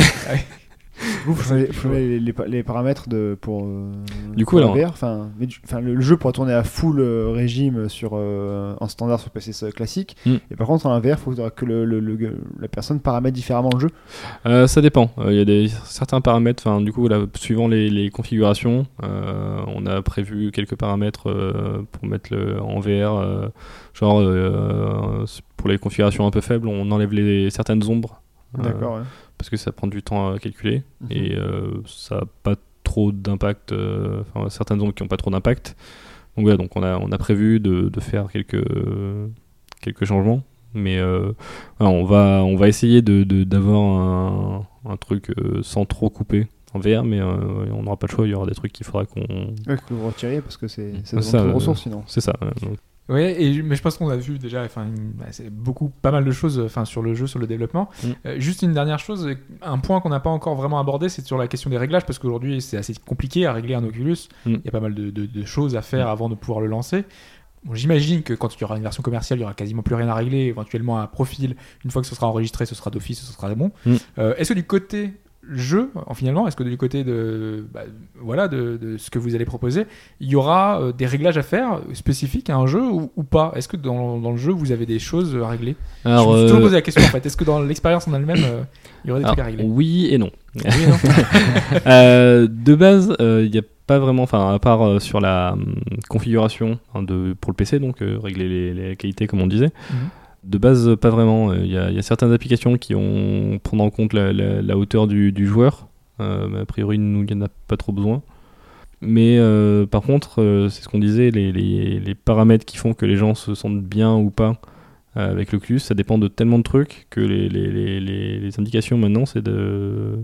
Vous pouvez les paramètres pour du coup, la VR, le jeu pourra tourner à full régime en standard sur PC classique. Et par contre en VR, il faudra que la personne paramètre différemment le jeu. Ça dépend. Il y a certains paramètres. Du coup, là, suivant les configurations, on a prévu quelques paramètres pour mettre en VR. Pour les configurations un peu faibles, on enlève certaines ombres. D'accord. Ouais. Parce que ça prend du temps à calculer et ça n'a pas trop d'impact, certaines ombres qui n'ont pas trop d'impact. Donc voilà, on a prévu de faire quelques changements, mais on va essayer d'avoir un truc sans trop couper en VR, mais on n'aura pas le choix, il y aura des trucs qu'il faudra que vous retiriez parce que ça demande de ressources sinon. C'est ça. Oui, mais je pense qu'on a vu déjà c'est pas mal de choses sur le jeu, sur le développement. Juste une dernière chose, un point qu'on n'a pas encore vraiment abordé, c'est sur la question des réglages, parce qu'aujourd'hui c'est assez compliqué à régler un Oculus. Il y a pas mal de choses à faire avant de pouvoir le lancer. Bon, j'imagine que quand il y aura une version commerciale, il y aura quasiment plus rien à régler, éventuellement un profil, une fois que ce sera enregistré, ce sera d'office, ce sera bon. Est-ce que du côté jeu, finalement, est-ce que du côté de ce que vous allez proposer, il y aura des réglages à faire spécifiques à un jeu ou pas? Est-ce que dans le jeu, vous avez des choses à régler? Alors, Je me suis toujours posé la question en fait. Est-ce que dans l'expérience en elle-même, il y aurait des trucs à régler? Oui et non. Oui et non. De base, il n'y a pas vraiment, enfin à part sur la configuration pour le PC, donc régler les qualités comme on disait. De base, pas vraiment. Il y a certaines applications qui vont prendre en compte la hauteur du joueur. Mais a priori, nous, il n'y en a pas trop besoin. Mais par contre, c'est ce qu'on disait, les paramètres qui font que les gens se sentent bien ou pas avec l'Oculus, ça dépend de tellement de trucs que les indications maintenant, c'est de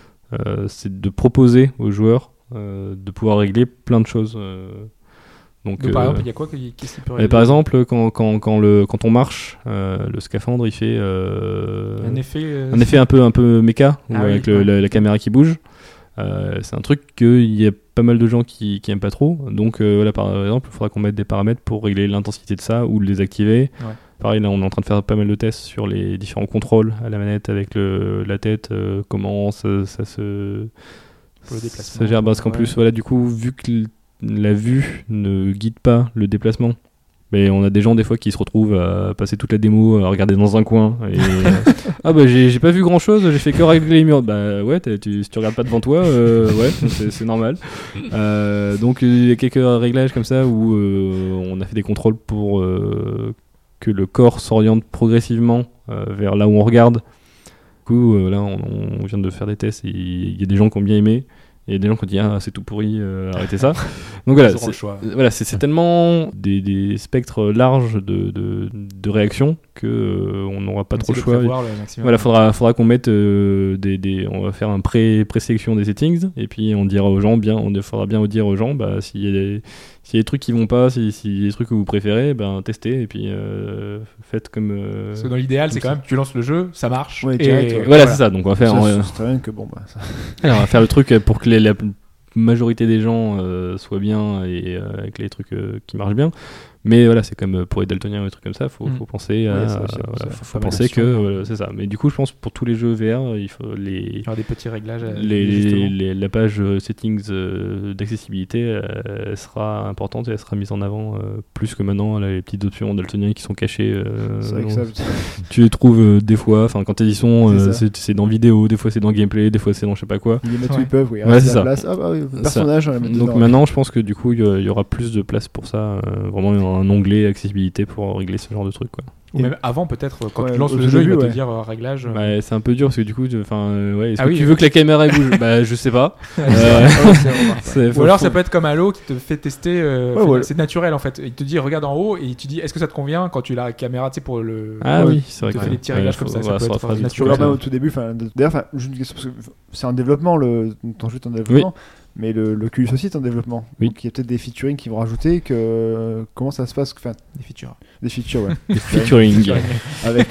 proposer aux joueurs de pouvoir régler plein de choses. Donc, par exemple, il y a quoi qu'est-ce qui peut régler? Par exemple, quand on marche, le scaphandre il fait un effet un peu méca, avec oui, la caméra qui bouge. C'est un truc qu'il y a pas mal de gens qui aiment pas trop. Donc voilà, par exemple, il faudra qu'on mette des paramètres pour régler l'intensité de ça ou le désactiver. Ouais. Pareil, là on est en train de faire pas mal de tests sur les différents contrôles à la manette avec la tête, comment ça se gère, parce qu'en plus voilà, du coup, vu que la vue ne guide pas le déplacement, mais on a des gens des fois qui se retrouvent à passer toute la démo à regarder dans un coin et ah bah j'ai pas vu grand chose, j'ai fait que régler les murs. Bah ouais, si tu regardes pas devant toi, ouais, c'est normal. Donc il y a quelques réglages comme ça où on a fait des contrôles pour que le corps s'oriente progressivement vers là où on regarde. Du coup là on vient de faire des tests et il y a des gens qui ont bien aimé. Et des gens qui ont dit c'est tout pourri, arrêtez ça. Donc voilà, c'est tellement des spectres larges de réactions que on n'aura pas trop le choix. Voilà, faudra qu'on mette on va faire un présélection des settings et puis on dira aux gens faudra bien dire aux gens s'il y a des trucs qui vont pas, s'il y a des trucs que vous préférez, testez et puis faites comme. Parce que dans l'idéal, c'est quand même tu lances le jeu, ça marche. Ouais, et voilà, c'est ça. Donc on va faire. C'est rien que bon. Ça... Alors, on va faire le truc pour que la majorité des gens soient bien et avec les trucs qui marchent bien. Mais voilà, c'est comme pour les daltoniens ou des trucs comme ça, faut penser faut penser que c'est ça. Mais du coup, je pense pour tous les jeux VR, il faut il y aura des petits réglages. La page settings d'accessibilité sera importante et elle sera mise en avant plus que maintenant. Là, les petites options daltoniennes qui sont cachées, tu les trouves des fois. Enfin, quand elles y sont, c'est dans vidéo, des fois c'est dans gameplay, des fois c'est dans je sais pas quoi. Ils les mettent où ils peuvent. Oui, c'est ça. Place. Personnage. Donc maintenant, je pense que du coup, il y aura plus de place pour ça. Vraiment un onglet accessibilité pour régler ce genre de truc, quoi. Ou même avant, peut-être, quand tu lances le jeu, il va te dire réglage. C'est un peu dur parce que du coup, est-ce que tu veux que la caméra bouge? Je sais pas. Ou alors ça peut être comme Halo qui te fait tester. C'est naturel en fait. Il te dit regarde en haut et tu dis est-ce que ça te convient quand tu as la caméra, tu sais, pour le. Oui, c'est vrai. Tu fais des petits réglages comme ça. Ça peut être naturel. Au tout début, d'ailleurs, juste une question parce que c'est en développement, ton jeu est en développement. Mais l'Oculus aussi est en développement. Oui. Donc il y a peut-être des featuring qui vont rajouter comment ça se passe. Des features, ouais. Des featuring. Avec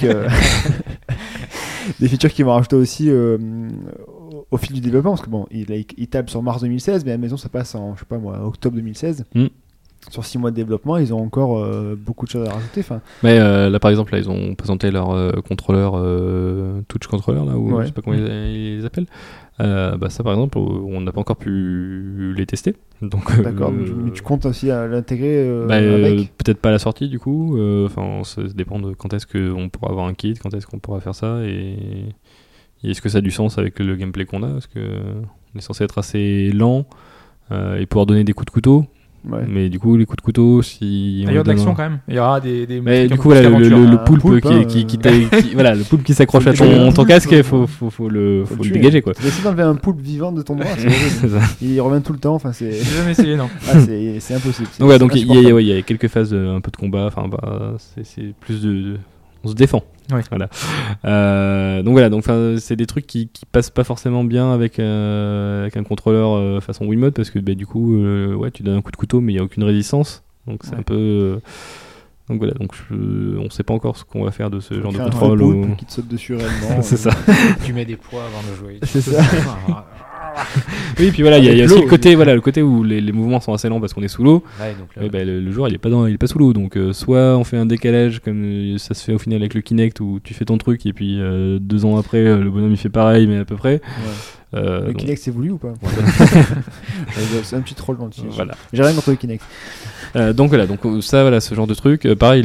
des features qui vont rajouter aussi au fil du développement. Parce que bon, il table sur mars 2016, mais à la maison ça passe en, je sais pas moi, octobre 2016. Sur 6 mois de développement, ils ont encore beaucoup de choses à rajouter. Mais là, par exemple, ils ont présenté leur contrôleur touch controller, là, ou je sais pas comment ils les appellent. Ça, par exemple, on n'a pas encore pu les tester. Donc, d'accord, mais tu comptes aussi à l'intégrer avec peut-être pas à la sortie, du coup. Ça dépend de quand est-ce qu'on pourra avoir un kit, quand est-ce qu'on pourra faire ça, et est-ce que ça a du sens avec le gameplay qu'on a, parce qu'on est censé être assez lent et pouvoir donner des coups de couteau. Ouais. Mais du coup, les coups de couteau, si il y aura de l'action quand même. Il y aura des mais du coup, voilà, le poulpe voilà, le poulpe qui s'accroche à ton casque, il faut le dégager, quoi. Tu essaies d'enlever un poulpe vivant de ton bras, il revient tout le temps. Enfin, c'est. J'ai jamais essayé, non. C'est impossible. Donc ouais, donc il y a quelques phases un peu de combat. Enfin, c'est plus de. On se défend. Ouais. Voilà. Donc voilà, c'est des trucs qui passent pas forcément bien avec un contrôleur façon Wiimote parce que du coup, tu donnes un coup de couteau mais il y a aucune résistance. Donc c'est un peu. Donc voilà, on sait pas encore ce qu'on va faire de ce genre de contrôle. Qui te saute dessus réellement. C'est ça. Tu mets des poids avant de jouer. C'est ça. Oui, puis voilà, il y a aussi le côté où les mouvements sont assez lents parce qu'on est sous l'eau. Ouais, donc là, Le joueur il est pas sous l'eau, donc soit on fait un décalage comme ça se fait au final avec le Kinect où tu fais ton truc et puis 2 ans après le bonhomme il fait pareil mais à peu près. Le Kinect c'est voulu ou pas? C'est un petit troll dans le dessus. Voilà. J'ai rien contre le Kinect. Donc ça, ce genre de truc. Pareil,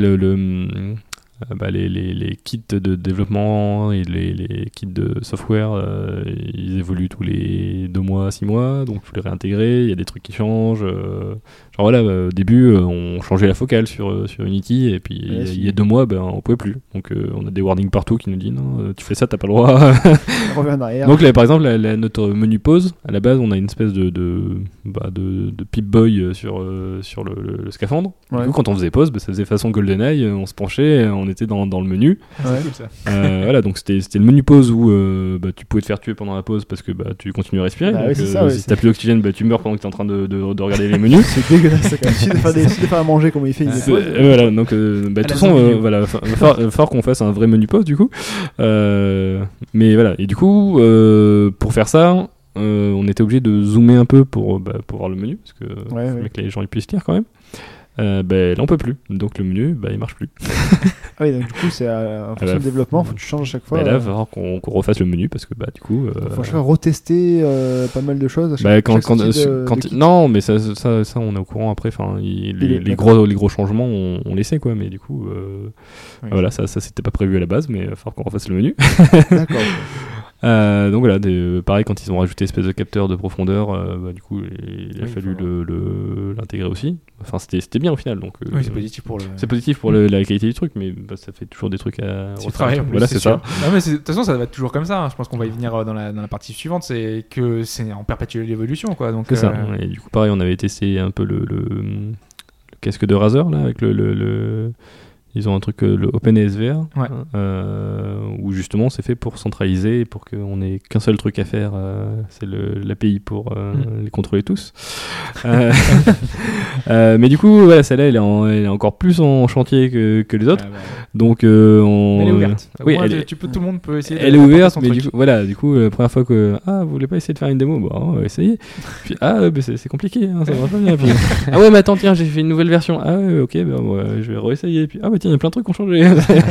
les kits de développement et les kits de software, ils évoluent tous les 2 mois, 6 mois, donc il faut les réintégrer. Il y a des trucs qui changent. Au début, on changeait la focale sur Unity, et puis il y a 2 mois, on pouvait plus. Donc on a des warnings partout qui nous disent non, tu fais ça, t'as pas le droit. On revient en arrière. Donc là, par exemple, notre menu pause, à la base, on a une espèce de Pip-Boy sur le scaphandre. Ouais. Du coup, quand on faisait pause, ça faisait façon GoldenEye, on se penchait, on était dans le menu. Ouais. C'est cool ça. Voilà, donc c'était le menu pause où tu pouvais te faire tuer pendant la pause parce que tu continues à respirer. Bah donc, oui, c'est ça, ouais, si t'as plus d'oxygène, tu meurs pendant que t'es en train de regarder les menus. C'est dégueulasse ça quand même. Si de faire à manger comme il fait, il est pause. Voilà, donc de toute façon, voilà, fort qu'on fasse un vrai menu pause du coup. Mais voilà, et du coup, pour faire ça, on était obligé de zoomer un peu pour voir le menu parce que faut que les gens ils puissent lire quand même. Là on peut plus, donc le menu il marche plus. Ah oui, donc du coup c'est en fonction de développement, faut que tu changes à chaque fois. Là il va falloir qu'on refasse le menu parce que du coup faut chaque fois retester pas mal de choses. Non, mais ça on est au courant après. Enfin les gros changements on les sait quoi, mais du coup voilà, ça c'était pas prévu à la base, mais il va falloir qu'on refasse le menu. D'accord. Donc voilà, pareil quand ils ont rajouté espèce de capteur de profondeur, du coup il a fallu l'intégrer aussi. Enfin c'était bien au final, donc oui, c'est positif pour la qualité du truc, mais ça fait toujours des trucs à refaire. Voilà, c'est ça. Ah, mais de toute façon ça va être toujours comme ça, hein. Je pense qu'on va y venir dans la partie suivante, c'est que c'est en perpétuelle évolution quoi. Donc c'est ça. Et du coup pareil, on avait testé un peu le casque de Razer là avec ils ont un truc, le OpenSVR, où justement c'est fait pour centraliser, pour qu'on n'ait qu'un seul truc à faire, c'est l'API pour les contrôler tous. Mais du coup, voilà, celle-là, elle est encore plus en chantier que les autres. Donc, elle est ouverte. Oui, tout le monde peut essayer. Elle est ouverte, mais du coup, la première fois que vous voulez pas essayer de faire une démo, on va essayer. Puis c'est compliqué, hein, ça marche pas bien. Puis, mais attends, tiens, j'ai fait une nouvelle version. Ok, je vais réessayer. Puis tiens, il y a plein de trucs qui ont changé. Il y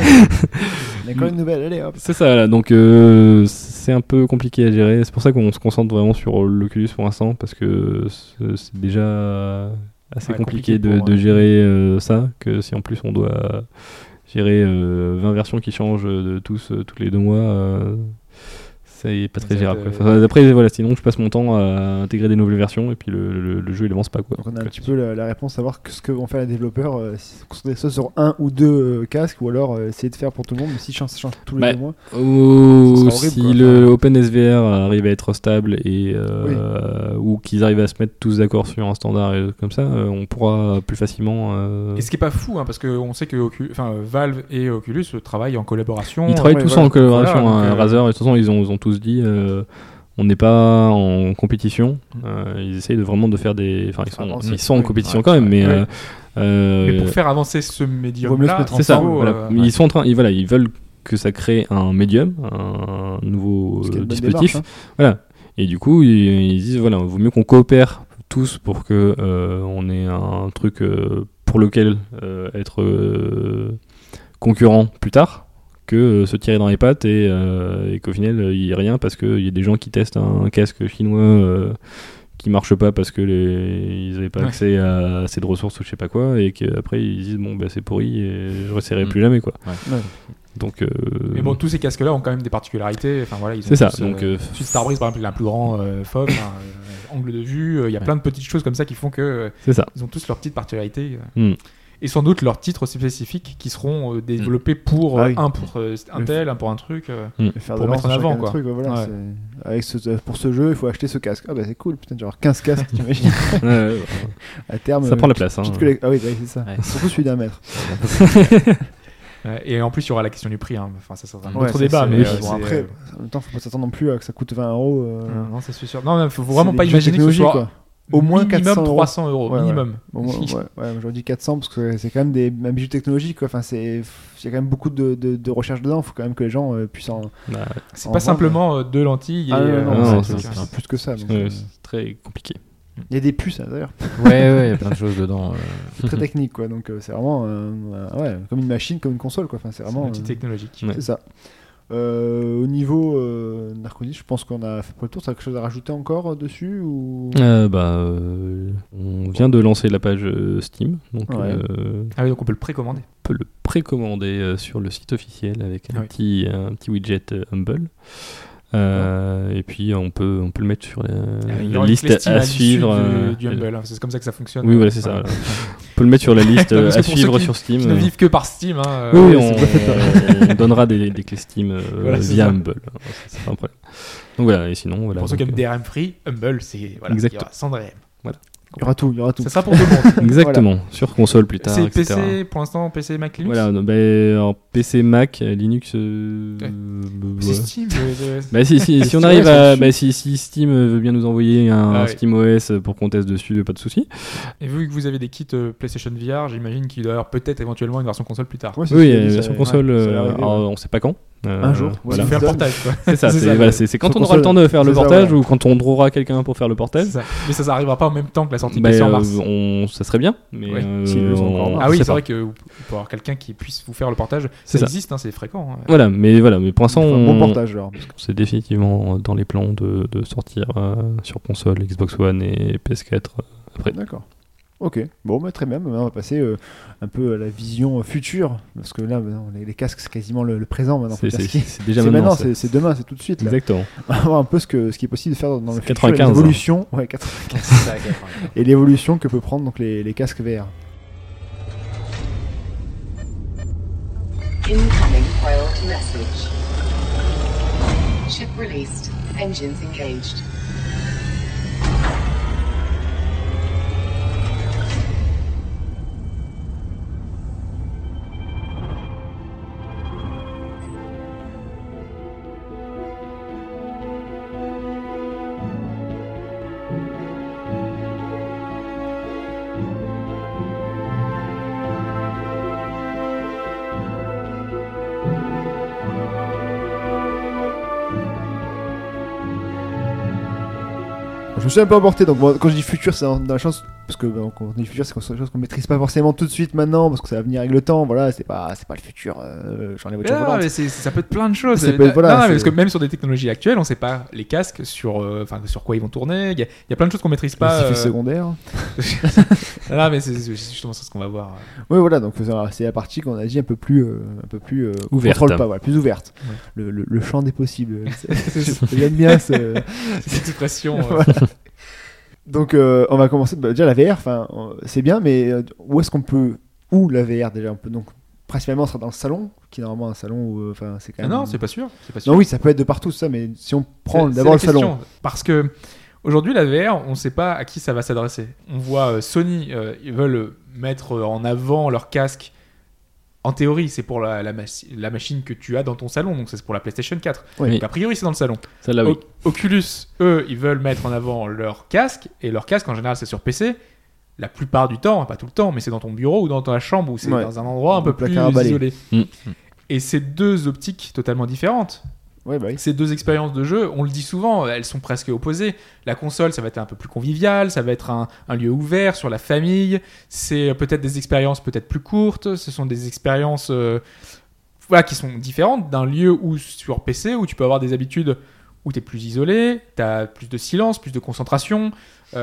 a quand même une nouvelle, allez hop. C'est ça, voilà. Donc c'est un peu compliqué à gérer. C'est pour ça qu'on se concentre vraiment sur l'Oculus pour l'instant, parce que c'est déjà assez compliqué de gérer ça, que si en plus on doit gérer 20 versions qui changent tous les 2 mois, c'est pas très gérable. Après, voilà, sinon je passe mon temps à intégrer des nouvelles versions et puis le jeu il avance pas quoi. Donc on a un petit peu la réponse, savoir ce que vont faire les développeurs, concentrer ça sur 1 ou 2 casques, ou alors essayer de faire pour tout le monde, mais si ça change tous les 2 mois. Ou si le OpenSVR arrive à être stable et ou qu'ils arrivent à se mettre tous d'accord sur un standard comme ça, on pourra plus facilement. Et ce qui est pas fou, hein, parce qu'on sait que Valve et Oculus travaillent en collaboration. Ils travaillent tous en collaboration. Razer, et de toute façon ils ont tous dit on n'est pas en compétition. Ils essayent vraiment de faire des. Enfin, ils sont en compétition quand même, mais. Mais pour faire avancer ce médium-là, c'est ça. Ils sont en train. Ils veulent que ça crée un médium, un nouveau dispositif. Démarche, voilà. Et du coup, ils disent voilà, vaut mieux qu'on coopère tous pour que on ait un truc pour lequel être concurrent plus tard, que se tirer dans les pattes et qu'au final il n'y ait rien parce qu'il y a des gens qui testent un casque chinois qui marche pas parce que ils n'avaient pas accès à assez de ressources ou je sais pas quoi, et qu'après ils disent c'est pourri et je resserrerai plus jamais quoi. Donc, mais bon, tous ces casques-là ont quand même des particularités. Enfin voilà, ils ont c'est ça. Tous, donc, Starbreeze par exemple, il a un plus grand FOV, angle de vue. Il y a plein de petites choses comme ça qui font que c'est ça. Ils ont tous leurs petites particularités. Et sans doute leurs titres spécifiques qui seront développés pour un pour un tel, un pour un truc, pour mettre en avant quoi. Truc, voilà, pour ce jeu, il faut acheter ce casque. Ah c'est cool, putain, genre 15 casques, t'imagines. À terme, ça prend la place. Ah oui, c'est ça. Surtout celui d'1 mètre. Et en plus, il y aura la question du prix. Enfin, ça sera un autre débat. Mais après, en même temps, faut pas s'attendre non plus à que ça coûte 20€. Non, c'est sûr. Non, faut vraiment pas imaginer que ce soit au moins minimum 400 euros. 300 euros, Ouais, minimum. Au moins, j'aurais dit 400 parce que c'est quand même un bijou technologique, quoi. Enfin, il y a quand même beaucoup de recherche dedans. Il faut quand même que les gens puissent en. C'est en pas vendre. simplement deux lentilles. Ah, et, non, c'est c'est plus que ça. donc, c'est très compliqué. il y a des puces d'ailleurs, Ouais, il y a plein de choses dedans. c'est très technique, quoi. Donc c'est vraiment comme une machine, comme une console, quoi. Enfin, c'est C'est vraiment. un outil technologique. Ouais. C'est ça. Au niveau Narcosis, je pense qu'on a fait le tour. T'as quelque chose à rajouter encore dessus ou... On vient de lancer la page Steam, donc Ouais. Ah oui, donc on peut le précommander. on peut le précommander sur le site officiel avec un petit widget Humble. Et puis on peut le mettre sur Il y la aura liste une clé Steam à l'issue suivre. du Humble, hein. C'est comme ça que ça fonctionne. Oui, voilà, c'est ça. On peut le mettre sur la liste Non, parce que à pour suivre ceux sur Steam. Qui ne vivent que par Steam. Hein, Oui, c'est on donnera des clés Steam Voilà, c'est via ça. Humble. C'est pas un problème. Donc voilà, et sinon, voilà. Pour ceux qui donc, aiment DRM free, Humble, c'est voilà, il y Exactement. aura sans DRM. Il y aura tout. Ça sera pour tout le monde. exactement, sur console plus tard, C'est etc. PC, pour l'instant, PC, Mac, Linux. Voilà, alors PC, Mac, Linux. C'est Steam. Bah si on arrive à si Steam veut bien nous envoyer un Ah oui. Steam OS pour qu'on teste dessus, pas de souci. Et vu que vous avez des kits PlayStation VR, j'imagine qu'il doit y avoir peut-être éventuellement une version console plus tard. Ouais, c'est Oui, ce qu'il a dit, version ça- console. ouais, ça va arriver, alors, ouais. on sait pas quand. Un jour. Voilà. Tu fais un portage, quoi. C'est ça. C'est C'est ça, voilà, ouais. c'est quand Sur on aura le console, temps de faire le c'est ça, portage voilà. ou quand on trouvera quelqu'un pour faire le portage. C'est ça. Mais ça arrivera pas en même temps que la sortie Bah, PC en mars. ça serait bien, mais Ouais, s'ils le font encore en mars. Ah oui, sait c'est pas. vrai que vous pouvez avoir quelqu'un qui puisse vous faire le portage. C'est Ça ça. existe, hein, c'est fréquent. hein. Voilà, mais pour l'instant, Un bon portage, alors. c'est définitivement dans les plans de sortir sur console, Xbox One et PS4 après. D'accord. Ok, bon, bah, très bien. Maintenant, on va passer un peu à la vision future, parce que là, maintenant, les casques, c'est quasiment le présent. Maintenant, faut C'est dire ce qui est- c'est déjà c'est maintenant. maintenant, c'est demain, c'est tout de suite. Là. Exactement. On va voir un peu ce qui est possible de faire dans le futur, 95, l'évolution, ouais, 95, et l'évolution que peut prendre donc les casques VR. Incoming priority message. Ship released. Engines engaged. Je me suis un peu emporté, donc bon, quand je dis futur, c'est dans la chance, parce que bon, quand on dit futur, c'est quelque chose qu'on maîtrise pas forcément tout de suite maintenant, parce que ça va venir avec le temps, voilà, c'est pas le futur, genre les voitures Non, volantes. mais ça peut être plein de choses. Ça peut être- voilà, Non, mais c'est- parce que même sur des technologies actuelles, on sait pas les casques sur quoi ils vont tourner. Il y a plein de choses qu'on maîtrise Les pas. effets secondaires. Non, mais c'est justement ça ce qu'on va voir. Oui, voilà, donc c'est la partie qu'on a dit un peu plus Ouverte. contrôle pas, voilà, plus ouverte. Ouais. Le champ des possibles. J'aime bien ce. Cette expression. Voilà. Donc on va commencer déjà la VR. Enfin, c'est bien, mais où est-ce qu'on peut la VR déjà on peut donc principalement sera dans le salon, qui est normalement un salon où enfin c'est quand même. Non, c'est pas sûr. C'est pas sûr. Non, oui, ça peut être de partout ça, mais si on prend C'est d'abord la le salon. question, parce que aujourd'hui, la VR, on ne sait pas à qui ça va s'adresser. On voit Sony, ils veulent mettre en avant leur casque. En théorie, c'est pour la machine que tu as dans ton salon, donc c'est pour la PlayStation 4. Oui. Donc, a priori, c'est dans le salon. Celle-là, oui. Oculus, eux, ils veulent mettre en avant leur casque, et leur casque, en général, c'est sur PC. La plupart du temps, pas tout le temps, mais c'est dans ton bureau ou dans ta chambre, ou c'est Ouais. dans un endroit un peu Au plus placard à balai. isolé. Mm. Et c'est deux optiques totalement différentes. Ouais, bah oui. Ces deux expériences de jeu, on le dit souvent, elles sont presque opposées. La console, ça va être un peu plus convivial, ça va être un lieu ouvert sur la famille. C'est peut-être des expériences peut-être plus courtes. Ce sont des expériences qui sont différentes d'un lieu où sur PC où tu peux avoir des habitudes où tu es plus isolé, tu as plus de silence, plus de concentration,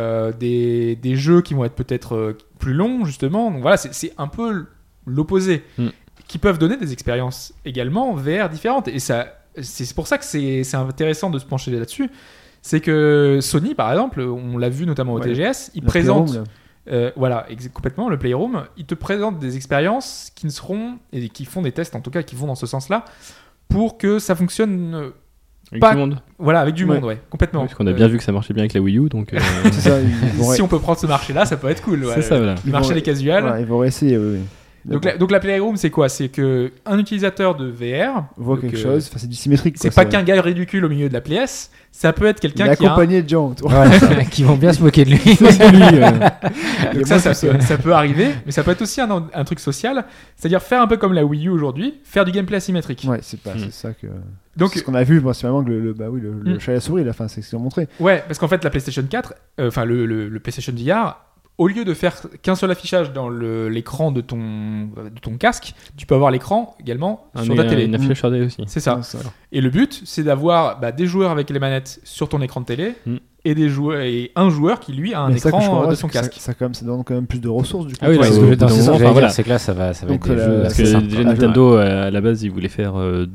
des jeux qui vont être peut-être plus longs justement. Donc voilà, c'est un peu l'opposé. Qui peuvent donner des expériences également VR différentes. Et ça, c'est pour ça que c'est intéressant de se pencher là-dessus. C'est que Sony, par exemple, on l'a vu notamment au Ouais. TGS, ils La présentent... Playroom, là. voilà, complètement, le Playroom. Ils te présentent des expériences qui ne seront... Et qui font des tests, en tout cas, qui vont dans ce sens-là, pour que ça fonctionne... Avec pas- tout le monde. Voilà, avec du Ouais. monde, ouais, complètement. Parce qu'on a bien vu que ça marchait bien avec la Wii U, donc. C'est ça. Ils vont Si on peut prendre ce marché-là, ça peut être cool. C'est ça, voilà. Le marché des casuals. Voilà, ils vont réessayer. Oui, oui. Donc la Playroom, c'est quoi? C'est que un utilisateur de VR voit donc, quelque chose, c'est du symétrique. C'est quoi, pas qu'un gars ridicule au milieu de la pièce, ça peut être il quelqu'un est qui a accompagné de gens autour. qui vont bien se moquer de lui. Donc ça peut arriver, mais ça peut être aussi un truc social, c'est-à-dire faire un peu comme la Wii U aujourd'hui, faire du gameplay asymétrique. Ouais, c'est ça que. Donc, c'est ce qu'on a vu principalement que le chat et la souris, là, c'est ce qu'ils ont montré. ouais, parce qu'en fait la PlayStation 4, enfin le PlayStation VR, au lieu de faire qu'un seul affichage dans l'écran de ton casque, tu peux avoir l'écran également sur ta télé. Une affiche HD aussi. C'est ça. Ouais, ça. Et le but, c'est d'avoir des joueurs avec les manettes sur ton écran de télé et un joueur qui lui a un Mais ça que je écran comprends, de c'est son que casque. ça donne quand même plus de ressources du coup. Ah oui, là, Ouais, au c'est bout d'un moment, ce que enfin, voilà. c'est que là, ça va être Donc, des jeux Parce assez que simples. déjà Nintendo à la base ils voulaient faire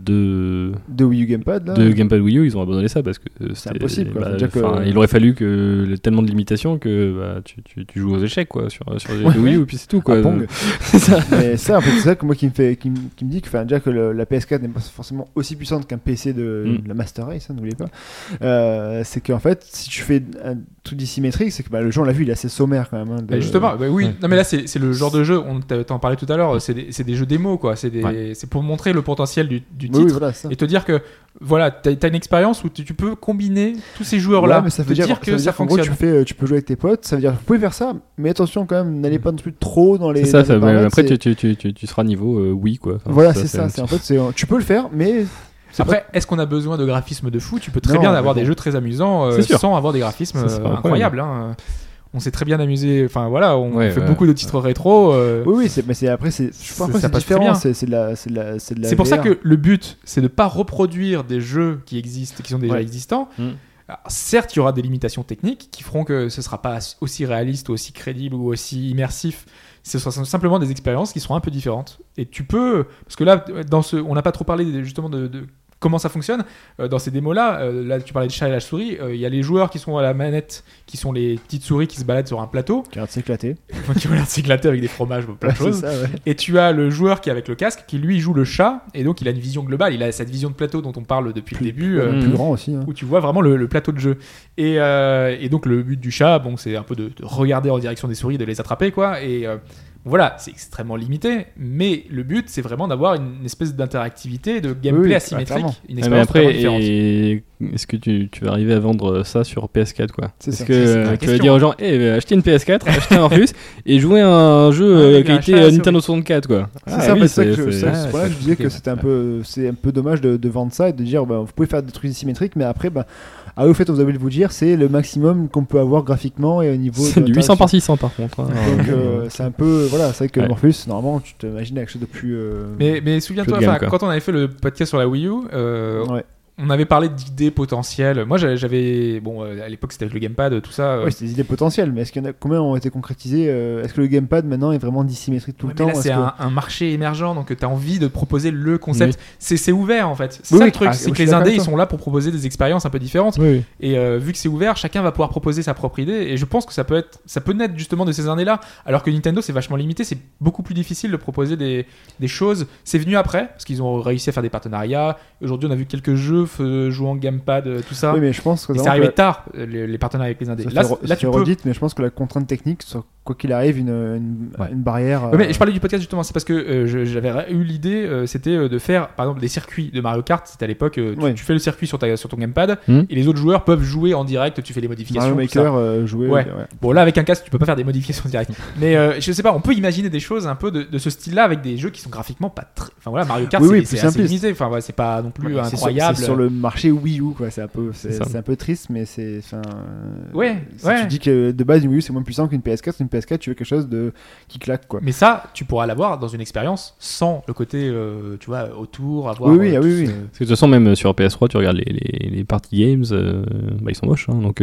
deux De Wii U Gamepad là. Gamepad Wii U, ils ont abandonné ça parce que c'était impossible, quoi. bah, Faut dire que- enfin, il aurait fallu que tellement de limitations que tu joues aux échecs quoi sur les Wii U et puis c'est tout quoi. À Pong. C'est ça. Mais ça, en fait, c'est ça que moi qui me dit que, enfin, déjà que la PS4 n'est pas forcément aussi puissante qu'un PC de la Master Race, hein, n'oubliez pas. C'est qu'en fait, si tu fais un truc dissymétrique, c'est que le jeu, on l'a vu, il est assez sommaire quand même. Hein, Bah, justement, oui. Non mais là c'est le genre de jeu. On t'en parlait tout à l'heure. C'est des jeux démo quoi. C'est pour montrer le potentiel du titre Oui, voilà, ça. et te dire que voilà, t'as une expérience où tu peux combiner tous ces joueurs là. Ouais, mais ça veut dire que ça qu'en gros, fonctionne. tu peux jouer avec tes potes. Ça veut dire, vous pouvez faire ça, mais attention quand même, n'allez pas non plus trop dans les. C'est ça, dans les mais paramètres, après c'est- tu seras niveau oui quoi. Enfin, Voilà, c'est ça. En fait, tu peux le faire, mais. Après, est-ce qu'on a besoin de graphismes de fou? Tu peux très Non, bien mais avoir bon. des jeux très amusants C'est sûr. sans avoir des graphismes Ça, c'est pas un incroyables. Hein. On s'est très bien amusé. Enfin voilà, on Ouais, fait ouais. beaucoup de titres rétro. Oui, mais c'est après, je pense Ça que c'est passe très différent. bien. C'est de la. C'est pour ça que le but, c'est de pas reproduire des jeux qui existent, qui sont déjà Ouais. existants. Mm. Alors, certes, il y aura des limitations techniques qui feront que ce sera pas aussi réaliste, ou aussi crédible ou aussi immersif. Ce sera simplement des expériences qui seront un peu différentes. Et tu peux, parce que là, on n'a pas trop parlé justement de comment ça fonctionne dans ces démos-là. Là, tu parlais de chat et la souris. Il y a les joueurs qui sont à la manette, qui sont les petites souris qui se baladent sur un plateau, Qui a s'éclater. qui regardent s'éclater avec des fromages, plein de choses. C'est ça, ouais. Et tu as le joueur qui est avec le casque, qui lui joue le chat, et donc il a une vision globale. Il a cette vision de plateau dont on parle depuis le début, Plus grand aussi. Hein. où tu vois vraiment le plateau de jeu. Et donc le but du chat, bon, c'est un peu de regarder en direction des souris, de les attraper, quoi. Et voilà, c'est extrêmement limité, mais le but, c'est vraiment d'avoir une espèce d'interactivité, de gameplay Oui, asymétrique, clairement. une mais expérience après, vraiment différente. est-ce que tu vas arriver à vendre ça sur PS4 quoi? C'est Est-ce ça. que C'est la tu vas question. dire aux gens, achetez une PS4, achetez un Orpheus et jouez à un jeu Ouais, qualité un chat à la Nintendo 64 quoi? C'est Ah ça, oui, mais c'est ça que je c'est- pour là, je disais que c'était un peu dommage de vendre ça et de dire vous pouvez faire des trucs symétriques, mais après au fait vous avez de vous dire c'est le maximum qu'on peut avoir graphiquement et au niveau c'est de du 800 l'interaction. par 600 par contre. hein. Donc c'est un peu c'est vrai que Ouais. Morpheus normalement tu t'imagines quelque chose de plus Mais souviens-toi, Plus de gamme, enfin, quoi. quand on avait fait le podcast sur la Wii U, ouais. on avait parlé d'idées potentielles. Moi, j'avais, bon, à l'époque, c'était avec le gamepad, tout ça. Ouais, c'est des idées potentielles, mais est-ce qu'il y en a combien ont été concrétisées Est-ce que le gamepad maintenant est vraiment dissymétrique tout Ouais, le mais temps là, c'est Est-ce que- un marché émergent, donc tu as envie de proposer le concept. C'est ouvert, en fait. C'est Oui, ça oui. le truc, Ah, c'est je que suis les d'accord indés, avec ils toi. sont là pour proposer des expériences un peu différentes. Oui, oui. Et vu que c'est ouvert, chacun va pouvoir proposer sa propre idée. Et je pense que ça peut naître justement de ces indés-là. Alors que Nintendo, c'est vachement limité. C'est beaucoup plus difficile de proposer des choses. C'est venu après, parce qu'ils ont réussi à faire des partenariats. Aujourd'hui, on a vu quelques jeux jouant gamepad, tout ça. Oui, mais je pense que Et c'est vraiment arrivé que- tard, les partenariats avec les indés. ça Là, fait là tu peux. redite, mais je pense que la contrainte technique, soit quoi qu'il arrive, une barrière. Ouais, mais je parlais du podcast justement, c'est parce que j'avais eu l'idée, c'était de faire par exemple des circuits de Mario Kart. C'était à l'époque, Ouais. tu fais le circuit sur ton gamepad Hmm. et les autres joueurs peuvent jouer en direct. Tu fais les modifications. Mario tout ça. Maker jouer. Ouais. Bon, là avec un casque, tu peux pas faire des modifications directes. Mais je sais pas, on peut imaginer des choses un peu de ce style-là avec des jeux qui sont graphiquement pas très. Enfin voilà, Mario Kart, Oui, oui, c'est plus assez simpliste. limité. Enfin, ouais, c'est pas non plus C'est incroyable. sur le marché Wii U, quoi. C'est ça. un peu triste, mais c'est. Ouais, Si ouais. tu dis que de base, une Wii U c'est moins puissant qu'une PS4, une PS4, tu veux quelque chose qui claque, quoi. Mais ça, tu pourras l'avoir dans une expérience sans le côté, tu vois, autour, avoir. Oui, oui, ah tout oui, oui. ce- Parce que de toute façon, même sur PS3, tu regardes les party games, ils sont moches. Hein, donc,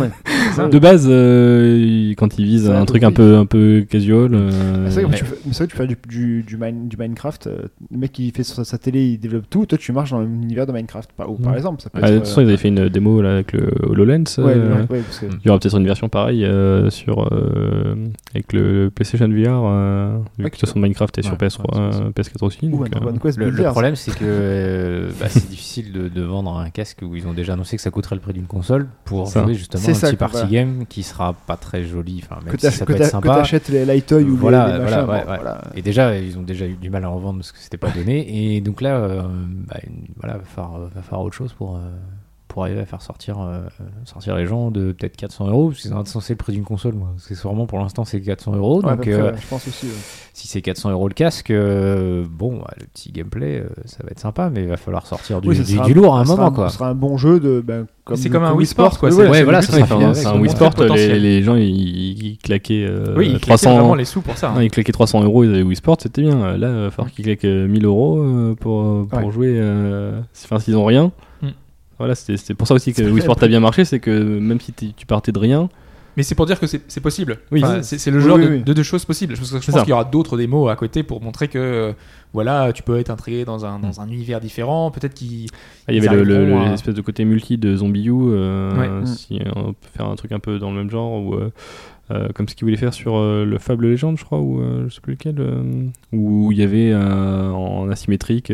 Ça, de base, quand ils visent Ça, un truc oui. un peu casual. C'est vrai que ouais. tu fais du Minecraft, le mec qui fait sur sa télé, il développe tout, toi tu marches dans l'univers de Minecraft. Par Ouais. exemple, ça peut Ah, de être. toute façon, ils avaient fait une démo là, avec le HoloLens. ouais, ouais, parce que. Il y aura peut-être une version pareille sur avec le PlayStation VR, vu que de toute façon Minecraft est sur Ouais, PS3, PS4 aussi. Ou donc, un Dragon Quest Le Builders. problème, c'est que c'est difficile de vendre un casque où ils ont déjà annoncé que ça coûterait le prix d'une console pour Ça. jouer justement C'est un ça, petit quoi, party game qui sera pas très joli. Enfin, même Que si ça peut être sympa. t'achètes les Lightoy ou Voilà, les machins. voilà, bon, ouais. voilà. Et déjà, ils ont déjà eu du mal à en vendre parce que c'était pas donné. Et donc là, va falloir autre chose pour arriver à faire sortir les gens de peut-être 400 €. Parce qu'ils sont censés le prix d'une console. Moi. C'est sûrement pour l'instant, c'est 400 €. Ouais, à Donc, peu près, je pense aussi. Ouais. si c'est 400 € le casque, le petit gameplay, ça va être sympa, mais il va falloir sortir du ça sera lourd à un ça sera moment, quoi. Ce sera un bon jeu C'est comme un Wii Sport, quoi. Ouais, C'est- Ouais, voilà, le ça but, sera c'est bien. c'est un Ils Wii ont Sport, montré le potentiel. les gens ils claquaient Oui, ils 300 claquaient vraiment les sous pour ça. Non, ils claquaient 300 €, ils avaient Wii Sport, c'était bien. Là, il va falloir qu'ils claquent 1000 € pour Ouais. jouer. Enfin, s'ils ont rien. Mm. Voilà, c'est pour ça aussi que Wii Sport a bien marché, c'est que même si tu partais de rien, Mais c'est pour dire que c'est possible. Oui, Enfin, c'est- c'est le genre oui. de choses possibles. Je pense ça. qu'il y aura d'autres démos à côté pour montrer que voilà, tu peux être intégré dans un univers différent. Peut-être qu'il il y Ils avait arriveront à- l'espèce de côté multi de Zombie U. Ouais. Si on peut faire un truc un peu dans le même genre, ou comme ce qu'ils voulaient faire sur le Fable Legends, je crois, ou je sais plus lequel, où il y avait en asymétrique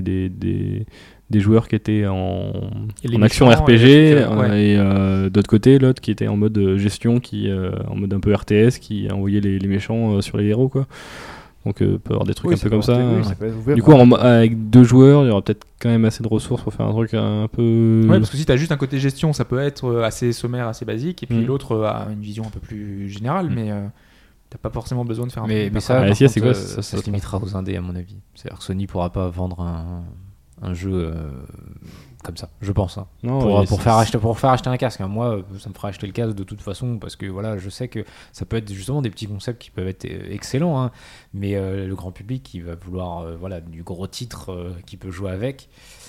des joueurs qui étaient Et les en action méchants, RPG les trucs, ouais. et d'autre côté l'autre qui était en mode gestion, en mode un peu RTS, qui envoyait les méchants sur les héros, quoi. Donc peut y avoir des trucs un peu comme ça. Du coup, avec 2 joueurs, il y aura peut-être quand même assez de ressources pour faire un truc un peu. Ouais, parce que si t'as juste un côté gestion, ça peut être assez sommaire, assez basique, et puis Mm. l'autre a une vision un peu plus générale, mais t'as pas forcément besoin de faire un Mais truc ça, Ah, par si, c'est contre, quoi, ça ça se limitera aux indés, à mon avis. C'est-à-dire que Sony pourra pas vendre un jeu comme ça, je pense. Hein. Non, Pour faire acheter un casque. Hein. Moi, ça me fera acheter le casque de toute façon, parce que voilà, je sais que ça peut être justement des petits concepts qui peuvent être excellents, hein, mais le grand public qui va vouloir du gros titre qui peut jouer avec.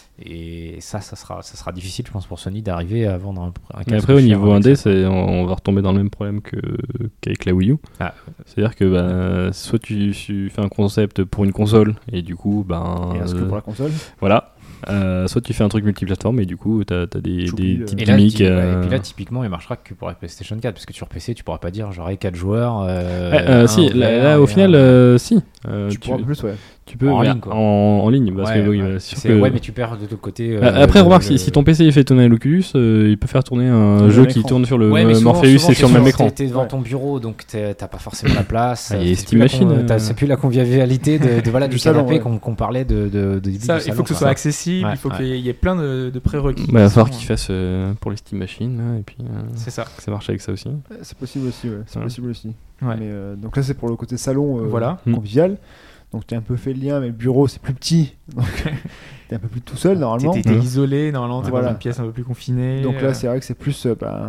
Et ça sera difficile, je pense, pour Sony d'arriver à vendre un casque. Mais après, au cher niveau avec indé, ça, quoi. on va retomber dans le même problème qu'avec la Wii U. Ah. C'est-à-dire que soit tu fais un concept pour une console, et du coup, Et est-ce que pour la console voilà. Soit tu fais un truc multiplateforme, et du coup, t'as des Choupi, petites Et là, gimmicks. et puis là, typiquement, il marchera que pour la PlayStation 4, parce que sur PC, tu pourras pas dire j'aurai 4 joueurs. Si, là, au final, si. Tu pourras plus, ouais. Tu peux En mais ligne, quoi. en ligne, parce que oui, c'est sûr que- Ouais, mais tu perds de l'autre côté. Après, remarque, si ton PC il fait tourner l'Oculus, il peut faire tourner un Le jeu même qui écran. tourne sur le Ouais, mais souvent, Morpheus et sur le même écran. T'es devant ton bureau, donc t'as pas forcément la place. Il y a C'est Steam plus la Machine, c'est plus la convivialité du Du salon, canapé ouais. qu'on parlait de début Ça, du il faut salon, que ce quoi. soit accessible, Ouais, il faut ouais. qu'il y ait plein de prérequis. Il va falloir qui qu'il sont, fasse pour les Steam Machines, là, et puis C'est ça. que ça marche avec ça aussi. C'est possible aussi, ouais. C'est Ouais. possible aussi. Ouais. Mais, donc là, c'est pour le côté salon Voilà. convivial. Donc tu as un peu fait le lien, mais le bureau, c'est plus petit. Donc t'es un peu plus tout seul, normalement. T'es isolé, normalement, t'es Voilà. dans une pièce un peu plus confinée. Donc là, c'est vrai que c'est plus...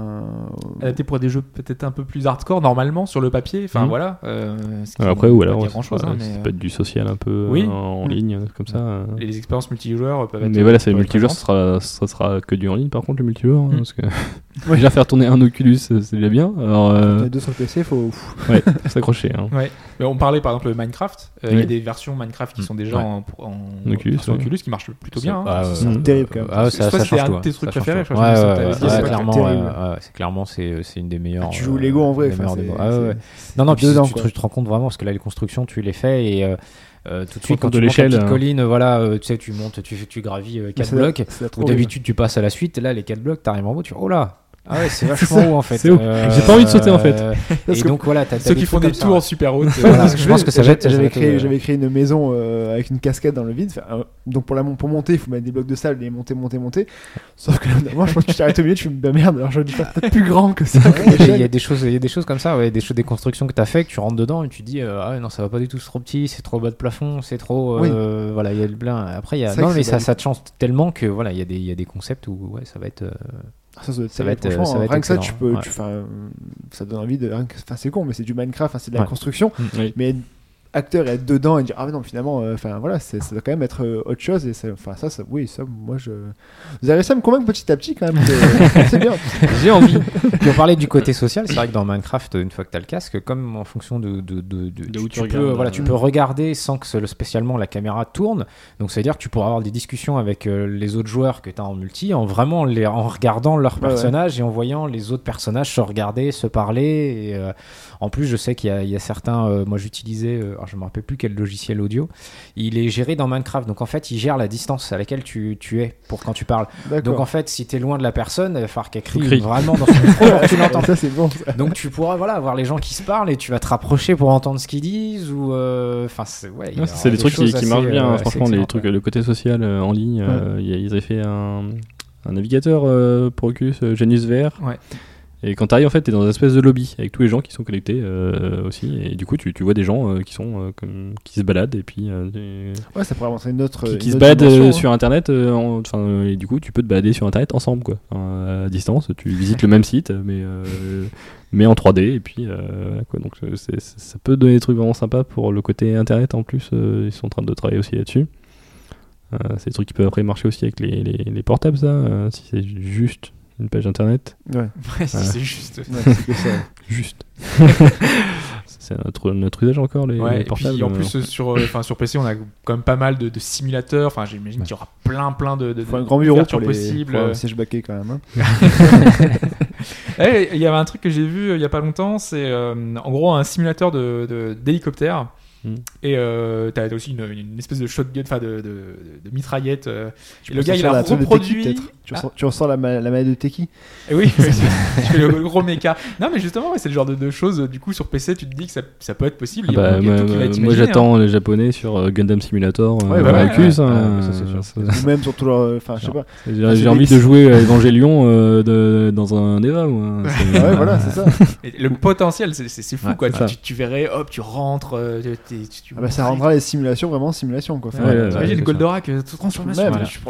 adapté pour des jeux peut-être un peu plus hardcore, normalement, sur le papier. Enfin, Mhm. voilà. Ce qui Après, veut ou pas alors, dire ça grand-chose, peut- hein, ça mais, peut être du social un peu Oui. en ligne, comme ça. les expériences multijoueurs peuvent être. Mais voilà, c'est le peuvent être multijoueur, présentes. ça sera que du en ligne, par contre, le multijoueur. Hein, Mm. parce que déjà faire tourner un Oculus, c'est déjà bien. Alors, Les deux sur le PC, faut... ouais, s'accrocher. Hein. Ouais. Mais on parlait par exemple de Minecraft. Il y Oui. a des versions Minecraft qui sont déjà Ouais. en Oculus, version ouais. Oculus qui marchent plutôt bien. hein. Ah, C'est Mhm. terrible, quand même. Ah, Soit ça c'était change un tout. de tes trucs Ça change préférés, tout. je crois que Ouais, ça ouais, t'avait ouais, dit, c'est clairement, terrible. clairement, c'est une des meilleures. Tu joues Lego, en vrai, des enfin, meilleures c'est- démos. Ah, ouais, ouais. c'est- Non, puis dedans, tu quoi. te rends compte vraiment parce que là, les constructions, tu les fais et tout de suite, quand de tu montes la l'échelle, petite hein. colline, tu sais, tu montes, tu gravis 4 c'est blocs. c'est trop Où bien. d'habitude, tu passes à la suite. Là, les 4 blocs, t'arrives en haut, tu fais oh là! Ah ouais, c'est vachement haut en fait. C'est haut. J'ai pas envie de sauter, en fait. Parce Et que- donc voilà, t'as Ceux des qui font trucs des comme tours ça. super hautes. Ouais, Voilà, c'est ce je pense que ça va être- j'avais créé une maison avec une cascade dans le vide. Enfin, donc pour monter, il faut mettre des blocs de sable et monter. Sauf que là, moi, je pense que tu t'arrêtes au milieu, tu me dis bah merde, alors j'aurais dû faire peut-être plus grand que ça. comme Il y échelle. a des choses comme ça, ouais, des constructions que tu as fait, que tu rentres dedans et tu te dis ah ouais, non, ça va pas du tout, c'est trop petit, c'est trop bas de plafond, c'est trop Oui. voilà, il y a le plein. Après il y a C'est vrai non que mais c'est ça te change tellement que voilà, il y a des concepts où ouais, ça va être Ça doit être Ça va terrible, être- franchement, ça va être rien que ça, excellent, tu peux, ouais. ça donne envie de. Enfin, c'est con, mais c'est du Minecraft, hein, c'est de la Ouais. construction. Oui. Mais acteur et être dedans et dire ah mais non finalement enfin voilà ça doit quand même être autre chose et ça oui ça moi je vous avez réussi à me convaincre petit à petit quand même c'est bien. J'ai envie. Puis on parlait du côté social, c'est vrai que dans Minecraft, une fois que tu as le casque, comme en fonction de où tu peux, regardes, voilà, tu peux regarder sans que spécialement la caméra tourne. Donc ça veut dire que tu pourras avoir des discussions avec les autres joueurs que tu as en multi, en regardant leurs personnages et en voyant les autres personnages se regarder, se parler. Et, en plus, je sais qu'il y a certains, moi j'utilisais, alors je me rappelle plus quel logiciel audio, il est géré dans Minecraft. Donc en fait, il gère la distance à laquelle tu es pour quand tu parles. Donc en fait, si tu es loin de la personne, il va falloir qu'elle crie vraiment dans son micro pour que tu l'entends. Ça, c'est bon, ça. Donc tu pourras avoir les gens qui se parlent et tu vas te rapprocher pour entendre ce qu'ils disent ou c'est des trucs qui marchent bien, franchement, les trucs, le côté social en ligne. Ils avaient fait un navigateur pour Oculus, Genius VR. Ouais. Et quand t'arrives, en fait, t'es dans une espèce de lobby avec tous les gens qui sont connectés aussi. Et du coup, tu vois des gens qui se baladent et puis ouais, ça pourrait montrer une autre qui se baladent sur Internet. Et du coup, tu peux te balader sur Internet ensemble, quoi. À distance, tu visites le même site, mais en 3D. Et puis, quoi. Donc, ça peut donner des trucs vraiment sympas pour le côté Internet. En plus, ils sont en train de travailler aussi là-dessus. C'est des trucs qui peuvent après marcher aussi avec les portables, ça. Si c'est juste une page internet. Ouais. C'est juste. Ouais, c'est que ça. Juste. C'est notre usage encore, les portables. Et puis en plus, sur PC, on a quand même pas mal de simulateurs. Enfin, j'imagine qu'il y aura plein de faut un grand bureau pour possibles. Faut un siège baquet quand même. Il y avait un truc que j'ai vu il y a pas longtemps, c'est en gros un simulateur d'hélicoptère. Et t'as aussi une espèce de shotgun, enfin de mitraillette. Et le gars il a reproduit. Tu ressens la manette de Teki. Et oui, je fais le gros méca. Non mais justement, c'est le genre de choses. Du coup sur PC, tu te dis que ça peut être possible. Il y a tout qui va être moi imaginé, j'attends les Japonais sur Gundam Simulator. Oculus, ça c'est sûr. Ou même sur tout leur, enfin je sais pas. J'ai envie de jouer à Evangelion dans un Eva. Ouais, voilà, c'est ça. Et le potentiel, c'est fou quoi. Tu verrais, hop, tu rentres. Ça rendra les simulations vraiment simulations quoi. T'imagines le Goldorak, toute transformation.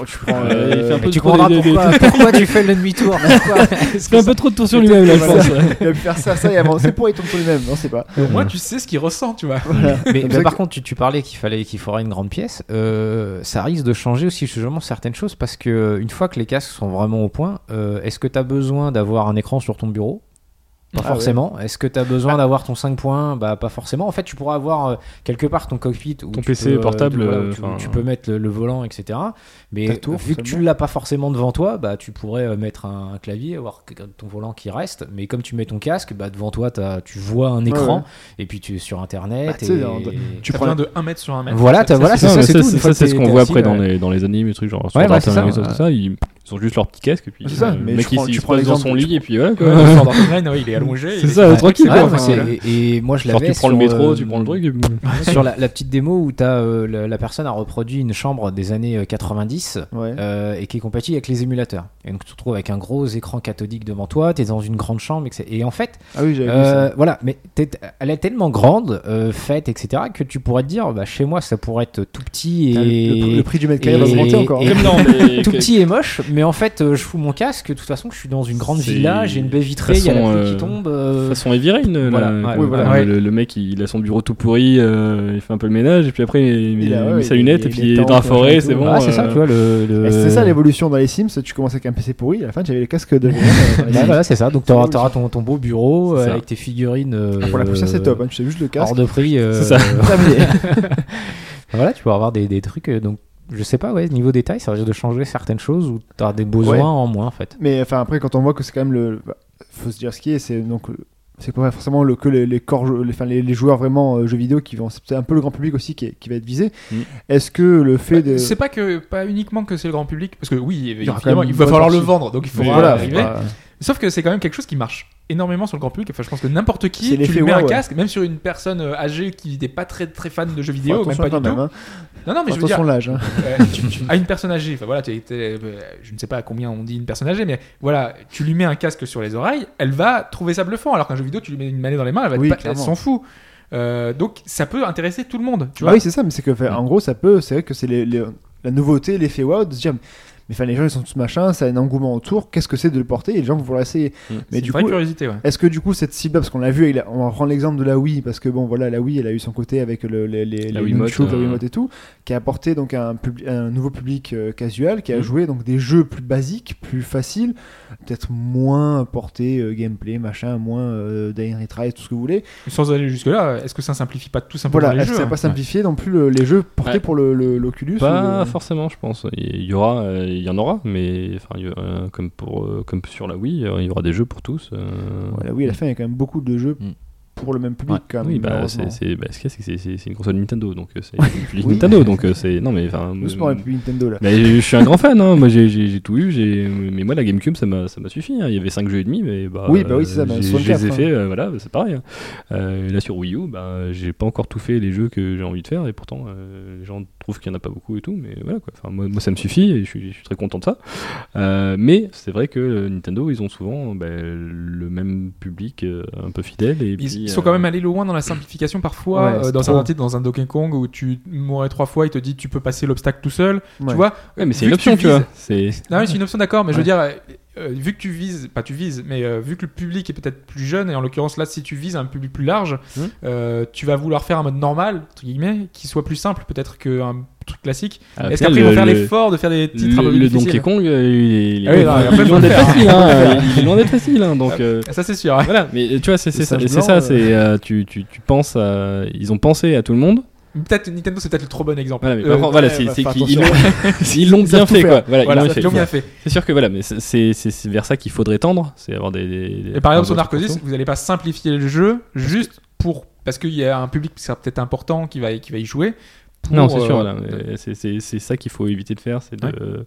Tu comprendras pourquoi tu fais le demi-tour. C'est un peu trop de tour sur lui-même là, je pense. Il va faire ça et avancer pour il tombe sur lui-même. Non, c'est pas. Au moins tu sais ce qu'il ressent, tu vois. Mais par contre, tu parlais qu'il faudrait une grande pièce. Ça risque de changer aussi justement certaines choses parce que une fois que les casques sont vraiment au point, est-ce que tu as besoin d'avoir un écran sur ton bureau? Pas forcément. Ouais. Est-ce que tu as besoin d'avoir ton 5 points? Bah pas forcément. En fait, tu pourras avoir quelque part ton cockpit ou ton PC portable. Tu peux mettre le volant, etc. Mais vu que tu l'as pas forcément devant toi, bah tu pourrais mettre un clavier, avoir ton volant qui reste. Mais comme tu mets ton casque, bah devant toi tu vois un écran et puis tu es sur Internet. Tu prends de 1 mètre sur 1 mètre. Voilà, c'est tout. Ça c'est ce qu'on voit après dans les animes et trucs genre sur Internet et ça. Ils ont juste leur petit casque et puis le mec il se pose dans son lit et puis voilà quoi. Il est allongé. C'est ça, tranquille. Et moi je l'avais. Tu prends le métro, tu prends le truc. Sur la petite démo où t'as la personne a reproduit une chambre des années 90 et qui est compatible avec les émulateurs. Et donc tu te retrouves avec un gros écran cathodique devant toi, t'es dans une grande chambre, et en fait, j'avais vu ça. Voilà, mais elle est tellement grande, faite, etc., que tu pourrais te dire, bah chez moi ça pourrait être tout petit et le prix du mètre carré va augmenter encore. Tout petit et moche, mais en fait je fous mon casque, de toute façon je suis dans une grande villa, j'ai une baie vitrée, il y a la pluie qui tombe. De toute façon, Evirine, le mec il a son bureau tout pourri, il fait un peu le ménage et puis après il met sa lunette et puis il est dans la forêt, c'est bon. C'est ça, tu vois. C'est ça l'évolution dans les Sims, tu commences avec un PC pourri, à la fin tu avais les casques de voilà, c'est ça, donc t'auras ton beau bureau avec tes figurines. Pour la poussière, c'est top, tu sais juste le casque. Hors de prix. C'est ça. Voilà, tu peux avoir des trucs, donc. Je sais pas, niveau détail, ça risque de changer certaines choses ou t'as des besoins en moins en fait. Mais enfin après, quand on voit que c'est quand même faut se dire ce qui est, c'est pas forcément les joueurs vraiment jeux vidéo qui vont, c'est un peu le grand public aussi qui va être visé. Est-ce que le fait de, c'est pas uniquement que c'est le grand public, parce que oui, évidemment, il va falloir le vendre, donc il faudra arriver. Sauf que c'est quand même quelque chose qui marche énormément sur le grand public. Enfin, je pense que n'importe qui, tu lui mets un casque, même sur une personne âgée qui n'est pas très très fan de jeux vidéo, même pas du tout. Non, mais je veux dire, l'âge. à une personne âgée, enfin voilà, je ne sais pas à combien on dit une personne âgée, mais voilà, tu lui mets un casque sur les oreilles, elle va trouver ça bluffant, alors qu'un jeu vidéo, tu lui mets une manette dans les mains, elle s'en fout. Donc ça peut intéresser tout le monde, tu vois. Oui, c'est ça, mais c'est que en gros, c'est vrai que c'est la nouveauté, l'effet wow, de se dire Mais enfin, les gens ils sont tous machin, ça a un engouement autour. Qu'est-ce que c'est de le porter et les gens vont vouloir essayer. Mais C'est du une vraie coup, curiosité, ouais. est-ce que du coup cette cible, parce qu'on l'a vu, on va prendre l'exemple de la Wii, parce que bon voilà, la Wii elle a eu son côté avec les Wiimote, nunchuks, la Wiimote et tout, qui a apporté donc un nouveau public casual, qui a joué donc des jeux plus basiques, plus faciles, peut-être moins portés gameplay, machin, moins Dying Retry, tout ce que vous voulez. Sans aller jusque-là, est-ce que ça simplifie pas tout simplement Voilà, les est-ce que jeux ça va pas simplifier non plus les jeux portés Ouais. pour l'Oculus Pas forcément, je pense. Il y en aura, mais enfin, comme sur la Wii, il y aura des jeux pour tous. Ouais, la Wii à la fin il y a quand même beaucoup de jeux pour le même public Ouais. quand même. Oui, malheureusement. ce qu'il y a, c'est que c'est une console Nintendo, donc c'est une public Nintendo, donc c'est non mais enfin. Doucement avec Nintendo là. Mais je suis un grand fan, hein. Moi j'ai tout eu, mais moi la GameCube ça m'a suffi, hein. Il y avait 5 jeux et demi, mais Oui, bah oui, c'est ça, bah, je 64, les ai hein. fait, voilà, c'est pareil, hein. Là sur Wii U, j'ai pas encore tout fait les jeux que j'ai envie de faire, et pourtant les gens trouvent qu'il y en a pas beaucoup et tout, mais voilà quoi. Enfin, moi ça me suffit et je suis très content de ça. Mais c'est vrai que Nintendo ils ont souvent le même public un peu fidèle, et Ils sont quand même allés loin dans la simplification parfois. Ouais, c'est dans trop. un titre, dans un Donkey Kong où tu mourrais 3 fois, il te dit tu peux passer l'obstacle tout seul. Ouais. Tu vois. Ouais, mais c'est Vu une que tu option, tu vois. vises- Non, mais c'est une option, d'accord, mais je veux dire, vu que tu vises, pas tu vises, mais vu que le public est peut-être plus jeune, et en l'occurrence là, si tu vises un public plus large, tu vas vouloir faire un mode normal, entre guillemets, qui soit plus simple peut-être qu'un truc classique. Est-ce qu'après ils vont faire l'effort de faire des titres un peu plus le difficiles Donkey Kong, il Ah oui, non, après, est faut loin le d'être faire. facile, hein. Il est loin d'être facile, hein, donc. Ça c'est sûr. Ouais. Voilà, mais tu vois, c'est Le ça, singe c'est ça, blanc, tu penses à, ils ont pensé à tout le monde. Peut-être Nintendo, c'est peut-être le trop bon exemple. Voilà, mais par contre, voilà, ouais, c'est bah, qu'ils attention. ils l'ont Ils bien savent tout fait, faire. quoi. Voilà, Voilà, ils l'ont ils fait. l'ont bien fait. C'est sûr que voilà, mais c'est vers ça qu'il faudrait tendre, c'est avoir des Et par exemple sur d'autres Narcosis, consos. vous n'allez pas simplifier le jeu juste parce qu'il y a un public qui sera peut-être important qui va y jouer. Non, c'est sûr, voilà, mais c'est ça qu'il faut éviter de faire, c'est de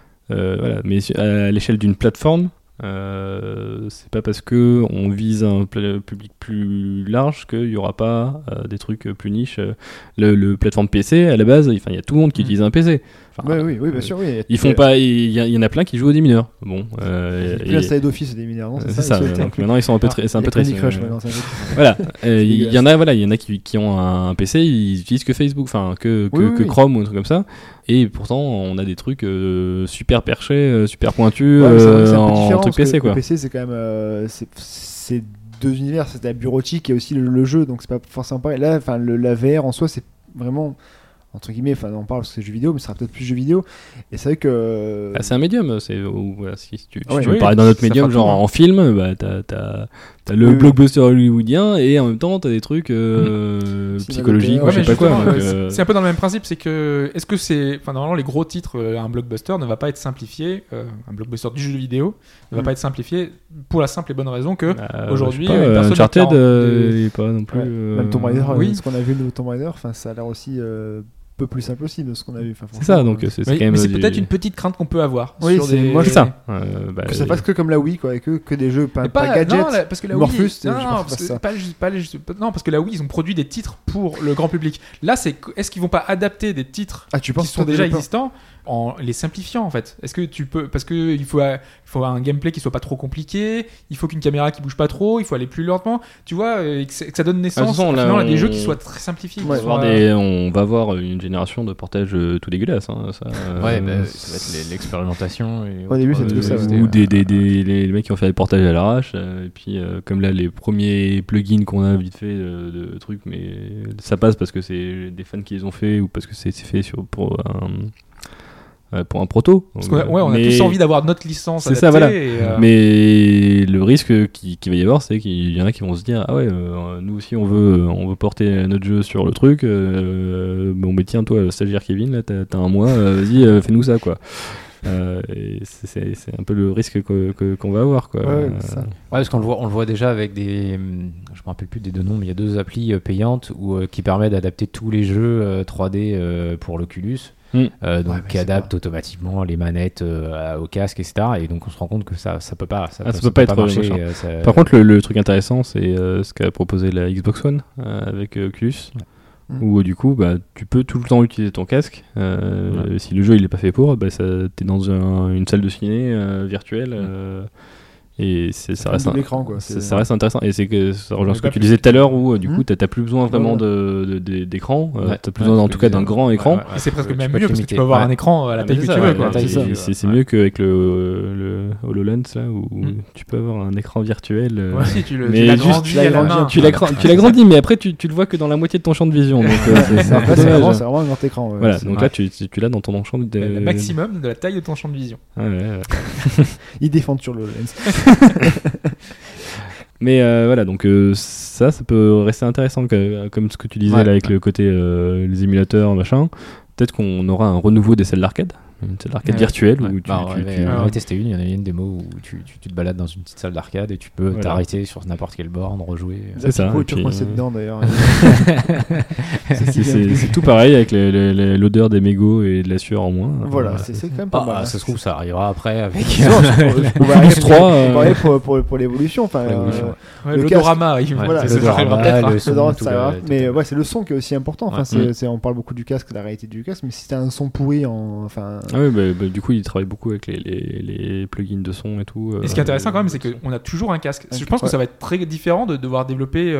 voilà, mais à l'échelle d'une plateforme. C'est pas parce que on vise un public plus large qu'il y aura pas des trucs plus niches. Le plateforme PC à la base, enfin il y a tout le monde qui utilise un PC. Enfin, Ouais, oui, bien sûr, oui. ils font pas, il y en a plein qui jouent aux démineurs. Bon, Plus installé d'office des mineurs, non, c'est ça. Donc maintenant ils sont un peu c'est un peu Candy triste. Crush maintenant, c'est un peu- Voilà, il y en a qui ont un PC, ils utilisent que Facebook, enfin que Oui. Chrome ou un truc comme ça. Et pourtant, on a des trucs super perchés, super pointus Ouais, mais c'est un peu en différent, truc parce que PC, quoi. Le PC, c'est quand même c'est deux univers, c'est la bureautique et aussi le jeu, donc c'est pas forcément pareil. Là, enfin la VR en soi, c'est vraiment entre guillemets, enfin on parle parce que c'est jeu vidéo, mais ce sera peut-être plus jeu vidéo. Et c'est vrai que Ah, c'est un médium, voilà, si tu Ouais, veux oui, parler d'un autre ça médium, fera genre tout, hein. en film, bah t'as le Oui. blockbuster hollywoodien et en même temps t'as des trucs psychologiques, Ouais, ou je sais pas quoi. justement, donc, c'est un peu dans le même principe, c'est que est-ce que c'est, enfin normalement les gros titres, un blockbuster ne va pas être simplifié, un blockbuster du jeu vidéo ne va pas être simplifié pour la simple et bonne raison que aujourd'hui, je sais pas, une personne de Uncharted, 40 il est pas non plus. ouais, même Tomb Raider, oui. ce qu'on a vu de Tomb Raider, enfin ça a l'air aussi peu plus simple aussi de ce qu'on a vu. Enfin, C'est ça, donc c'est Mais, quand même. mais c'est peut-être une petite crainte qu'on peut avoir. Oui, sur c'est- des... moi, C'est ça. que ça fasse que comme la Wii, quoi, et que des jeux, pas Mais gadgets. non, parce que la Morpheus, Wii, c'est- non, je non, pense parce que que ça. non, parce que la Wii, ils ont produit des titres pour le grand public. Là, est-ce qu'ils vont pas adapter des titres Ah, tu qui penses sont déjà existants en les simplifiant en fait? Est-ce que tu peux, parce que il faut un gameplay qui soit pas trop compliqué, il faut qu'une caméra qui bouge pas trop, il faut aller plus lentement, tu vois, et que ça donne naissance façon, là, finalement à des on- jeux qui soient très simplifiés. qui Ouais, soient- on va avoir une génération de portages tout dégueulasses. Hein, ça, Ouais, bah, ça va être l'expérimentation. et Au début, autres, c'était que ça, c'était, ou les mecs qui ont fait des portages à l'arrache, et puis comme là les premiers plugins qu'on a vite fait de trucs, mais ça passe parce que c'est des fans qui les ont fait ou parce que c'est fait pour un proto. Parce qu'on a, on a Mais- tous envie d'avoir notre licence C'est adaptée. ça, voilà. Et, Mais le risque qu'il va y avoir, c'est qu'il y en a qui vont se dire, ah ouais, nous aussi on veut porter notre jeu sur le truc. Bon, mais tiens, toi, stagiaire Kevin, là, t'as un mois, vas-y, fais-nous ça, quoi. Et c'est un peu le risque qu'on va avoir, quoi. Ouais, c'est ça. Ouais, parce qu'on le voit déjà avec des. Je me rappelle plus des deux noms, mais il y a deux applis payantes qui permettent d'adapter tous les jeux 3D pour l'Oculus. Donc Ouais, mais qui c'est adaptent automatiquement les manettes au casque, etc. Et donc on se rend compte que ça peut pas. Ça peut pas être marcher. machin. Ça- Par contre, le truc intéressant, c'est ce qu'a proposé la Xbox One avec Oculus, où du coup, bah, tu peux tout le temps utiliser ton casque. Si le jeu il est pas fait pour, bah, t'es dans une salle de ciné virtuelle. Et ça reste l'écran, quoi. Ça reste intéressant. Et c'est que ça rejoint ce que pas tu plus. disais tout à l'heure où du coup t'as plus besoin vraiment d'écran. T'as plus besoin en tout cas d'un grand écran. Et c'est presque tu même peux te mieux parce que limiter. tu peux avoir Ouais. un écran à la Ah, taille mais que c'est tu ça, veux. ouais, quoi. la taille, c'est mieux qu'avec le HoloLens là où tu peux avoir un écran virtuel. Ouais, si, tu mais l'agrandis juste, à la main. tu l'agrandis, mais après tu le vois que dans la moitié de ton champ de vision. Donc c'est un peu C'est dommage. vraiment un grand écran. ouais. Voilà, C'est- donc là tu l'as dans ton champ de. Le maximum de la taille de ton champ de vision. Ouais. Ils défendent sur le lens. Mais voilà, donc ça peut rester intéressant comme ce que tu disais Ouais. là avec le côté les émulateurs, machin. Peut-être qu'on aura un renouveau des salles d'arcade, une salle d'arcade virtuelle où tu on avait testé une, il y en avait une démo où tu te balades dans une petite salle d'arcade et tu peux Voilà. t'arrêter sur n'importe quelle borne, rejouer. C'est ça, Oui, et tu puis, recoinces dedans d'ailleurs. c'est tout pareil avec l'odeur des mégots et de la sueur en moins. Voilà, c'est quand même pas mal. Ça se trouve, ça arrivera après avec. On va arriver 3, pareil pour l'évolution. Enfin, Pour l'évolution. Ouais, Le l'odorama arrive. Voilà, Ça le arrivera drama, peut-être. le hein. son, dedans, tout ça le- va. tout Mais le- ouais, c'est le son qui est aussi important. Enfin, on parle beaucoup du casque, de la réalité du casque, mais si t'as un son pourri, enfin, Ah oui, du coup, il travaille beaucoup avec les plugins de son et tout. Et ce qui est intéressant quand même, c'est qu'on a toujours un casque. Je pense que ça va être très différent de devoir développer.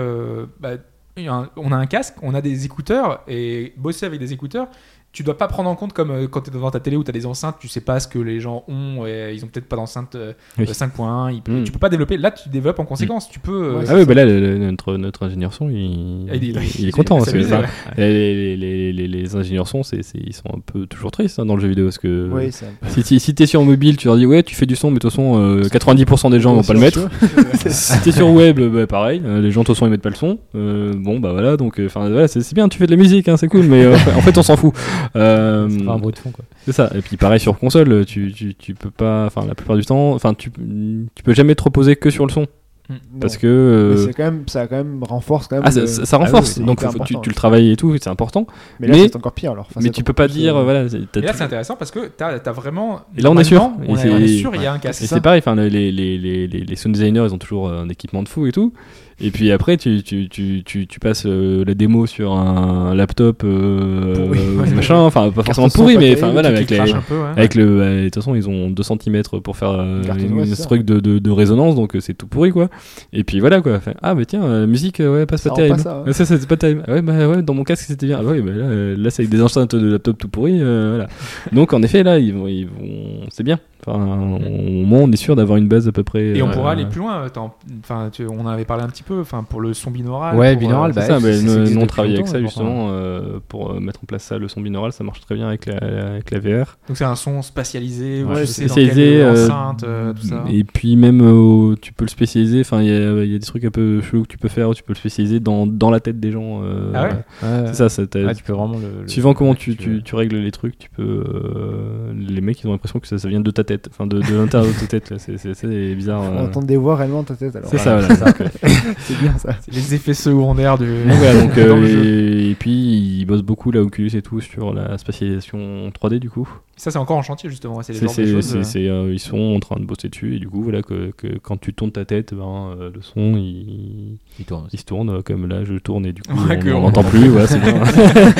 On a un casque, on a des écouteurs, et bosser avec des écouteurs, tu dois pas prendre en compte comme quand tu es devant ta télé où tu as des enceintes, tu sais pas ce que les gens ont, et ils ont peut-être pas d'enceinte Oui. 5.1, tu peux pas développer. Là, tu développes en conséquence. Tu peux. Ouais, Ah oui, bah là, notre ingénieur son, il est content. c'est amusé, Enfin, ouais. les ingénieurs son, ils sont un peu toujours tristes dans le jeu vidéo parce que oui, c'est un peu- si t'es sur mobile, tu leur dis ouais, tu fais du son, mais de toute façon, 90% des gens vont pas le mettre. Si t'es sur web, bah, pareil, les gens de toute façon ils mettent pas le son. Bon, bah voilà, donc voilà, c'est bien, tu fais de la musique, hein, c'est cool, mais en fait on s'en fout. C'est pas un bruit de fond, quoi. C'est ça. Et puis pareil sur console, tu peux pas, enfin la plupart du temps, enfin tu peux jamais te reposer que sur le son parce Non. que Mais c'est quand même, ça quand même renforce quand même. ça renforce. oui, c'est Donc hyper tu important. le travailles et tout, c'est important. Mais là, c'est encore pire alors. Enfin, Mais c'est tu peux encore pas plus, dire voilà. Et là, c'est intéressant parce que t'as vraiment. Et là, on est sûr. Normalement, on est sûr, il y a un casque. Et c'est pareil, enfin les sound designers, ils ont toujours un équipement de fou et tout. Et puis après, tu passes la démo sur un laptop, machin, enfin pas forcément son, pourri, pas mais terrible, enfin voilà, Qui crache un peu, ouais. avec de toute façon, ils ont 2 cm pour faire Carton, ouais, une c'est ça. truc de résonance, donc c'est tout pourri quoi. Et puis voilà quoi. Enfin, ah bah tiens, la musique, ouais, passe Ça pas rend terrible. pas ça, ouais. Ouais, ça, c'est pas terrible. Ah ouais, bah ouais, dans mon casque c'était bien. Ah bah oui, bah là c'est avec des enceintes de laptop tout pourri, voilà. Donc en effet là, ils vont, c'est bien. Enfin, au moins on est sûr d'avoir une base à peu près. Et on pourra aller plus loin. On en avait parlé un petit peu. Enfin, pour le son binaural. Ouais, pour, binaural, C'est ça, mais nous on depuis travaille avec longtemps, ça pourtant. justement pour mettre en place ça, le son binaural, ça marche très bien avec la VR. Donc c'est un son spatialisé. Ouais, Ouais, spécialisé, enceinte, tout ça. Et puis même tu peux le spécialiser, enfin il y a des trucs un peu chelous que tu peux faire, tu peux le spécialiser dans la tête des gens. Ah ouais. C'est ça, Tu peux vraiment suivant comment tu règles les trucs, tu peux les mecs ils ont l'impression que ça vient de ta tête, enfin de l'intérieur de ta tête là, c'est bizarre. On entend des voix réellement dans ta tête alors. C'est ça, voilà. C'est bien ça. C'est les effets secondaires du. Voilà, donc, dans le jeu. et puis ils bossent beaucoup là Oculus et tout sur la spatialisation 3D du coup. Ça, c'est encore en chantier justement. C'est les genres de choses. Ils sont en train de bosser dessus et du coup voilà que quand tu tournes ta tête, le son il se tourne comme là je tourne et du coup Ouais, on n'entend plus, voilà, c'est bien.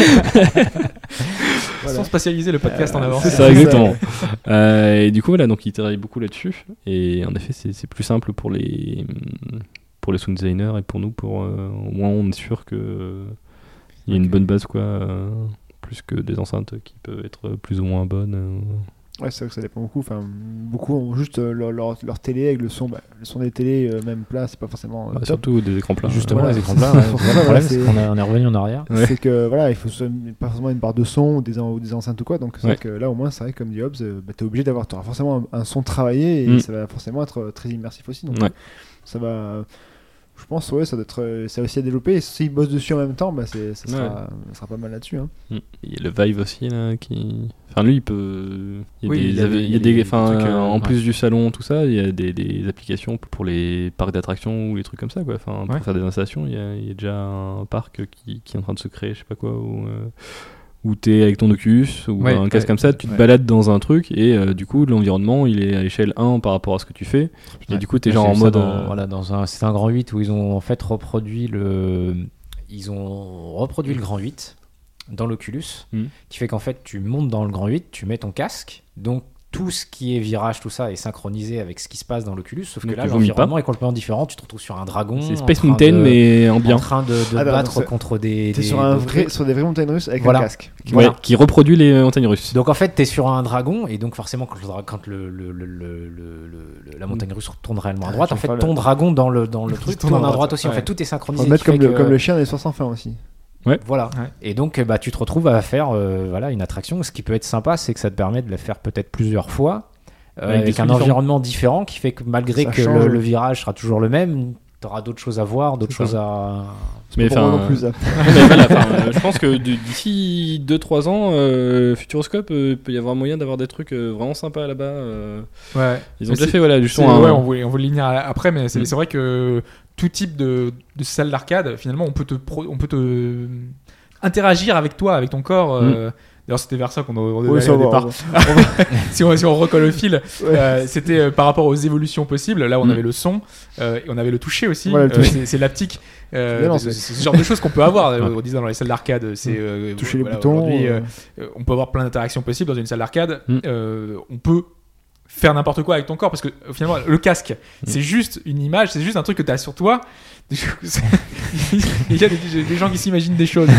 Sans spatialiser le podcast en avance. C'est ça, exactement. Et du coup, voilà, donc ils travaillent beaucoup là-dessus. Et en effet, c'est plus simple pour les sound designers et pour nous, au moins on est sûr qu'il y a une bonne base, quoi, plus que des enceintes qui peuvent être plus ou moins bonnes. Ouais, c'est vrai que ça dépend beaucoup. Enfin, beaucoup ont juste leur télé avec le son. Le son des télés, même plat, c'est pas forcément top. Surtout des écrans plats. Justement, Voilà. les écrans plats, ouais. Voilà, Le problème, c'est- c'est qu'on est revenu en arrière. Ouais. C'est que voilà, il faut pas forcément une barre de son ou des enceintes ou quoi. Donc c'est Ouais. vrai que là, au moins, c'est vrai que comme dit Hobbs, t'es obligé t'auras forcément un son travaillé et ça va forcément être très immersif aussi. Donc Ouais. ça va. Je pense, ouais, ça doit être, ça aussi à développer. Et s'ils bossent dessus en même temps, bah, ça sera pas mal là-dessus. Hein. Il y a le Vive aussi là qui. Enfin lui il peut. Il Oui, y a des des enfin trucs, en ouais. plus du salon tout ça, il y a des applications pour les parcs d'attractions ou les trucs comme ça quoi. Enfin pour Ouais. faire des installations, il y a déjà un parc qui est en train de se créer, je sais pas quoi où t'es avec ton Oculus ou Ouais, un casque ouais, comme ça, tu te ouais. balades dans un truc et du coup l'environnement il est à échelle 1 par rapport à ce que tu fais et du coup t'es Ouais, genre j'ai en vu ça mode voilà, c'est un grand 8 où ils ont en fait reproduit le grand 8 dans l'Oculus, Mm. qui fait qu'en fait tu montes dans le grand 8, tu mets ton casque, donc tout ce qui est virage, tout ça est synchronisé avec ce qui se passe dans l'Oculus, sauf que Donc là tu vomis l'environnement est complètement différent. Tu te retrouves sur un dragon, C'est en Space train Mountain, de- mais en bien. en train de Ah, bah, battre donc contre des. T'es des- sur des- sur des vraies montagnes russes avec Voilà. un casque. Voilà. Ouais, qui reproduit les montagnes russes. Donc en fait, t'es sur un dragon et donc forcément quand la montagne russe tourne réellement à droite, je en fait vois ton dragon dans le truc tourne tourne à à droite, droite aussi. En ouais. fait, tout est Faut synchronisé. le mettre qui fait que- comme le chien des soirs sans fin aussi. Voilà. Ouais. Et donc bah tu te retrouves à faire voilà une attraction. Ce qui peut être sympa, c'est que ça te permet de la faire peut-être plusieurs fois Avec des avec un trucs environnement différent qui fait que malgré Ça que change. le virage sera toujours le même, t'auras d'autres choses à voir, d'autres C'est ça. choses à. Mais Pas pour moi enfin, non plus, ça. mais voilà, je pense que d'ici 2-3 ans, Futuroscope, peut y avoir moyen d'avoir des trucs vraiment sympas là-bas. Ouais. Ils ont Mais déjà c'est- fait, voilà, C'est- justement. ouais, on voulait le ligne après, mais c'est Mm. c'est vrai que tout type de salle d'arcade, finalement, on peut te interagir avec toi, avec ton corps. D'ailleurs, c'était vers ça qu'on devait Oui, aller ça au va. départ. Si on recolle le fil, c'était par rapport aux évolutions possibles. Là, on avait le son et on avait le toucher aussi. Voilà, le toucher. C'est l'aptique. bien lancé. C'est ce genre de choses qu'on peut avoir. On disait dans les salles d'arcade. C'est Toucher les voilà, boutons. aujourd'hui, on peut avoir plein d'interactions possibles dans une salle d'arcade. Mm. On peut faire n'importe quoi avec ton corps parce que finalement le casque c'est juste une image, c'est juste un truc que tu as sur toi. Il y a des gens qui s'imaginent des choses.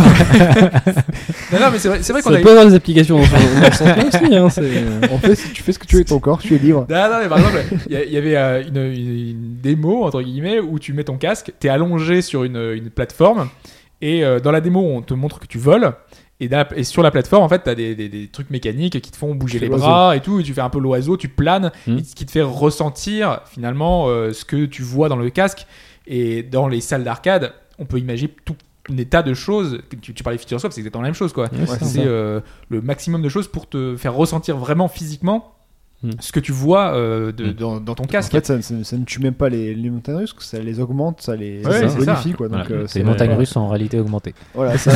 non mais c'est vrai qu'on Ça a eu... peut avoir des applications dans ce sens-là aussi. Hein, En fait, si tu fais ce que tu veux avec ton corps, tu es libre. Non, mais par exemple, il y avait une démo, entre guillemets, où tu mets ton casque, t'es allongé sur une plateforme, et dans la démo, on te montre que tu voles, et sur la plateforme, en fait, t'as des trucs mécaniques qui te font bouger Tu les fais bras et tout, et tu fais un peu l'oiseau, tu planes, Mm. et ce qui te fait ressentir, finalement, ce que tu vois dans le casque. Et dans les salles d'arcade, on peut imaginer tout des tas de choses. Tu parlais de Futuroscope, c'est exactement la même chose, quoi. Ouais, c'est C'est ça. le maximum de choses pour te faire ressentir vraiment physiquement Mm. ce que tu vois Mm. dans ton En casque. fait, ça ne tue même pas les montagnes russes, ça les augmente, ça les Ouais, c'est bonifie, ça. quoi. Donc, Voilà. C'est les montagnes russes en réalité augmentée. Voilà, ça.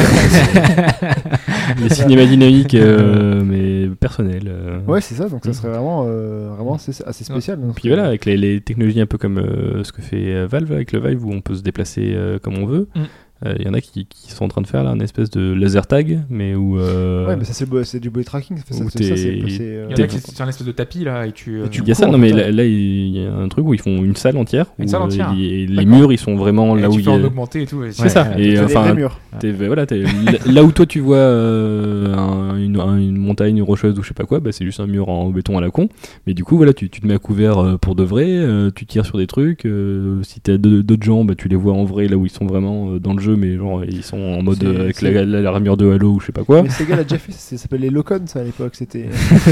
Les cinémas dynamiques, mais personnels. Ouais, c'est ça. Donc, ça serait vraiment assez spécial. Donc, Puis voilà, avec les technologies un peu comme ce que fait Valve avec le Vive, où on peut se déplacer comme on veut. Mm. Il y en a qui sont en train de faire là, une espèce de laser tag, mais où. Ouais, mais ça, c'est du body tracking. Ça, Où c'est t'es- Il y en T'es- a qui c'est un espèce de tapis là et tu Et tu il y a ça, cours, non mais en fait. là, il y a un truc où ils font une salle entière. Une où, salle entière. les D'accord. murs ils sont vraiment et là où tu il peux y en a. augmenter et tout. Ouais, C'est ça. Ouais, Et T'as des vrais enfin, murs. voilà, là où toi tu vois une montagne rocheuse ou je sais pas quoi, bah, c'est juste un mur en béton à la con. Mais du coup, voilà, tu te mets à couvert pour de vrai, tu tires sur des trucs. Si t'as d'autres gens, bah, tu les vois en vrai là où ils sont vraiment dans le jeu, mais genre ils sont en mode C'est- avec c'est- l'armure de Halo ou je sais pas quoi. Mais Sega l'a déjà fait, ça s'appelle les Locon, ça à l'époque. C'était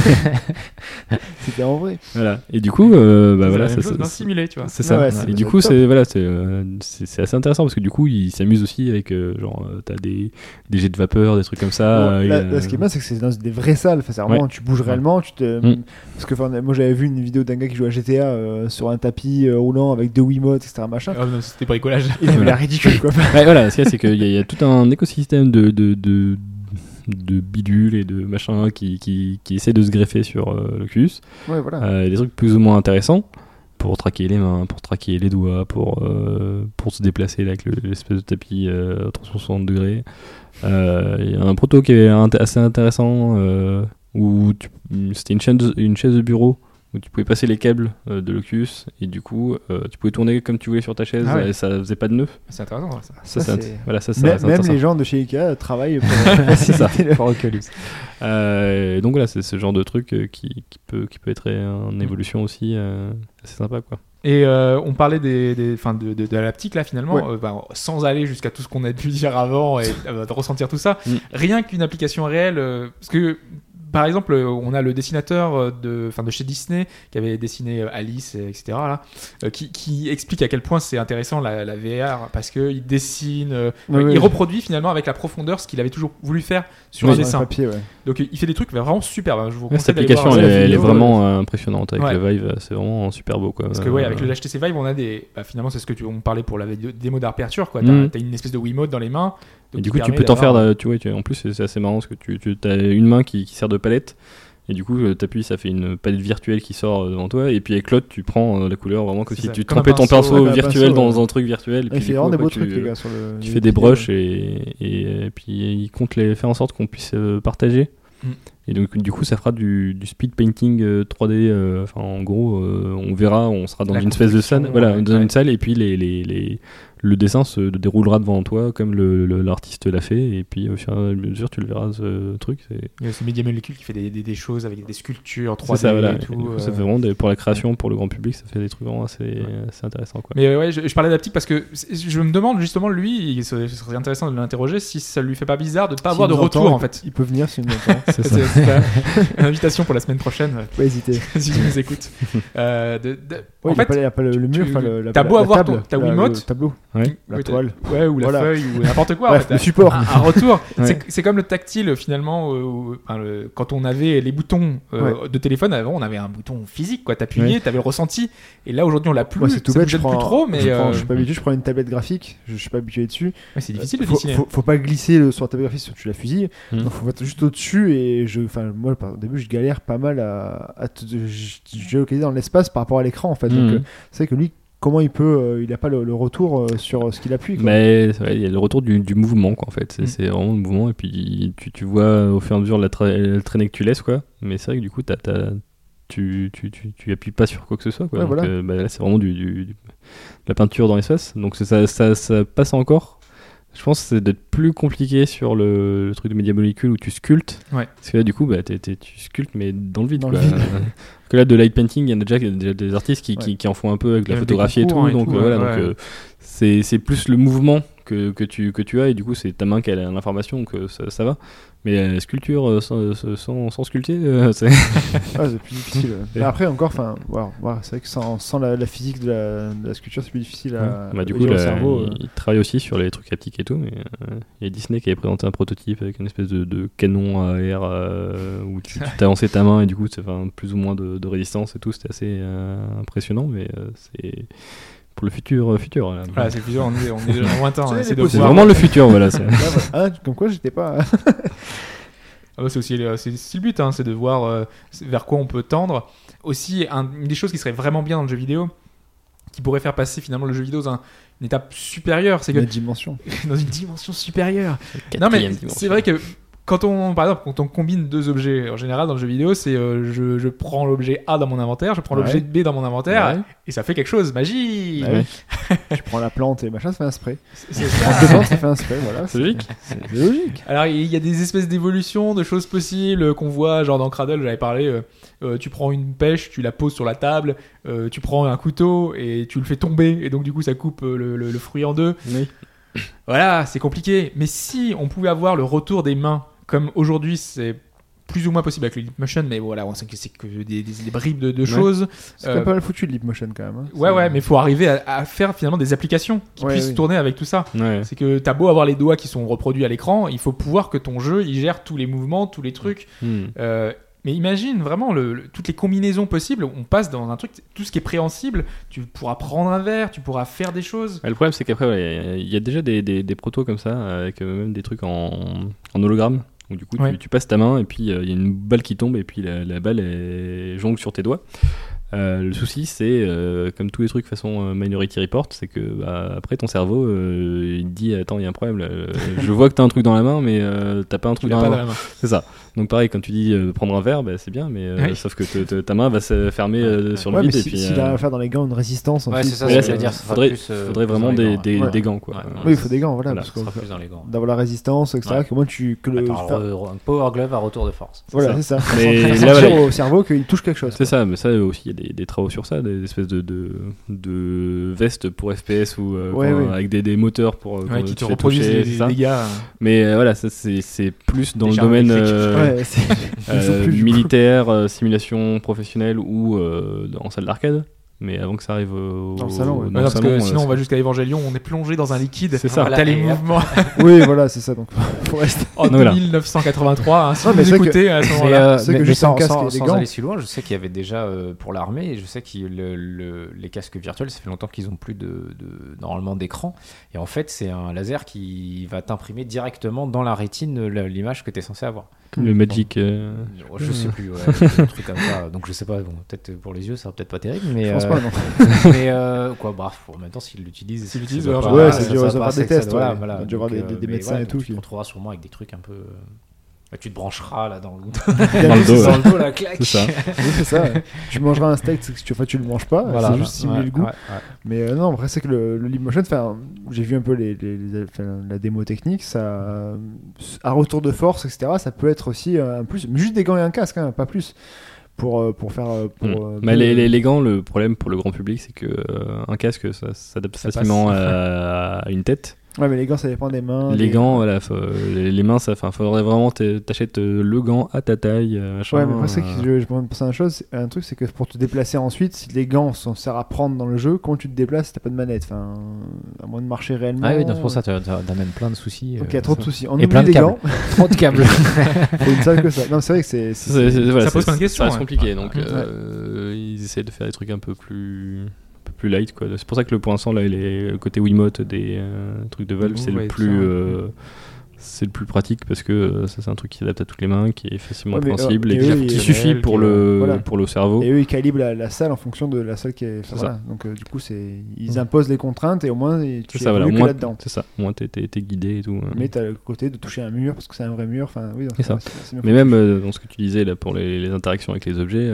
en vrai. Voilà. Et du coup, bah voilà, c'est ça, bien simulé, tu vois. c'est ça. Ouais, Et c'est du top. coup, c'est assez intéressant parce que du coup, ils s'amusent aussi avec t'as des jets de vapeur, des trucs comme ça. Bon, là, ce qui est bien, c'est que c'est dans des vraies salles. Enfin, c'est vraiment, tu bouges réellement. Parce que enfin, moi, j'avais vu une vidéo d'un gars qui jouait à GTA sur un tapis roulant avec 2 Wiimotes, etc. Machin. Ah, non, c'était bricolage. Il avait l'air ridicule, quoi. Ouais, voilà, ce qu'il y a, c'est qu'il y a tout un écosystème de bidules et de machins qui essaient de se greffer sur l'Oculus. Ouais, voilà. Des trucs plus ou moins intéressants pour traquer les mains, pour traquer les doigts, pour se déplacer là, avec l'espèce de tapis 360 degrés. Il y a un proto qui est assez intéressant où c'était une chaise de bureau où tu pouvais passer les câbles de l'Oculus et du coup tu pouvais tourner comme tu voulais sur ta chaise Ah ouais. et ça faisait pas de nœud. C'est intéressant ça. Ça, c'est- voilà, ça, Même c'est intéressant. les gens de chez Ikea travaillent pour C'est ça. faciliter le Oculus. Donc voilà, c'est ce genre de truc qui peut être en évolution aussi assez sympa quoi. Et on parlait de la l'aptique là finalement, Ouais. sans aller jusqu'à tout ce qu'on a pu dire avant et de ressentir tout ça. Mm. Rien qu'une application réelle, parce que par exemple, on a le dessinateur de chez Disney qui avait dessiné Alice, etc. Là, qui explique à quel point c'est intéressant la VR parce qu'il dessine, il reproduit finalement avec la profondeur ce qu'il avait toujours voulu faire sur un Sur dessin. papier, ouais. Donc il fait des trucs vraiment super. Je vous Ouais, cette conseille d'aller application voir elle, la est vidéo. vraiment impressionnante avec Ouais. le Vive, c'est vraiment super beau quoi. Parce que avec le HTC Vive, on a finalement c'est ce que on parlait pour la démo d'Aperture quoi. Mm. T'as une espèce de Wiimote dans les mains. Et du coup, tu peux t'en faire, en plus, c'est assez marrant parce que tu as une main qui sert de palette. Et du coup, t'appuies, ça fait une palette virtuelle qui sort devant toi. Et puis avec l'autre, tu prends la couleur vraiment comme C'est si ça, tu comme un trempais ton pinceau, pinceau ouais, un virtuel pinceau, dans un truc virtuel. Et Il puis, fait du coup, vraiment des beaux après, trucs, les gars. Sur le... tu fais des brushes et puis il compte les faire en sorte qu'on puisse partager. Mm. Et donc du coup ça fera du speed painting 3D. Enfin en gros on verra, on sera dans La une espèce de salle, construction, voilà, ouais, dans ouais. une salle et puis le dessin se déroulera devant toi comme l'artiste l'a fait et puis au fur et à mesure tu le verras ce truc. Il y a aussi Media Molecule qui fait des choses avec des sculptures 3D C'est ça, voilà. et Et du tout. coup, ça fait vraiment pour la création, pour le grand public, ça fait des trucs vraiment assez intéressants quoi. Mais ouais, je parlais d'Aptic parce que je me demande justement, lui, ce serait intéressant de l'interroger si ça lui fait pas bizarre de ne pas avoir de retour en fait. Il peut venir si nous entend. C'est ça. C'est une invitation pour la semaine prochaine, Pas hésiter. si tu nous écoutes. Ouais, en fait, il n'y a pas le mur, enfin la t'as beau la avoir table, ta la- Wiimote, le tableau, Ouais. la oui, toile. Ouais, ou la Voilà. feuille, ou n'importe quoi. Bref, en fait. le support. Un retour. Ouais. C'est comme le tactile finalement. Quand on avait les boutons de téléphone, avant on avait un bouton physique, quoi. T'appuyais, t'avais le ressenti. Et là aujourd'hui on l'a plus. Moi, c'est tout ça bête, nous je aide prends, plus trop, mais je suis pas habitué, je prends une tablette graphique, je suis pas habitué dessus. ouais, c'est difficile de Faut- dessiner. faut pas glisser sur la tablette graphique si tu la fusilles. Donc, faut mettre juste au-dessus et moi au début je galère pas mal à géolocaliser dans l'espace par rapport à l'écran en fait. Donc c'est vrai que lui, comment il a pas le retour sur ce qu'il appuie quoi. Mais ouais, il y a le retour du mouvement quoi en fait. Mm. C'est vraiment le mouvement et puis tu vois au fur et à mesure la traînée que tu laisses quoi. Mais c'est vrai que du coup tu appuies pas sur quoi que ce soit quoi. Ouais, Donc, voilà. là c'est vraiment de la peinture dans l'espace. Donc ça passe encore. Je pense que c'est d'être plus compliqué sur le truc de Media Molecule où tu sculptes. Ouais. Parce que là, du coup, tu sculptes, mais dans le vide. Dans quoi. le vide. Parce que là, de light painting, il y en a déjà des artistes qui en font un peu avec Il y a la des photographie et tout. concours, hein, et Donc tout, voilà, ouais. donc c'est plus le mouvement que tu as, et du coup, c'est ta main qui a l'information, donc ça va. Mais sculpture sans sculpter, c'est. C'est plus difficile. Mais après encore, enfin, voilà, c'est vrai que sans la physique de la sculpture, c'est plus difficile à Bah, du lier coup, au là, cerveau. il travaille aussi sur les trucs haptiques et tout. Mais il y a Disney qui avait présenté un prototype avec une espèce de canon à air où tu t'avançais ta main et du coup, c'est plus ou moins de résistance et tout. C'était assez impressionnant, mais c'est pour le futur. Là. Voilà, c'est plusieurs, on est déjà lointain. C'est hein, les essayer de possibles. C'est voir. vraiment le futur, voilà. Là, voilà. Comme quoi, j'étais pas. Ah bah, c'est aussi c'est le but, hein, c'est de voir vers quoi on peut tendre. Aussi, une des choses qui serait vraiment bien dans le jeu vidéo, qui pourrait faire passer finalement le jeu vidéo dans une étape supérieure, c'est que Une dimension. dans une dimension supérieure. Non mais c'est vrai que par exemple, quand on combine deux objets, en général dans le jeu vidéo, c'est je prends l'objet A dans mon inventaire, je prends l'objet B dans mon inventaire, Ouais. et ça fait quelque chose, magie. Ouais. Tu prends la plante et machin, ça fait un spray. C'est En deux plantes, ça fait un spray, voilà. C'est logique. C'est logique. Alors il y a des espèces d'évolutions, de choses possibles qu'on voit, genre dans Cradle, j'avais parlé, tu prends une pêche, tu la poses sur la table, tu prends un couteau et tu le fais tomber, et donc du coup ça coupe le fruit en deux. Oui. Voilà, c'est compliqué. Mais si on pouvait avoir le retour des mains, comme aujourd'hui c'est plus ou moins possible avec le Leapmotion, mais voilà, on sait que c'est que des bribes de choses. C'est quand même pas mal foutu le Leapmotion quand même. Hein. Ouais, mais il faut arriver à faire finalement des applications qui puissent tourner avec tout ça. Ouais. C'est que t'as beau avoir les doigts qui sont reproduits à l'écran, il faut pouvoir que ton jeu il gère tous les mouvements, tous les trucs. Mais imagine vraiment toutes les combinaisons possibles. On passe dans un truc, tout ce qui est préhensible, tu pourras prendre un verre, tu pourras faire des choses. Le problème, c'est qu'après, il y a déjà des protos comme ça, avec même des trucs en hologramme. Donc, du coup, tu passes ta main et puis il y a une balle qui tombe et puis la balle jongle sur tes doigts. Le souci, c'est comme tous les trucs façon Minority Report, c'est que après ton cerveau il te dit attends, il y a un problème là, je vois que t'as un truc dans la main mais t'as pas un truc dans la main. C'est ça. Donc pareil, quand tu dis prendre un verre, c'est bien, mais sauf que ta main va se fermer sur le Ouais, vide. mais Et puis s'il a à faire dans les gants une résistance, Ouais, ensuite, c'est ça, là, ça veut dire. faudrait vraiment des gants quoi. Oui, il faut des gants, voilà. Voilà, Parce Ça sera que plus dans les gants. d'avoir la résistance, etc. Ouais. Que moi, Un power glove à retour de force. Voilà, c'est ça. Mais Faire là, sentir voilà. au cerveau qu'il touche quelque chose. C'est ça, mais ça aussi, il y a des travaux sur ça, des espèces de vestes pour FPS ou avec des moteurs pour Ouais, qui tu te fais reproduisent toucher, les ça. dégâts. Mais voilà, ça c'est plus dans Des le charmes domaine Ouais, ils sont plus, du coup. militaire, simulation professionnelle ou en salle d'arcade. Mais avant que ça arrive Dans le salon, ouais. dans Ouais, le parce salon, que sinon on c'est- va jusqu'à Evangelion, on est plongé dans un liquide. C'est ça. T'as les mouvements. Oui, voilà, c'est ça. Donc, faut rester. En Voilà. 2983, hein, si Ouais, mais vous c'est écoutez à ce moment-là. c'est que mais juste un sans, casque sans- et des sans gants. aller si loin, je sais qu'il y avait déjà pour l'armée, et je sais que les casques virtuels, ça fait longtemps qu'ils n'ont plus normalement d'écran. Et en fait, c'est un laser qui va t'imprimer directement dans la rétine l'image que tu es censé avoir. le Magic. Je sais plus, ouais, des trucs comme ça. Donc je sais pas, bon, peut-être pour les yeux, ça sera peut-être pas terrible, mais Je pense pas, non. mais quoi, bref, en même temps, s'ils l'utilisent, S'ils l'utilisent, ça doit ouais, pas- ouais, ça c'est doit dur, pas ça va passer, des tests, voilà, ouais. voilà. Il doit y avoir Donc, des mais médecins et tout donc qui- on trouvera sûrement avec des trucs un peu Tu te brancheras là dans le Dans le dos, dans le dos, la claque. C'est ça. Oui, c'est ça. Tu mangeras un steak, c'est que tu le manges pas. Voilà, c'est juste simuler le goût. ouais. Mais non, après, c'est que le Leap Motion, j'ai vu un peu la démo technique, ça, à retour de force, etc., ça peut être aussi un plus, mais juste des gants et un casque, hein, pas plus, pour faire. Mais les gants, le problème pour le grand public, c'est que un casque, ça s'adapte facilement à une tête. Ouais, mais les gants, ça dépend des mains. Les gants, voilà, les mains, faudrait vraiment t'achètes le gant à ta taille. Machin, Ouais, mais après, c'est que je pense à un truc, c'est que pour te déplacer ensuite, si les gants servent à prendre dans le jeu, quand tu te déplaces, t'as pas de manette. Enfin, à moins de marcher réellement. Ah oui, c'est pour ça, t'amènes plein de soucis. Donc il y a trop de soucis. On Et oublie plein de les câbles. gants. Trop de câbles. Faut une salle que ça. Non, c'est vrai que voilà, ça pose plein de questions. Ça reste Ouais. compliqué, donc ils essaient de faire des trucs un peu plus light, quoi. C'est pour ça que pour l'instant là, le côté Wiimote des trucs de Valve, c'est le plus pratique, parce que ça, c'est un truc qui s'adapte à toutes les mains, qui est facilement compréhensible et qui suffit pour le cerveau. Et eux, ils calibrent la salle en fonction de la salle qui est. Enfin, voilà. Donc du coup, ils imposent les contraintes et au moins tu ça, es voilà, que là-dedans. C'est ça. Au moins t'es guidé et tout. Mais t'as le côté de toucher un mur parce que c'est un vrai mur. Enfin, oui. C'est ça. C'est bien Mais foutu. même dans ce que tu disais là pour les interactions avec les objets,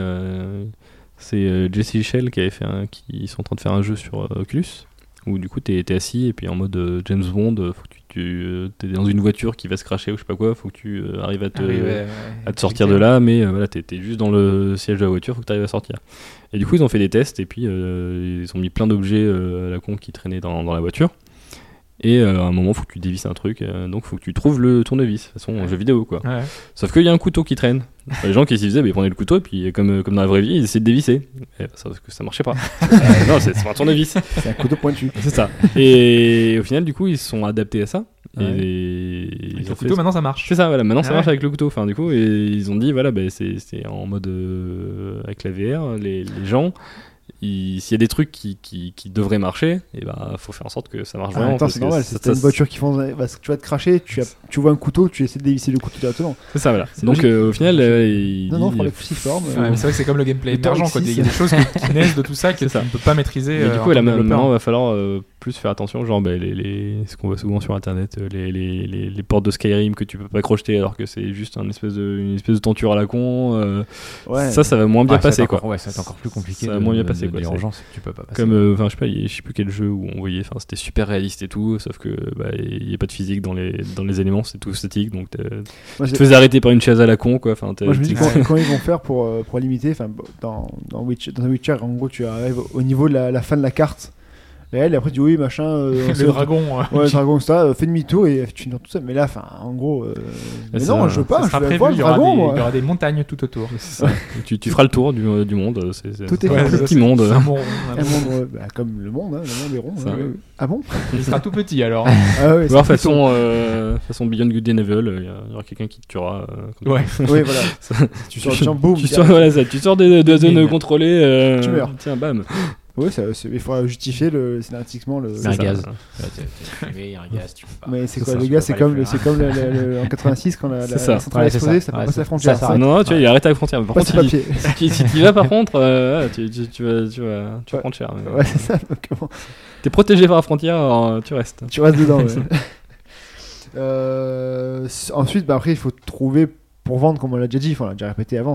c'est Jesse Shell qui qui sont en train de faire un jeu sur Oculus, où du coup t'es assis et puis en mode James Bond, faut que t'es dans une voiture qui va se crasher ou je sais pas quoi, faut que tu arrives à te sortir de là, mais voilà, t'es juste dans le siège de la voiture, faut que t'arrives à sortir. Et du coup ils ont fait des tests et puis ils ont mis plein d'objets à la con qui traînaient dans la voiture. Et à un moment, faut que tu dévisses un truc, donc faut que tu trouves le tournevis, de toute façon, jeu vidéo, quoi. Ouais. Sauf qu'il y a un couteau qui traîne. Les gens qui s'y faisaient, ils prenaient le couteau, et puis comme dans la vraie vie, ils essayaient de dévisser. Sauf que ça marchait pas. Non, c'est un tournevis. C'est un couteau pointu. C'est ça. Et au final, du coup, ils se sont adaptés à ça. Ouais. Et Avec ils le ont couteau, maintenant ça marche. C'est ça, voilà. Maintenant, ça Ah marche ouais. avec le couteau. Enfin, du coup, et ils ont dit, voilà, c'est en mode avec la VR, les gens. S'il y a des trucs qui devraient marcher, et faut faire en sorte que ça marche En vraiment. même temps, parce c'est que normal. C'est une voiture qui fonce. Parce que tu vas te cracher, tu vois un couteau, tu essaies de dévisser le couteau directement. C'est ça, voilà. C'est Donc logique. au final, il Non, dit, pour les cruciformes. Ouais, mais c'est vrai que c'est comme le gameplay Le émergent, Torx quoi. Il y 6. a des choses qui naissent de tout ça que C'est tu ça. ne peux pas maîtriser. Mais du en coup, là, tant que développeur. maintenant, il va falloir plus faire attention, genre ce qu'on voit souvent sur internet, les portes de Skyrim que tu peux pas crocheter alors que c'est juste une espèce de tenture à la con. Ouais. Ça va moins bien passer, quoi. Ouais, ça va être encore plus compliqué. Ça va moins bien passer, quoi. L'urgence, c'est que tu peux pas passer. Comme, enfin, je sais pas, je sais plus quel jeu où on voyait, enfin, c'était super réaliste et tout, sauf que il y a pas de physique dans les éléments, c'est tout statique, donc Moi, tu te faisais arrêter par une chaise à la con, quoi. Enfin, Moi je me dis comment ils vont faire pour limiter. Enfin, dans The Witcher, en gros, tu arrives au niveau de la fin de la carte réelle et après tu dis oui, machin. Le dragon. Ouais, le dragon, ça, fais demi-tour et tu tournes tout ça. Mais là, enfin, en gros. Mais ça- non, je veux pas, Ça je sera veux prévu, voir il le y aura dragon, des- moi. il y aura des montagnes tout autour. tu feras le tour du monde, c'est Tout est un fait. petit monde. C'est un monde, Un monde, comme le monde, hein, le monde est rond. Ça, hein. oui. Ah bon Il sera tout petit alors. Ah ouais, Voir c'est façon Beyond Good and Evil, il y aura quelqu'un qui te tuera. Ouais. Oui, voilà. Tu sors du champ, boum. Tu sors, voilà, ça, tu sors de la zone Mine. contrôlée, Tu meurs. Tiens, bam. Oui, il faudra justifier scénaristiquement le. Mais un ça. gaz. Mais un gaz, tu peux pas. Mais c'est C'est quoi ça, le tu gars peux c'est pas comme le c'est faire. comme en 86 quand la C'est ça. centrale a Ouais, c'est explosé, ça. ça Ouais, passe la c'est- frontière. ça Ça, Non, tu vois, il arrête à la frontière. Par passe contre, le papier. si tu y vas, par contre, tu vas prendre cher. Mais Ouais, c'est ça. Donc, bon, t'es protégé par la frontière, alors tu restes. tu restes dedans. Ouais. Ensuite, après, il faut trouver pour vendre, comme on l'a déjà dit, on l'a déjà répété avant,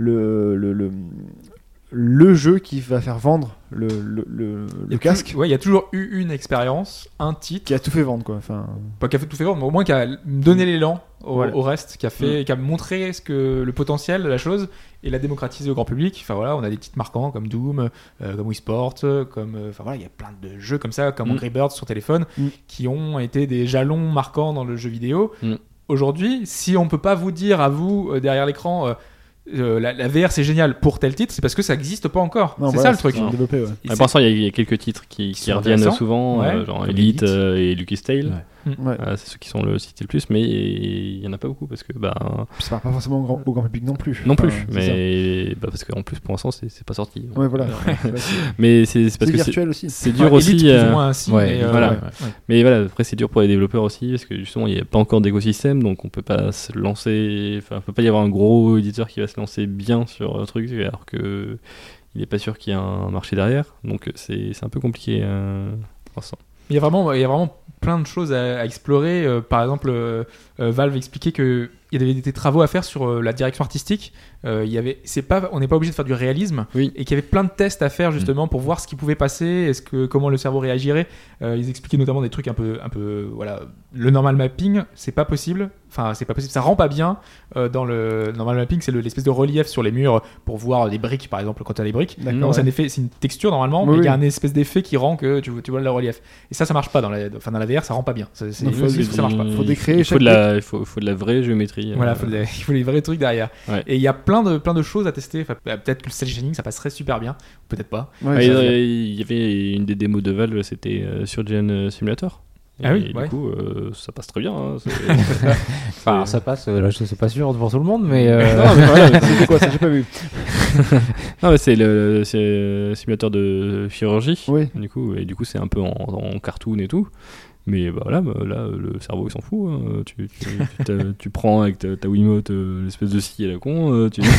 le jeu qui va faire vendre le casque, Ouais, il y a toujours eu une expérience, un titre, qui a tout fait vendre, quoi. Enfin, pas qui a fait tout fait vendre, mais au moins qui a donné l'élan Voilà. au reste, qui a montré le potentiel de la chose et l'a démocratisé au grand public. Enfin voilà, on a des titres marquants comme Doom, comme Wii Sports, enfin voilà, il y a plein de jeux comme ça, comme Angry Birds sur téléphone, qui ont été des jalons marquants dans le jeu vidéo. Aujourd'hui, si on peut pas vous dire à vous derrière l'écran. La VR c'est génial pour tel titre, c'est parce que ça n'existe pas encore. non, C'est voilà, ça le truc. c'est développé, ouais. Et Pour c'est- l'instant, il y a quelques titres qui sont reviennent intéressants. souvent, Ouais, genre comme Elite Elite. et Lucas Tale. Ouais. Ouais. C'est ceux qui sont cités le plus, mais il y en a pas beaucoup parce que Puis ça parle pas forcément au grand public non plus. non plus. Enfin, c'est ça. Mais parce qu'en plus pour l'instant c'est pas sorti. Ouais, voilà. Mais c'est parce C'est que virtuel aussi. c'est dur Ouais, aussi. Elite, plus ou moins ainsi, ouais, mais, voilà. ouais. Mais voilà, après c'est dur pour les développeurs aussi parce que justement il n'y a pas encore d'écosystème, donc on peut pas se lancer. Enfin, peut pas y avoir un gros éditeur qui va se lancer bien sur un truc alors que il est pas sûr qu'il y ait un marché derrière. Donc c'est un peu compliqué pour l'instant. Il y a vraiment plein de choses à explorer. Par exemple, Valve expliquait que il y avait des travaux à faire sur la direction artistique. On n'est pas obligé de faire du réalisme, Oui. et qu'il y avait plein de tests à faire justement pour voir ce qui pouvait passer, comment le cerveau réagirait. Ils expliquaient notamment des trucs un peu voilà, le normal mapping, c'est pas possible. Enfin, c'est pas possible, ça rend pas bien. Dans le normal mapping, c'est l'espèce de relief sur les murs pour voir les briques, par exemple, quand tu as les briques. D'accord, Non, ouais. c'est un effet, c'est une texture normalement, Oui, mais il y a oui. un espèce d'effet qui rend que tu vois le relief. Et ça marche pas dans la VR, ça rend pas bien. Ça marche pas. Faut décréer il faut chaque de la vraie géométrie. Voilà, il faut les vrais trucs derrière. Ouais. Et il y a plein de choses à tester. Enfin, peut-être que le cel shading ça passerait super bien, peut-être pas. Ouais, Ah, ça- il y avait une des démos de Valve, c'était sur Gen Simulator. Ah oui, Et ouais. du coup, ça passe très bien. Hein, Enfin, ça passe, là, je sais pas sûr pour tout le monde, mais. Non, mais voilà, C'était quoi ça? J'ai pas vu. non, mais c'est le simulateur de chirurgie. Oui. Du coup, c'est un peu en cartoon et tout. Mais bah, là, le cerveau, il s'en fout. Hein. Tu prends avec ta Wiimote l'espèce de scie à la con. Tu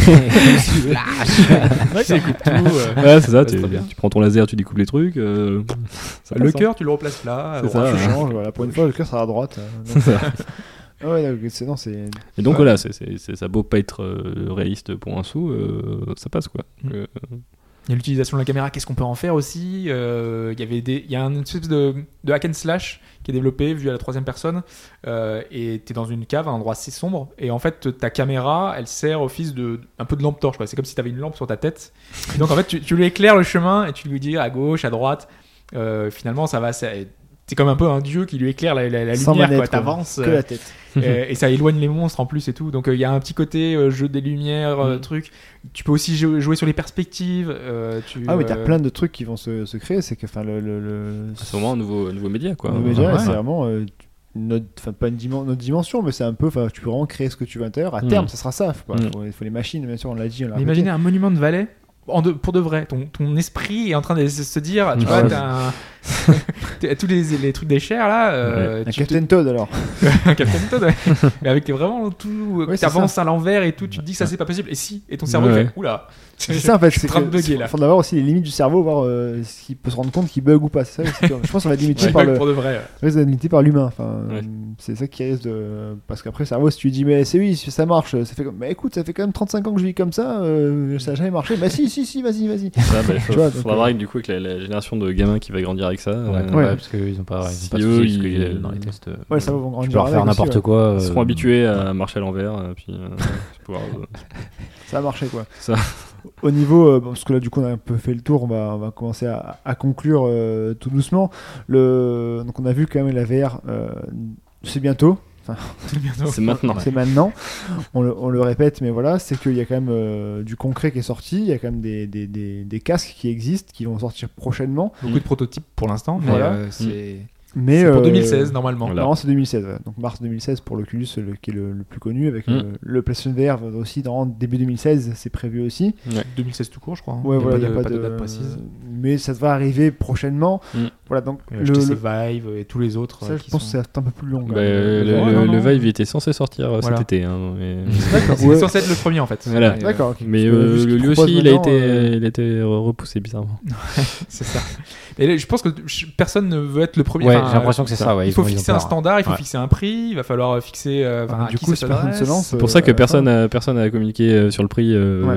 découpes tout. ouais, c'est ça. c'est très bien. Tu prends ton laser, tu découpes les trucs. Ça Le passe, hein. cœur, tu le replaces là. C'est ça. Tu changes, voilà. Pour une fois, le cœur sera à droite. Donc, ah ouais, donc, c'est. Et donc Ouais. voilà, ça a beau pas être réaliste pour un sou, ça passe quoi. Mm. Donc, Il y a l'utilisation de la caméra, qu'est-ce qu'on peut en faire aussi. Il y a une espèce de hack and slash qui est développé, vu à la troisième personne, et t'es dans une cave, un endroit assez sombre, et en fait ta caméra, elle sert office de un peu de lampe torche, quoi. C'est comme si t'avais une lampe sur ta tête. Et donc en fait tu lui éclaires le chemin et tu lui dis à gauche, à droite. Finalement ça va, t'es comme un peu un dieu qui lui éclaire la Sans lumière, manette, quoi. quoi. T'avances. Que la tête. Et ça éloigne les monstres en plus et tout. Donc il y a un petit côté jeu des lumières, truc. Tu peux aussi jouer sur les perspectives. Ah oui, t'as plein de trucs qui vont se créer. C'est que, enfin, c'est vraiment un nouveau média quoi. le média, Ouais. c'est vraiment pas notre dimension, mais c'est un peu. Enfin, tu peux vraiment créer ce que tu veux à l'intérieur. À terme, ça sera ça. Il faut les machines, bien sûr, on l'a dit. On l'a Mais imaginez un monument de Valais. Pour de vrai, ton esprit est en train de se dire, tu vois, t'as tous les trucs des chairs là. un Captain Toad alors. Un Captain Toad, ouais. Mais avec vraiment tout, Ouais, c'est t'avances à l'envers et tout, tu te dis que ça c'est pas possible. Et ton cerveau Ouais. il fait, oula. C'est ça en fait. Je suis en train de bugger là. Il faut avoir aussi les limites du cerveau, voir s'il peut se rendre compte qu'il bug ou pas. C'est ça. Je pense qu'on va être limité Tu par bugs le. pour de vrai. Ouais, c'est limité par l'humain. Enfin, Ouais. c'est ça qui risque de. Parce qu'après, le cerveau, si tu lui dis, mais c'est oui, si ça marche, ça fait comme. Mais écoute, ça fait quand même 35 ans que je vis comme ça, ça a jamais marché. Bah si, vas-y. Ça, bah, Tu vois, donc, faudra voir du coup avec la génération de gamins qui va grandir avec ça. Ouais, parce qu'ils ont pas, Si de eux, soucis, parce que ils- dans les tests. Ouais, ça va vont Tu grandir. peux leur faire avec aussi, n'importe ouais. quoi. Ils seront habitués à marcher à l'envers, puis pouvoir, Ça a marché quoi. Ça. Au niveau, parce que là du coup on a un peu fait le tour, on va commencer à conclure tout doucement. Donc on a vu quand même la VR, c'est bientôt. c'est maintenant. C'est maintenant, on le répète, mais voilà, c'est qu'il y a quand même du concret qui est sorti, il y a quand même des casques qui existent, qui vont sortir prochainement. Beaucoup de prototypes pour l'instant, mais Voilà. c'est Mais pour 2016 normalement. Voilà. Non, c'est 2016, ouais. Donc mars 2016 pour l'Oculus, qui est le plus connu, avec le PlayStation VR aussi dans début 2016, c'est prévu aussi. 2016 tout court, je crois. hein. Ouais, Il y a voilà, il n'y a pas de date précise. Mais ça va arriver prochainement. Voilà, donc HTC Vive et tous les autres. ça, je pense que c'est un peu plus long. Bah, quand même. non, le non. Vive il était censé sortir Voilà. cet été. Hein, mais... D'accord. C'est Ouais. censé être le premier en fait. Voilà. Ouais, D'accord. ok. Mais Parce que vu ce qu'ils lui proposent aussi, il a maintenant, été repoussé bizarrement. c'est ça. Et je pense que personne ne veut être le premier. Ouais, Enfin, j'ai l'impression que c'est ça. Ouais, il faut ils ont fixer un peur. standard, il faut Ouais. fixer un prix, il va falloir fixer du à qui coup, ça si personne s'adresse. se lance, C'est pour ça que à la personne n'a communiqué sur le prix,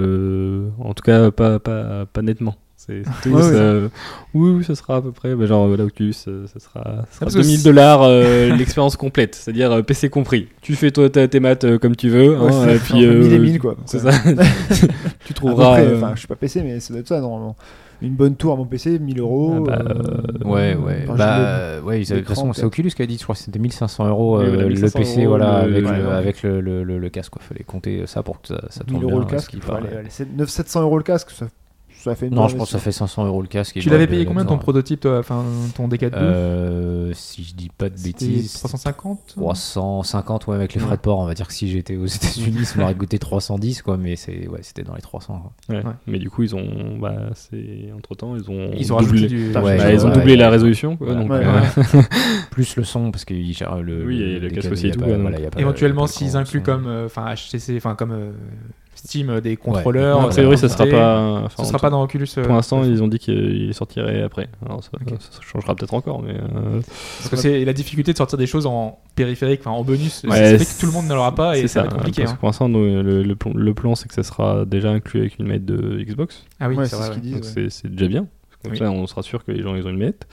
en tout cas pas nettement. C'est tout, Ouais, oui, ça sera à peu près, genre l'Oculus, ça sera parce que $2000 l'expérience complète, c'est-à-dire PC compris. Tu fais toi tes maths comme tu veux, Ouais, hein, c'est et puis 1000 et 1000 quoi. c'est Ouais. ça. Tu trouveras. Après, enfin, je suis pas PC, mais ça doit être ça normalement. Une bonne tour à mon PC, 1000 euros. Ouais. enfin, Ouais, de toute l'écran, façon, c'est peut-être. Oculus qui a dit, je crois que c'était 1500 euros Oui, voilà, le 1500 PC, euros, voilà, avec, ouais, avec le casque, quoi. Fallait compter ça pour que ça 1000 tourne euros bien. le ce casque. qui Enfin, paraît. allez, 700 euros le casque, ça fait une Non, bonne je pense que ça fait 500 euros le casque. Tu l'avais payé combien ton prototype, toi, enfin ton D4 Si je dis pas de C'était bêtises. 350 350, ouais, avec les frais de port. On va dire que si j'étais aux États-Unis, ça m'aurait coûté 310, quoi, mais c'était dans les 300. Quoi. Ouais. Ouais. Mais du coup, entre temps, ils ont rajouté doublé. du. Ouais, Ils ont ouais, doublé ouais. la résolution, quoi. Voilà. Donc, Ouais, Plus le son, parce qu'il gère le. Oui, et le casque décalé, aussi et y a tout, pas- ouais, voilà, y a pas- Éventuellement, y a pas s'ils grand incluent son. comme HTC, enfin comme Steam des contrôleurs. A priori, ça sera pas. Ce sera pas dans Oculus. Pour l'instant, ils ont dit qu'il sortirait après. Alors, ça changera peut-être encore, mais. Parce que c'est la difficulté de sortir des choses en périphérique, en bonus. Ouais, ça fait que tout le monde ne l'aura pas et ça va être compliqué. Parce que pour l'instant, le plan, c'est que ça sera déjà inclus avec une manette de Xbox. Ah oui, Ouais, c'est vrai. ce qu'ils disent. Donc c'est déjà bien. Comme Oui. ça, on sera sûr que les gens ils ont une manette.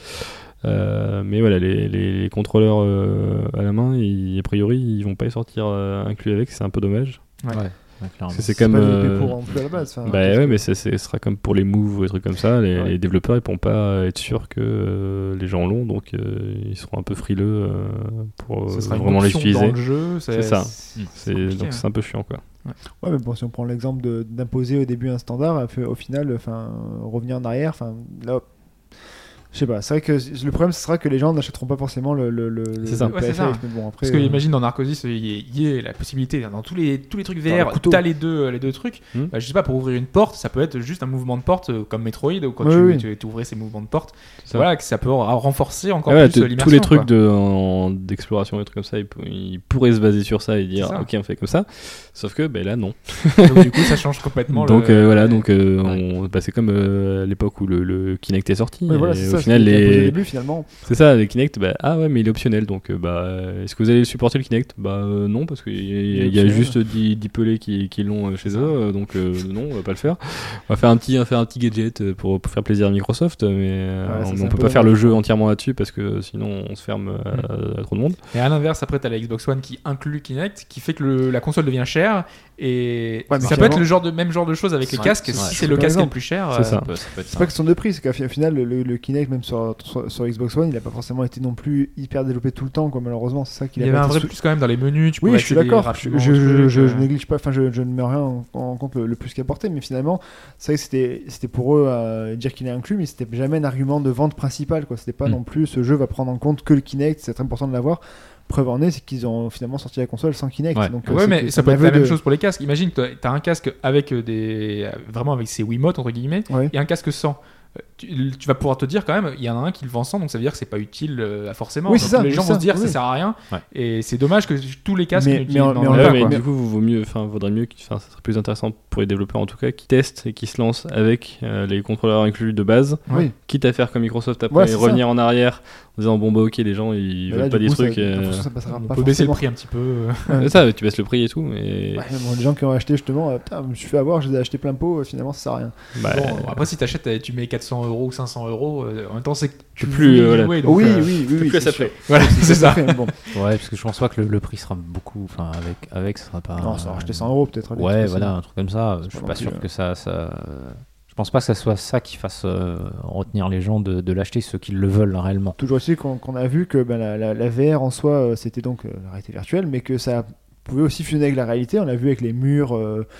Mais voilà, les contrôleurs à la main, a priori, ils vont pas y sortir inclus avec. C'est un peu dommage. Ouais. clairement. Parce que c'est C'est comme. pas développé pour en plus à la base. Bah ouais, mais ce sera comme pour les moves ou des trucs comme ça. Ouais. Les développeurs ils pourront pas être sûrs que les gens l'ont, donc ils seront un peu frileux pour Ce sera une vraiment option l'utiliser. dans le jeu. C'est ça. compliqué, Donc c'est un peu chiant quoi. Ouais, mais bon, si on prend l'exemple d'imposer au début un standard, au final, revenir en arrière, là, je sais pas. C'est vrai que le problème, ce sera que les gens n'achèteront pas forcément le C'est ça. le Ouais, c'est ça. PFF, mais bon, après, Parce que imagine dans Narcosis, il y a la possibilité dans tous les trucs Dans le VR, couteau. t'as les deux trucs. Bah, je sais pas, pour ouvrir une porte, ça peut être juste un mouvement de porte comme Metroid ou quand Oui, tu ouvrais ces mouvements de porte. C'est ça. Voilà, que ça peut renforcer encore Ouais, plus l'immersion. tous les trucs quoi. d'exploration et trucs comme ça, ils pourraient se baser sur ça et dire C'est ça. ok on fait comme ça. Sauf que là non. Donc du coup, ça change complètement. Donc le... voilà, donc c'est comme à l'époque où le Kinect est sorti. ouais, voilà, et c'est au ça. final Ce qui était imposé au début, finalement. c'est ça, les Kinect, mais il est optionnel. Donc est-ce que vous allez supporter le Kinect non, parce qu'il y a optionnel. juste 10 pelés qui l'ont chez eux, donc non, on va pas le faire. On va faire un petit gadget pour faire plaisir à Microsoft, mais ça, c'est on un peut peu pas faire dommage. le jeu entièrement là-dessus parce que sinon on se ferme à trop de monde. Et à l'inverse, après, t'as la Xbox One qui inclut Kinect, qui fait que la console devient chère. Et Ouais, mais ça peut être finalement- le même genre de choses avec les Ouais, casques. c'est Si vrai. c'est le Par casque qui est le exemple. plus cher, C'est ça. Ça peut être C'est ça. pas question de prix, c'est qu'au final, le Kinect, même sur Xbox One, il a pas forcément été non plus hyper développé tout le temps, quoi, malheureusement. C'est ça qu'il il y a avait pas un été vrai plus quand même dans les menus. Tu Oui, pouvais je suis accéder d'accord. rapidement Je au truc, je néglige pas, je ne mets rien en compte le plus qu'apporté, mais finalement, c'est vrai que c'était pour eux dire qu'il est inclus, mais c'était jamais un argument de vente principal, quoi. C'était pas non plus ce jeu va prendre en compte que le Kinect, c'est très important de l'avoir. Preuve en est, c'est qu'ils ont finalement sorti la console sans Kinect. Ouais. Donc, Ouais, mais c'était ça peut un être la aveu même de- chose pour les casques. Imagine, t'as un casque avec vraiment avec ses Wiimotes entre guillemets, Ouais. et un casque sans. Tu vas pouvoir te dire quand même, il y en a un qui le vend sans, donc ça veut dire que c'est pas utile forcément. Oui, Donc c'est ça, les gens c'est vont ça, se dire oui. ça sert à rien, Ouais. et c'est dommage que tous les casques Mais n'utilisent en- dans mais en le- même mais quoi. du coup, vaudrait mieux, ça serait plus intéressant pour les développeurs en tout cas, qui testent et qui se lancent avec les contrôleurs inclus de base, Oui. quitte à faire comme Microsoft après, Ouais, et c'est revenir en arrière en disant bon bah ok les gens ils Mais veulent là, pas du des coup, trucs. ça, de toute façon, ça passera On pas peut baisser le forcément. prix un petit peu. Ouais. C'est ça, tu baisses le prix et tout, mais Ouais, bon, les gens qui ont acheté justement, putain, je me suis fait avoir, je les ai acheté plein pot, finalement ça sert à rien. bah, Bon, après, si t'achètes, tu mets 400 € ou 500 €, en même temps, c'est que tu C'est plus, voulais y voilà. jouer, donc, oui, euh, oui, oui, oui, plus à c'est sa plaie. Voilà, c'est ça. fait, bon. Ouais, parce que je pense pas que le prix sera beaucoup. Enfin, avec, ça sera pas. Non, ça va racheter 100 € peut-être. allez, Ouais, parce que voilà, un truc comme ça. Je suis pas pas non sûr plus, que ça. Je pense pas que ça soit ça qui fasse retenir les gens de l'acheter, ceux qui le veulent réellement. Toujours aussi qu'on a vu que la VR en soi, c'était donc la réalité virtuelle, mais que ça pouvait aussi fusionner avec la réalité. On l'a vu avec les murs,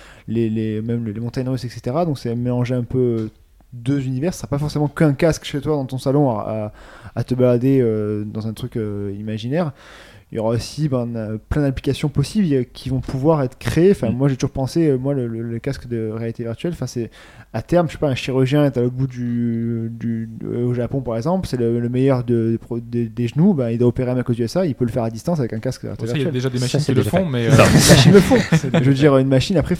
même les montagnes russes, etc. Donc c'est mélanger un peu deux univers. Ce sera pas forcément qu'un casque chez toi dans ton salon à te balader dans un truc imaginaire. Il y aura aussi plein d'applications possibles qui vont pouvoir être créées. Enfin, moi, j'ai toujours pensé, le casque de réalité virtuelle, c'est à terme, je sais pas, un chirurgien est à l'autre bout au Japon, par exemple, c'est le meilleur des genoux, il doit opérer à cause de ça, il peut le faire à distance avec un casque de réalité Aussi, il y a virtuelle. déjà des Ça, machines c'est qui le déjà font, fait. mais Les machines le font. Je veux dire, une machine, après,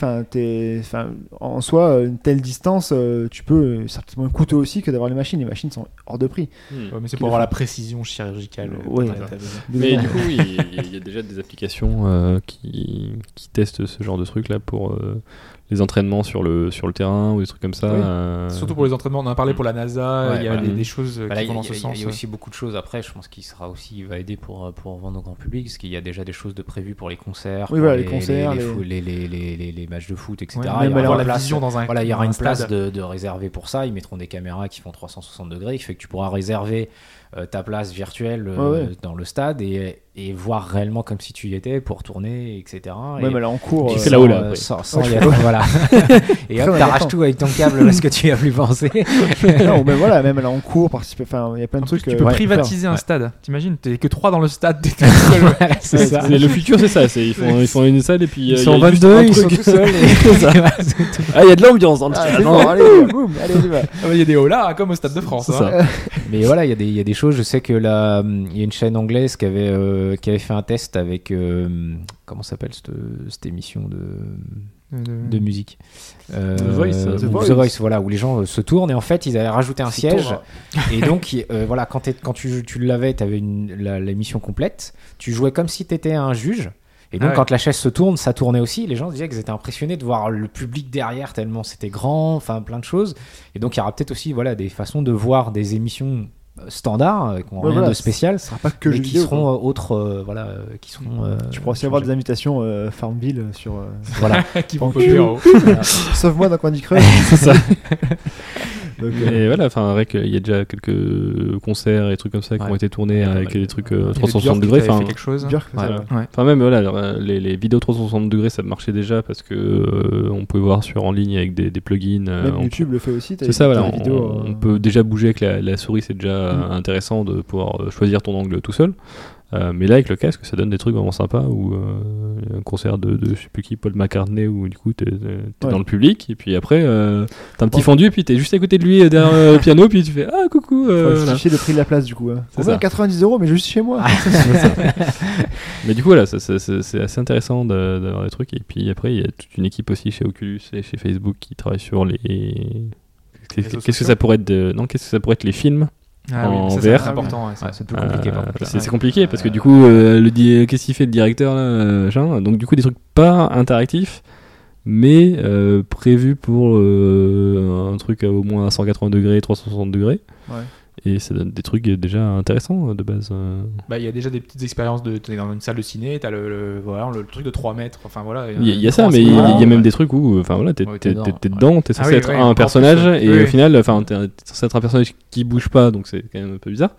en soi, une telle distance, tu peux, certainement un couteau aussi que d'avoir les machines. Les machines sont hors de prix. ouais, mais c'est pour avoir la précision chirurgicale. Ouais. Mais du coup, il y a déjà des applications qui testent ce genre de trucs là pour les entraînements sur le terrain ou des trucs comme ça. Oui. Surtout pour les entraînements, on en a parlé pour la NASA, Ouais, il y a voilà. des choses Bah là, qui vont dans il ce sens. y a aussi beaucoup de choses après. Je pense qu'il va aider pour vendre au grand public, parce qu'il y a déjà des choses de prévues pour les concerts, Oui, pour voilà, les concerts, les matchs de foot, etc. Ouais, il y même aura alors, une la place- vision dans un Voilà, il y aura dans un une place stade. de réservée pour ça. Ils mettront des caméras qui font 360 degrés, qui fait que tu pourras réserver ta place virtuelle Ouais. dans le stade et voir réellement comme si tu y étais pour tourner, etc. Même elle est en cours. c'est là-haut, là, après. Sans Ouais, y être, voilà. Et hop, Très t'arraches important. tout avec ton câble parce que tu y as plus pensé. Non, mais voilà, même elle est en cours, participer. Enfin, il y a plein de En plus, trucs. tu peux ouais, privatiser un Ouais. stade. T'imagines, t'es que 3 dans le stade, t'es tout seul. Voilà, c'est ça. Le futur, c'est ça. Ils font une salle et puis Ils il y sont a juste 22, un ils sont truc. tout seuls. Ah, il y a de l'ambiance dans le Ah, truc. c'est Non, bon, allez, boum, allez, on y va. Il y a des holas comme au Stade de France. c'est hein. ça. Mais voilà, il y a des choses. Je sais que là, il y a une chaîne anglaise qui avait fait un test avec comment s'appelle cette émission de de musique. The Voice, The Voice. Voice, voilà, où les gens se tournent et en fait ils avaient rajouté un siège et donc voilà, quand tu l'avais, tu avais l'émission complète, tu jouais comme si tu étais un juge. Et donc, quand la chaise se tourne, ça tournait aussi. Les gens disaient qu'ils étaient impressionnés de voir le public derrière, tellement c'était grand, enfin plein de choses. Et donc, il y aura peut-être aussi des façons de voir des émissions standards qui n'ont rien de spécial. Ce sera pas que mais jeux qui vidéo, seront quoi. autres, qui seront. Tu pourras aussi avoir des invitations Farmville sur. Voilà. qui vont Tranquille. produire en haut. Sauf moi dans Candy Crush. C'est ça. Donc, Et voilà, enfin, vrai qu'il y a déjà quelques concerts et trucs comme ça qui ont été tournés avec des trucs 360 degrés. Fait quelque chose. Björk, Ouais. ça, Ouais. Enfin même voilà, les vidéos 360 degrés ça marchait déjà parce que on pouvait voir en ligne avec des plugins. Même on YouTube le fait aussi. C'est ça, voilà. des vidéos, On peut déjà bouger avec la souris, c'est déjà intéressant de pouvoir choisir ton angle tout seul. Mais là, avec le casque, ça donne des trucs vraiment sympas. Ou un concert de je sais plus qui, Paul McCartney, où du coup t'es dans le public, et puis après t'as un petit fondu, puis t'es juste à côté de lui derrière le piano, puis tu fais ah coucou. Faut Voilà. justifier le prix de la place du coup. C'est Combien ça. 90 €, mais juste chez moi. Mais du coup, voilà, c'est assez intéressant d'avoir des trucs. Et puis après, il y a toute une équipe aussi chez Oculus et chez Facebook qui travaille sur les. Qu'est-ce que ça pourrait être qu'est-ce que ça pourrait être les films en ça, VR. c'est important. Ouais, C'est plus compliqué par contre. C'est compliqué parce que du coup, qu'est-ce qu'il fait le directeur là, donc du coup, des trucs pas interactifs, mais prévus pour un truc à au moins à 180 degrés, 360 degrés. Ouais. Et ça donne des trucs déjà intéressants de base. Il y a déjà des petites expériences t'es dans une salle de ciné, t'as le truc de 3 mètres. Enfin voilà. Il y a ça, mais il y a même des trucs où, enfin voilà, t'es dedans, t'es censé être un personnage, et au final, enfin, t'es censé être un personnage qui bouge pas, donc c'est quand même un peu bizarre.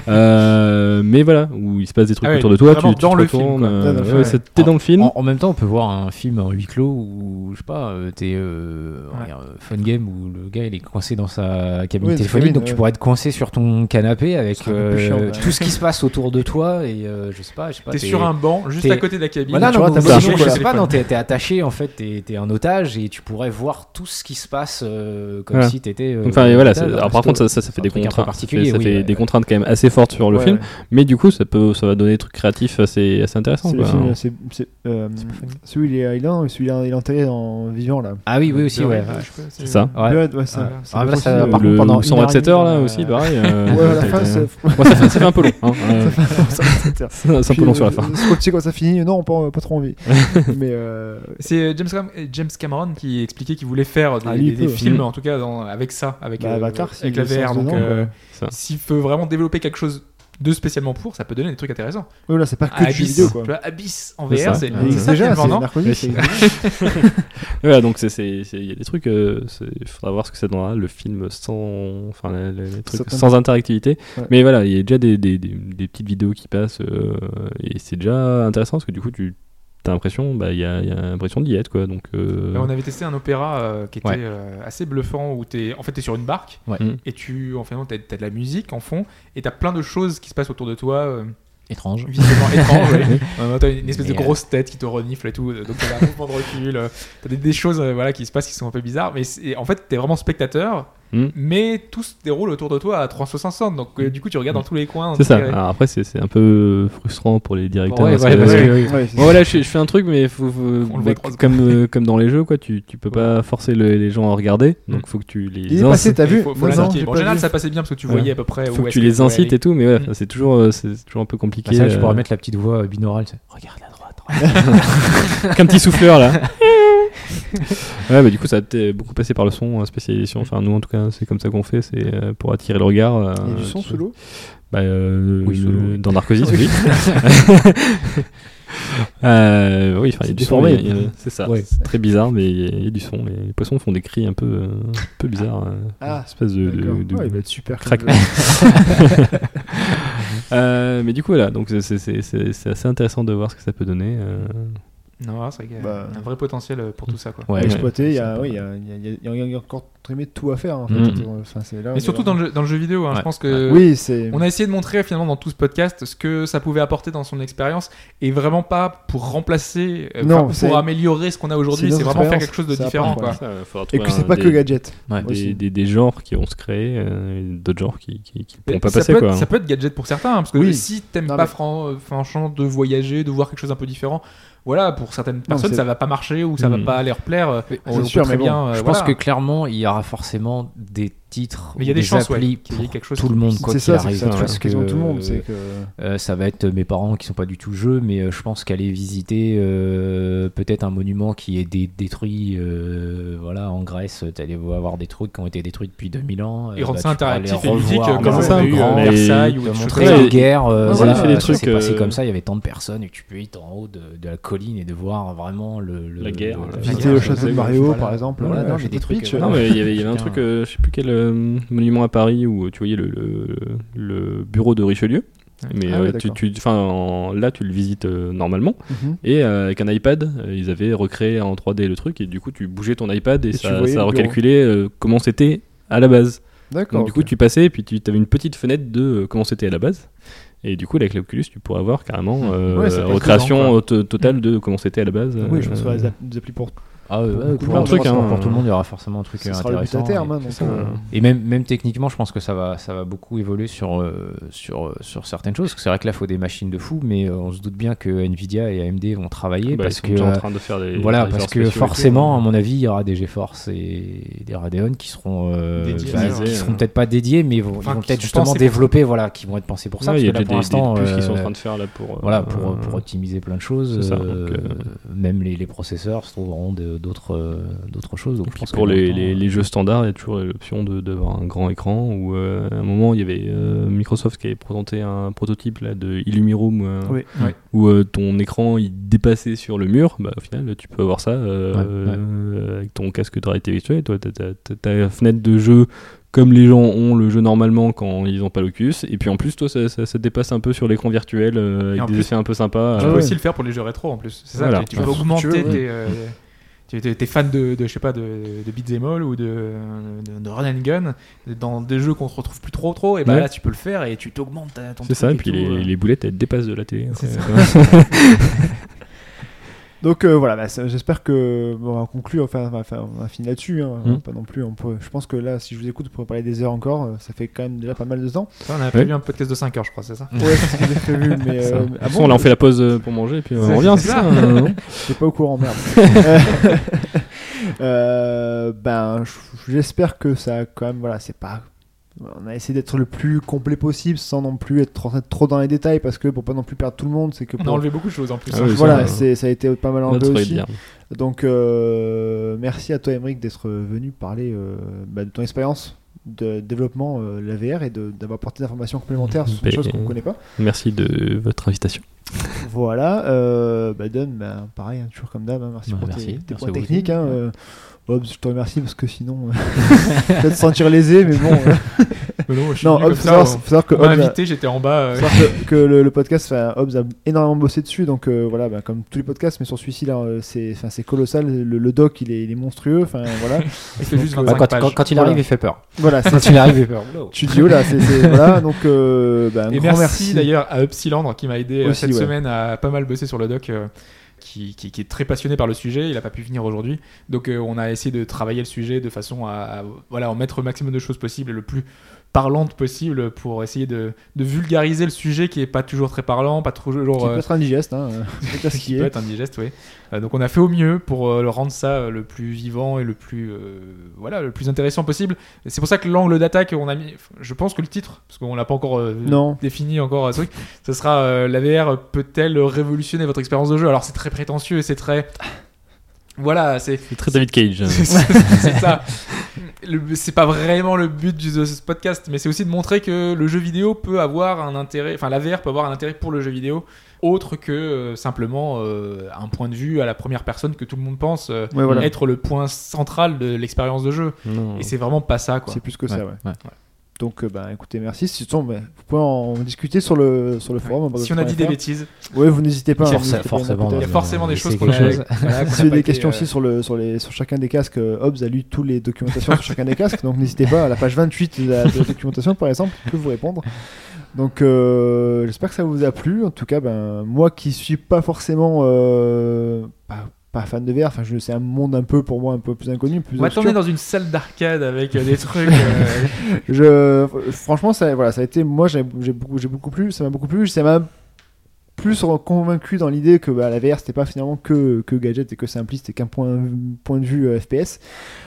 Mais voilà, où il se passe des trucs autour de toi, tu dans te le retournes, film, t'es dans le film. En même temps, on peut voir un film en huis clos où, je sais pas, t'es Fun Game où le gars il est coincé dans sa cabine téléphonique, donc tu pourrais être coincé sur ton canapé avec tout ce qui se passe autour de toi et je sais pas. T'es sur un banc juste à côté de la cabine. Voilà, tu vois, t'as sinon, besoin de je sais pas, non, t'es attaché en fait, t'es un otage et tu pourrais voir tout ce qui se passe comme si t'étais. Enfin voilà, alors par contre ça fait des contraintes, ça fait des contraintes quand même assez fortes sur le film, mais du coup ça va donner des trucs créatifs assez intéressants. C'est le film, celui il est enterré en vivant là. Ah oui aussi, ouais. C'est ça. Blood, ouais, ça. Par contre, pendant 127 heures là aussi, pareil. Ouais, à la fin, ça fait un peu long. C'est un peu long sur la fin. Tu sais quand ça finit, non, pas trop envie. Mais c'est James Cameron qui expliquait qu'il voulait faire des films, en tout cas avec ça, avec la VR. Donc, s'il veut vraiment développer quelque chose de spécialement pour, ça peut donner des trucs intéressants. Là, c'est pas que du jeu vidéo quoi. Abyss en VR, c'est ça déjà, c'est mercredi. Voilà, donc il y a des trucs, il faudra voir ce que ça donnera, le film sans interactivité. Ouais. Mais voilà, il y a déjà des petites vidéos qui passent et c'est déjà intéressant parce que du coup t'as l'impression, il y a l'impression d'y être quoi. Donc on avait testé un opéra qui était assez bluffant où t'es sur une barque et t'as de la musique en fond et t'as plein de choses qui se passent autour de toi. Étrange. Visiblement étrange, t'as une espèce de grosse tête qui te renifle et tout, donc t'as un mouvement de recul, t'as des choses qui se passent qui sont un peu bizarres, mais en fait t'es vraiment spectateur, mais tout se déroule autour de toi à 360, donc du coup tu regardes dans tous les coins. C'est ça, alors après c'est un peu frustrant pour les directeurs. Voilà, je fais un truc, mais comme dans les jeux, quoi, tu peux pas forcer les gens à regarder, donc faut que tu les... Il est passé, t'as vu? En général ça passait bien parce que tu voyais à peu près faut que tu les incites et tout, mais voilà, c'est toujours un peu compliqué. C'est vrai que je pourrais mettre la petite voix binaurale. Regarde à droite. Avec un petit souffleur là. Ouais, du coup, ça a beaucoup passé par le son, spécialisation. Enfin, nous en tout cas, c'est comme ça qu'on fait, c'est pour attirer le regard. Il y a du son sous l'eau. Dans Narcosis, oui. Oui, enfin, il y a du son, c'est ça. Ouais. C'est très bizarre, mais il y a du son. Les poissons font des cris un peu bizarres. Espèce de il va être super craquement. Mais du coup, voilà, donc c'est assez intéressant de voir ce que ça peut donner. Non, c'est vrai qu'il y a un vrai potentiel pour tout ça, quoi. Ouais, exploiter, il y a encore tout à faire. En fait. C'est là, mais surtout dans le jeu vidéo, je pense que on a essayé de montrer finalement dans tout ce podcast ce que ça pouvait apporter dans son expérience et vraiment pas pour remplacer, pour améliorer ce qu'on a aujourd'hui. C'est vraiment faire quelque chose de différent, quoi. Et que c'est pas que gadget. Des genres qui vont se créer, d'autres genres qui pourront pas passer, quoi. Ça peut être gadget pour certains, parce que si t'aimes pas franchement de voyager, de voir quelque chose un peu différent. voilà, pour certaines personnes, c'est- ça va pas marcher ou ça va pas leur plaire. On c'est le sûr, peut très mais bon, bien. Je pense que clairement, il y aura forcément des titres, Mais il y a ou des chances, applis qu'il y ait pour quelque chose tout le qui monde, puisse- quoi c'est qu'il ça, c'est que arrive. ça touche parce quasiment que, tout le monde. C'est que... ça va être mes parents qui sont pas du tout jeu, mais je pense qu'aller visiter peut-être un monument qui est détruit, voilà, en Grèce, t'allais avoir des trucs qui ont été détruits depuis 2000 ans. Et rendre tu ça pourras aller interactif et ludique, revoir, comme ouais, on a eu grand, Versailles ou te des choses montrer comme ça. les guerres, Ouais, voilà, fait des ça trucs, s'est passé comme ça, il y avait tant de personnes et que tu peux être en haut de la colline et de voir vraiment La guerre, la Visiter guerre, le château de Mario, voilà. par exemple. Voilà, Ouais, non, j'ai j'ai des des trucs, pitch. Non, mais il y avait un Putain. truc, je sais plus quel monument à Paris où tu voyais le bureau de Richelieu. Mais Ah ouais, là, tu le visites normalement. Mhm. Et avec un iPad, ils avaient recréé en 3D le truc. Et du coup, tu bougeais ton iPad et tu ça voyais le recalculait comment c'était à la base. D'accord. Donc, du coup, tu passais et puis tu avais une petite fenêtre de comment c'était à la base. Et du coup, avec l'Oculus, tu pourrais avoir carrément Ouais, ça passe recréation totale de comment c'était à la base. Oui, je me souviens des applis pour Ah ouais, beaucoup pour de un monde, truc, je pense, pour tout le monde, il y aura forcément un truc ce sera le but intéressant. à terme. et- Hein, donc, ça, Et même techniquement, je pense que ça va beaucoup évoluer sur certaines choses. Parce que c'est vrai que là, il faut des machines de fou, mais on se doute bien que Nvidia et AMD vont travailler Bah, parce ils sont que déjà en train de faire des voilà, des parce efforts que spéciaux et tout, forcément, hein. à mon avis, il y aura des GeForce et des Radeon qui seront Dédiés, qui seront peut-être pas dédiés, mais ils vont Enfin, qui peut-être sont justement pensés pour développer, voilà, qui vont être pensés pour ça. Ouais, il y a parce que là, déjà pour des l'instant, puces qu'ils sont en train de faire là pour voilà, pour optimiser plein de choses. c'est ça, donc, même les processeurs se trouveront d'autres choses. Donc, Et je puis pense pour que les, longtemps, les jeux standards, il y a toujours l'option d'avoir un grand écran. Ou à un moment, il y avait Microsoft qui avait présenté un prototype là, de Illumiroom Oui. où ton écran il dépassait sur le mur. Bah, au final, tu peux avoir ça avec ton casque de réalité virtuelle. Toi, t'as ta fenêtre de jeu comme les gens ont le jeu normalement quand ils n'ont pas l'Oculus. Et puis en plus, toi, ça dépasse un peu sur l'écran virtuel avec en des plus, effets un peu sympas. Tu peux ouais. aussi le faire pour les jeux rétro en plus. C'est ça, Voilà. tu peux Ouais. augmenter Tu veux, t'es fan de je sais pas de beat'em all ou de run and gun dans des jeux qu'on se retrouve plus trop et bah Ouais. là tu peux le faire et tu t'augmentes ton C'est truc ça, et puis tout, les boulettes elles dépassent de la télé. C'est après. ça. Donc voilà, bah, j'espère que bon, on va conclure, enfin, on va finir là-dessus. Hein, pas non plus. Je pense que là, si je vous écoute, vous pourrez parler des heures encore. Ça fait quand même déjà pas mal de temps. Ça, on a prévu un podcast de 5 heures je crois, c'est ça. Ouais, c'est ce que j'ai prévu. Mais Ça. ah De toute façon, bon, là on fait la pause pour manger et puis on revient, c'est ça non j'étais pas au courant, merde. Ben, j'espère que ça, quand même, voilà, c'est pas. On a essayé d'être le plus complet possible sans non plus être trop dans les détails parce que pour pas non plus perdre tout le monde, c'est que On a pour- enlevé beaucoup de choses en plus. Ah oui, voilà, ça, ça a été pas mal On a enlevé travaillé aussi. bien. Donc merci à toi Émeric d'être venu parler de ton expérience de développement de la VR et d'avoir apporté des informations complémentaires sur des Ben, choses qu'on ne connaît pas. Merci de votre invitation. Voilà, Don, pareil, hein, toujours comme d'hab, hein, merci Bah, pour merci. tes Merci points à vous techniques. aussi. Hein, Hobbs, je te remercie parce que sinon, peut-être se sentir lésé, mais bon. Mais non, je suis Non, venu Hobbs, comme ça, faut savoir que on m'a Hobbs a- invité, j'étais en bas. faut savoir que le podcast, Hobbs a énormément bossé dessus, donc voilà, comme tous les podcasts, mais sur celui-ci là, c'est colossal. Le doc, il est monstrueux. Enfin voilà. Il fait juste Donc, 25 pages. quand il Voilà. arrive, il fait peur. Voilà, Quand il arrive, il fait peur. tu dis oh là, voilà, donc un Et grand merci d'ailleurs à Upsilandre qui m'a aidé Aussi, cette ouais. semaine à pas mal bosser sur le doc, qui est très passionné par le sujet. Il a pas pu venir aujourd'hui, donc on a essayé de travailler le sujet de façon à en mettre le maximum de choses possibles et le plus parlante possible pour essayer de vulgariser le sujet qui est pas toujours très parlant, pas qui toujours peut être indigeste, hein, c'est pas ce qui qui peut est. être indigeste, oui. Donc on a fait au mieux pour le rendre ça le plus vivant et le plus le plus intéressant possible. Et c'est pour ça que l'angle d'attaque, on a mis, je pense que le titre, parce qu'on l'a pas encore Non. défini encore ce truc, ce sera la VR peut-elle révolutionner votre expérience de jeu. Alors c'est très prétentieux et c'est très voilà, c'est C'est très David Cage. c'est ça. C'est pas vraiment le but de ce podcast, mais c'est aussi de montrer que le jeu vidéo peut avoir un intérêt, enfin la VR peut avoir un intérêt pour le jeu vidéo autre que simplement un point de vue à la première personne que tout le monde pense Ouais, voilà. être le point central de l'expérience de jeu. Non. Et c'est vraiment pas ça, quoi. C'est plus que ça, ouais. Ouais. Donc, écoutez, merci. Sinon, vous pouvez en discuter sur le forum. Si on a dit des bêtises, ouais, vous n'hésitez pas. hein, n'hésitez pas, Forcément, il y a forcément des choses qu'on a. quelque chose. voilà, qu'on Si a vous avez pas des été, questions aussi sur chacun des casques, Hobbs a lu toutes les documentations sur chacun des casques, donc n'hésitez pas à la page 28 de la documentation par exemple, il peut vous répondre. Donc j'espère que ça vous a plu. En tout cas, moi qui suis pas forcément pas fan de VR, enfin c'est un monde un peu pour moi un peu plus inconnu, plus On va obscur. tourner dans une salle d'arcade avec des trucs. Franchement ça a été, moi j'ai beaucoup plu, ça m'a beaucoup plu, ça m'a plus convaincu dans l'idée que la VR c'était pas finalement que gadget et que simpliste et qu'un point de vue FPS.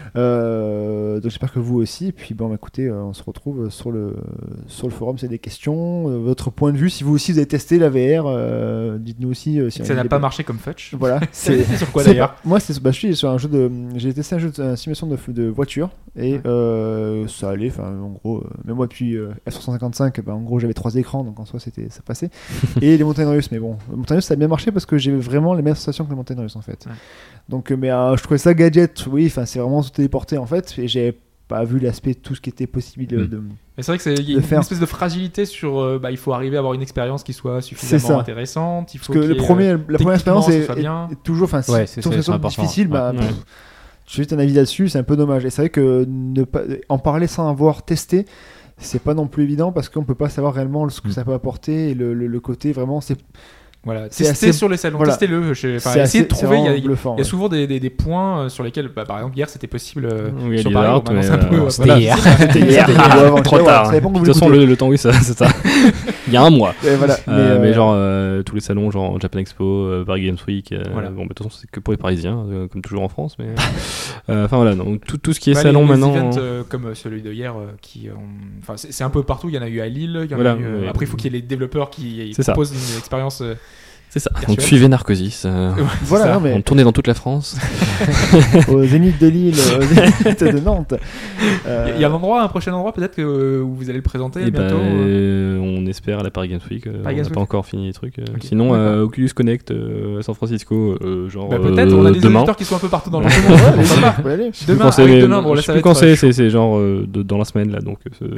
Donc j'espère que vous aussi. Et puis écoutez, on se retrouve sur le forum. C'est des questions, votre point de vue. Si vous aussi vous avez testé la VR, dites-nous aussi. Si ça n'a pas marché comme Fetch. Voilà. C'est sur quoi d'ailleurs? Moi, je suis sur un jeu j'ai testé un jeu de simulation de voiture et ça allait. Enfin, en gros, même moi depuis F355, en gros j'avais 3 écrans, donc en soi ça passait. Et les montagnes russes, mais bon, les montagnes russes ça a bien marché parce que j'ai vraiment les mêmes sensations que les montagnes russes en fait. Ouais. Donc, je trouvais ça gadget, oui. Enfin, c'est vraiment se téléporter en fait, et j'ai pas vu l'aspect tout ce qui était possible de. Mais c'est vrai qu'il y a une espèce de fragilité sur. Il faut arriver à avoir une expérience qui soit suffisamment intéressante. Il faut parce que la première expérience est toujours, enfin, c'est difficile. Ouais. Je fais juste un avis là-dessus, c'est un peu dommage. Et c'est vrai que ne pas en parler sans avoir testé, c'est pas non plus évident parce qu'on peut pas savoir réellement ce que ça peut apporter et le côté vraiment c'est. Voilà, testez sur les salons, testez-le. Essayez de trouver. Il y a souvent des points sur lesquels, par exemple, hier c'était possible sur Paris. C'était hier. Trop tard. De toute façon, le temps, oui, c'est ça. Il y a un mois. Mais genre, tous les salons, genre Japan Expo, Paris Games Week. Bon, de toute façon, c'est que pour les Parisiens, comme toujours en France. Mais enfin voilà, donc tout ce qui est salon maintenant. Des events comme celui de hier, c'est un peu partout. Il y en a eu à Lille. Après, il faut qu'il y ait les développeurs qui proposent une expérience. C'est ça. Donc suivez Narcosis. Voilà, on tournait dans toute la France. Au Zénith de Lille, au Zénith de Nantes. Il y a un prochain endroit peut-être où vous allez le présenter bientôt. On espère à la Paris Games Week. On n'a pas encore fini les trucs. Okay. Sinon, Oculus Connect à San Francisco, genre peut-être. On a des auditeurs qui sont un peu partout dans le monde. Demain, je sais plus quand c'est genre dans la semaine là. Donc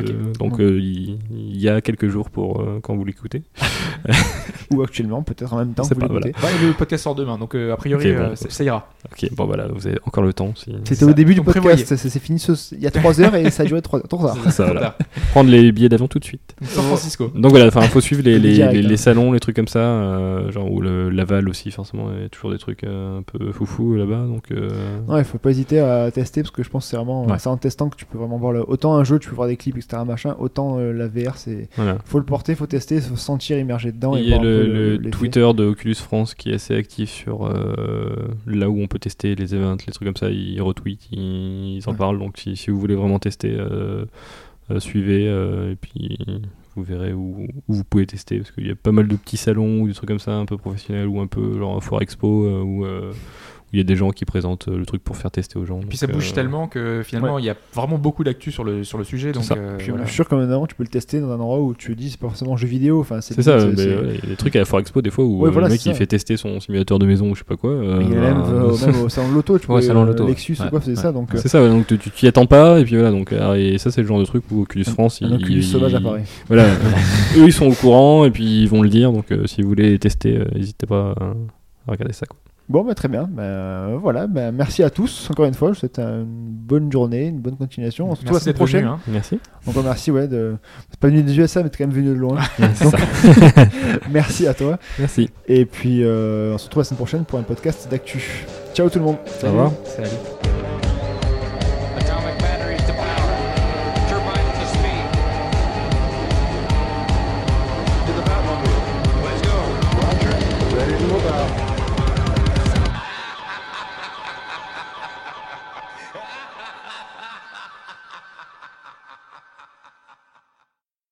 il y a quelques jours pour quand vous l'écoutez. Ou actuellement, peut-être en même temps. Le podcast sort demain, donc a priori ça ira. Ok, bon voilà, vous avez encore le temps. C'était au début du podcast, c'est fini il y a 3 heures et ça a duré 3 heures. Ça, voilà. Prendre les billets d'avion tout de suite. San Francisco. Donc voilà, il faut suivre les salons, les trucs comme ça, genre où Laval aussi, forcément, il y a toujours des trucs un peu foufou là-bas. Donc, non, il faut pas hésiter à tester parce que je pense que c'est vraiment c'est en testant que tu peux vraiment voir autant un jeu, tu peux voir des clips, etc. Machin, autant la VR, faut le porter, faut tester, faut se sentir immergé dedans. Il y a le Twitter de Oculus France qui est assez actif sur là où on peut tester les events, les trucs comme ça, ils retweetent, ils en parlent, donc si vous voulez vraiment tester, suivez et puis vous verrez où vous pouvez tester, parce qu'il y a pas mal de petits salons ou des trucs comme ça un peu professionnels ou un peu genre Foire Expo où il y a des gens qui présentent le truc pour faire tester aux gens. Puis ça bouge tellement que finalement il y a vraiment beaucoup d'actu sur le sujet. Donc, puis je suis sûr que maintenant tu peux le tester dans un endroit où tu te dis c'est pas forcément jeu vidéo. Enfin, c'est ça, il y a des trucs à la Foire Expo des fois où le mec il fait tester son simulateur de maison ou je sais pas quoi. Mais il y a même au salon de l'auto, tu peux Lexus ou quoi, c'est ça. Donc c'est ça, donc tu t'y attends pas et puis voilà, donc et ça c'est le genre de truc où Oculus France Oculus sauvage à Paris. Voilà, eux ils sont au courant et puis ils vont le dire, donc si vous voulez tester, n'hésitez pas à regarder ça quoi. Bon, très bien. Voilà, merci à tous encore une fois. Je vous souhaite une bonne journée, une bonne continuation. On se retrouve la semaine prochaine. Merci. Donc merci c'est pas venu des USA, mais t'es quand même venu de loin. Donc, merci à toi. Merci. Et puis on se retrouve la semaine prochaine pour un podcast d'actu. Ciao tout le monde. Au revoir. Salut.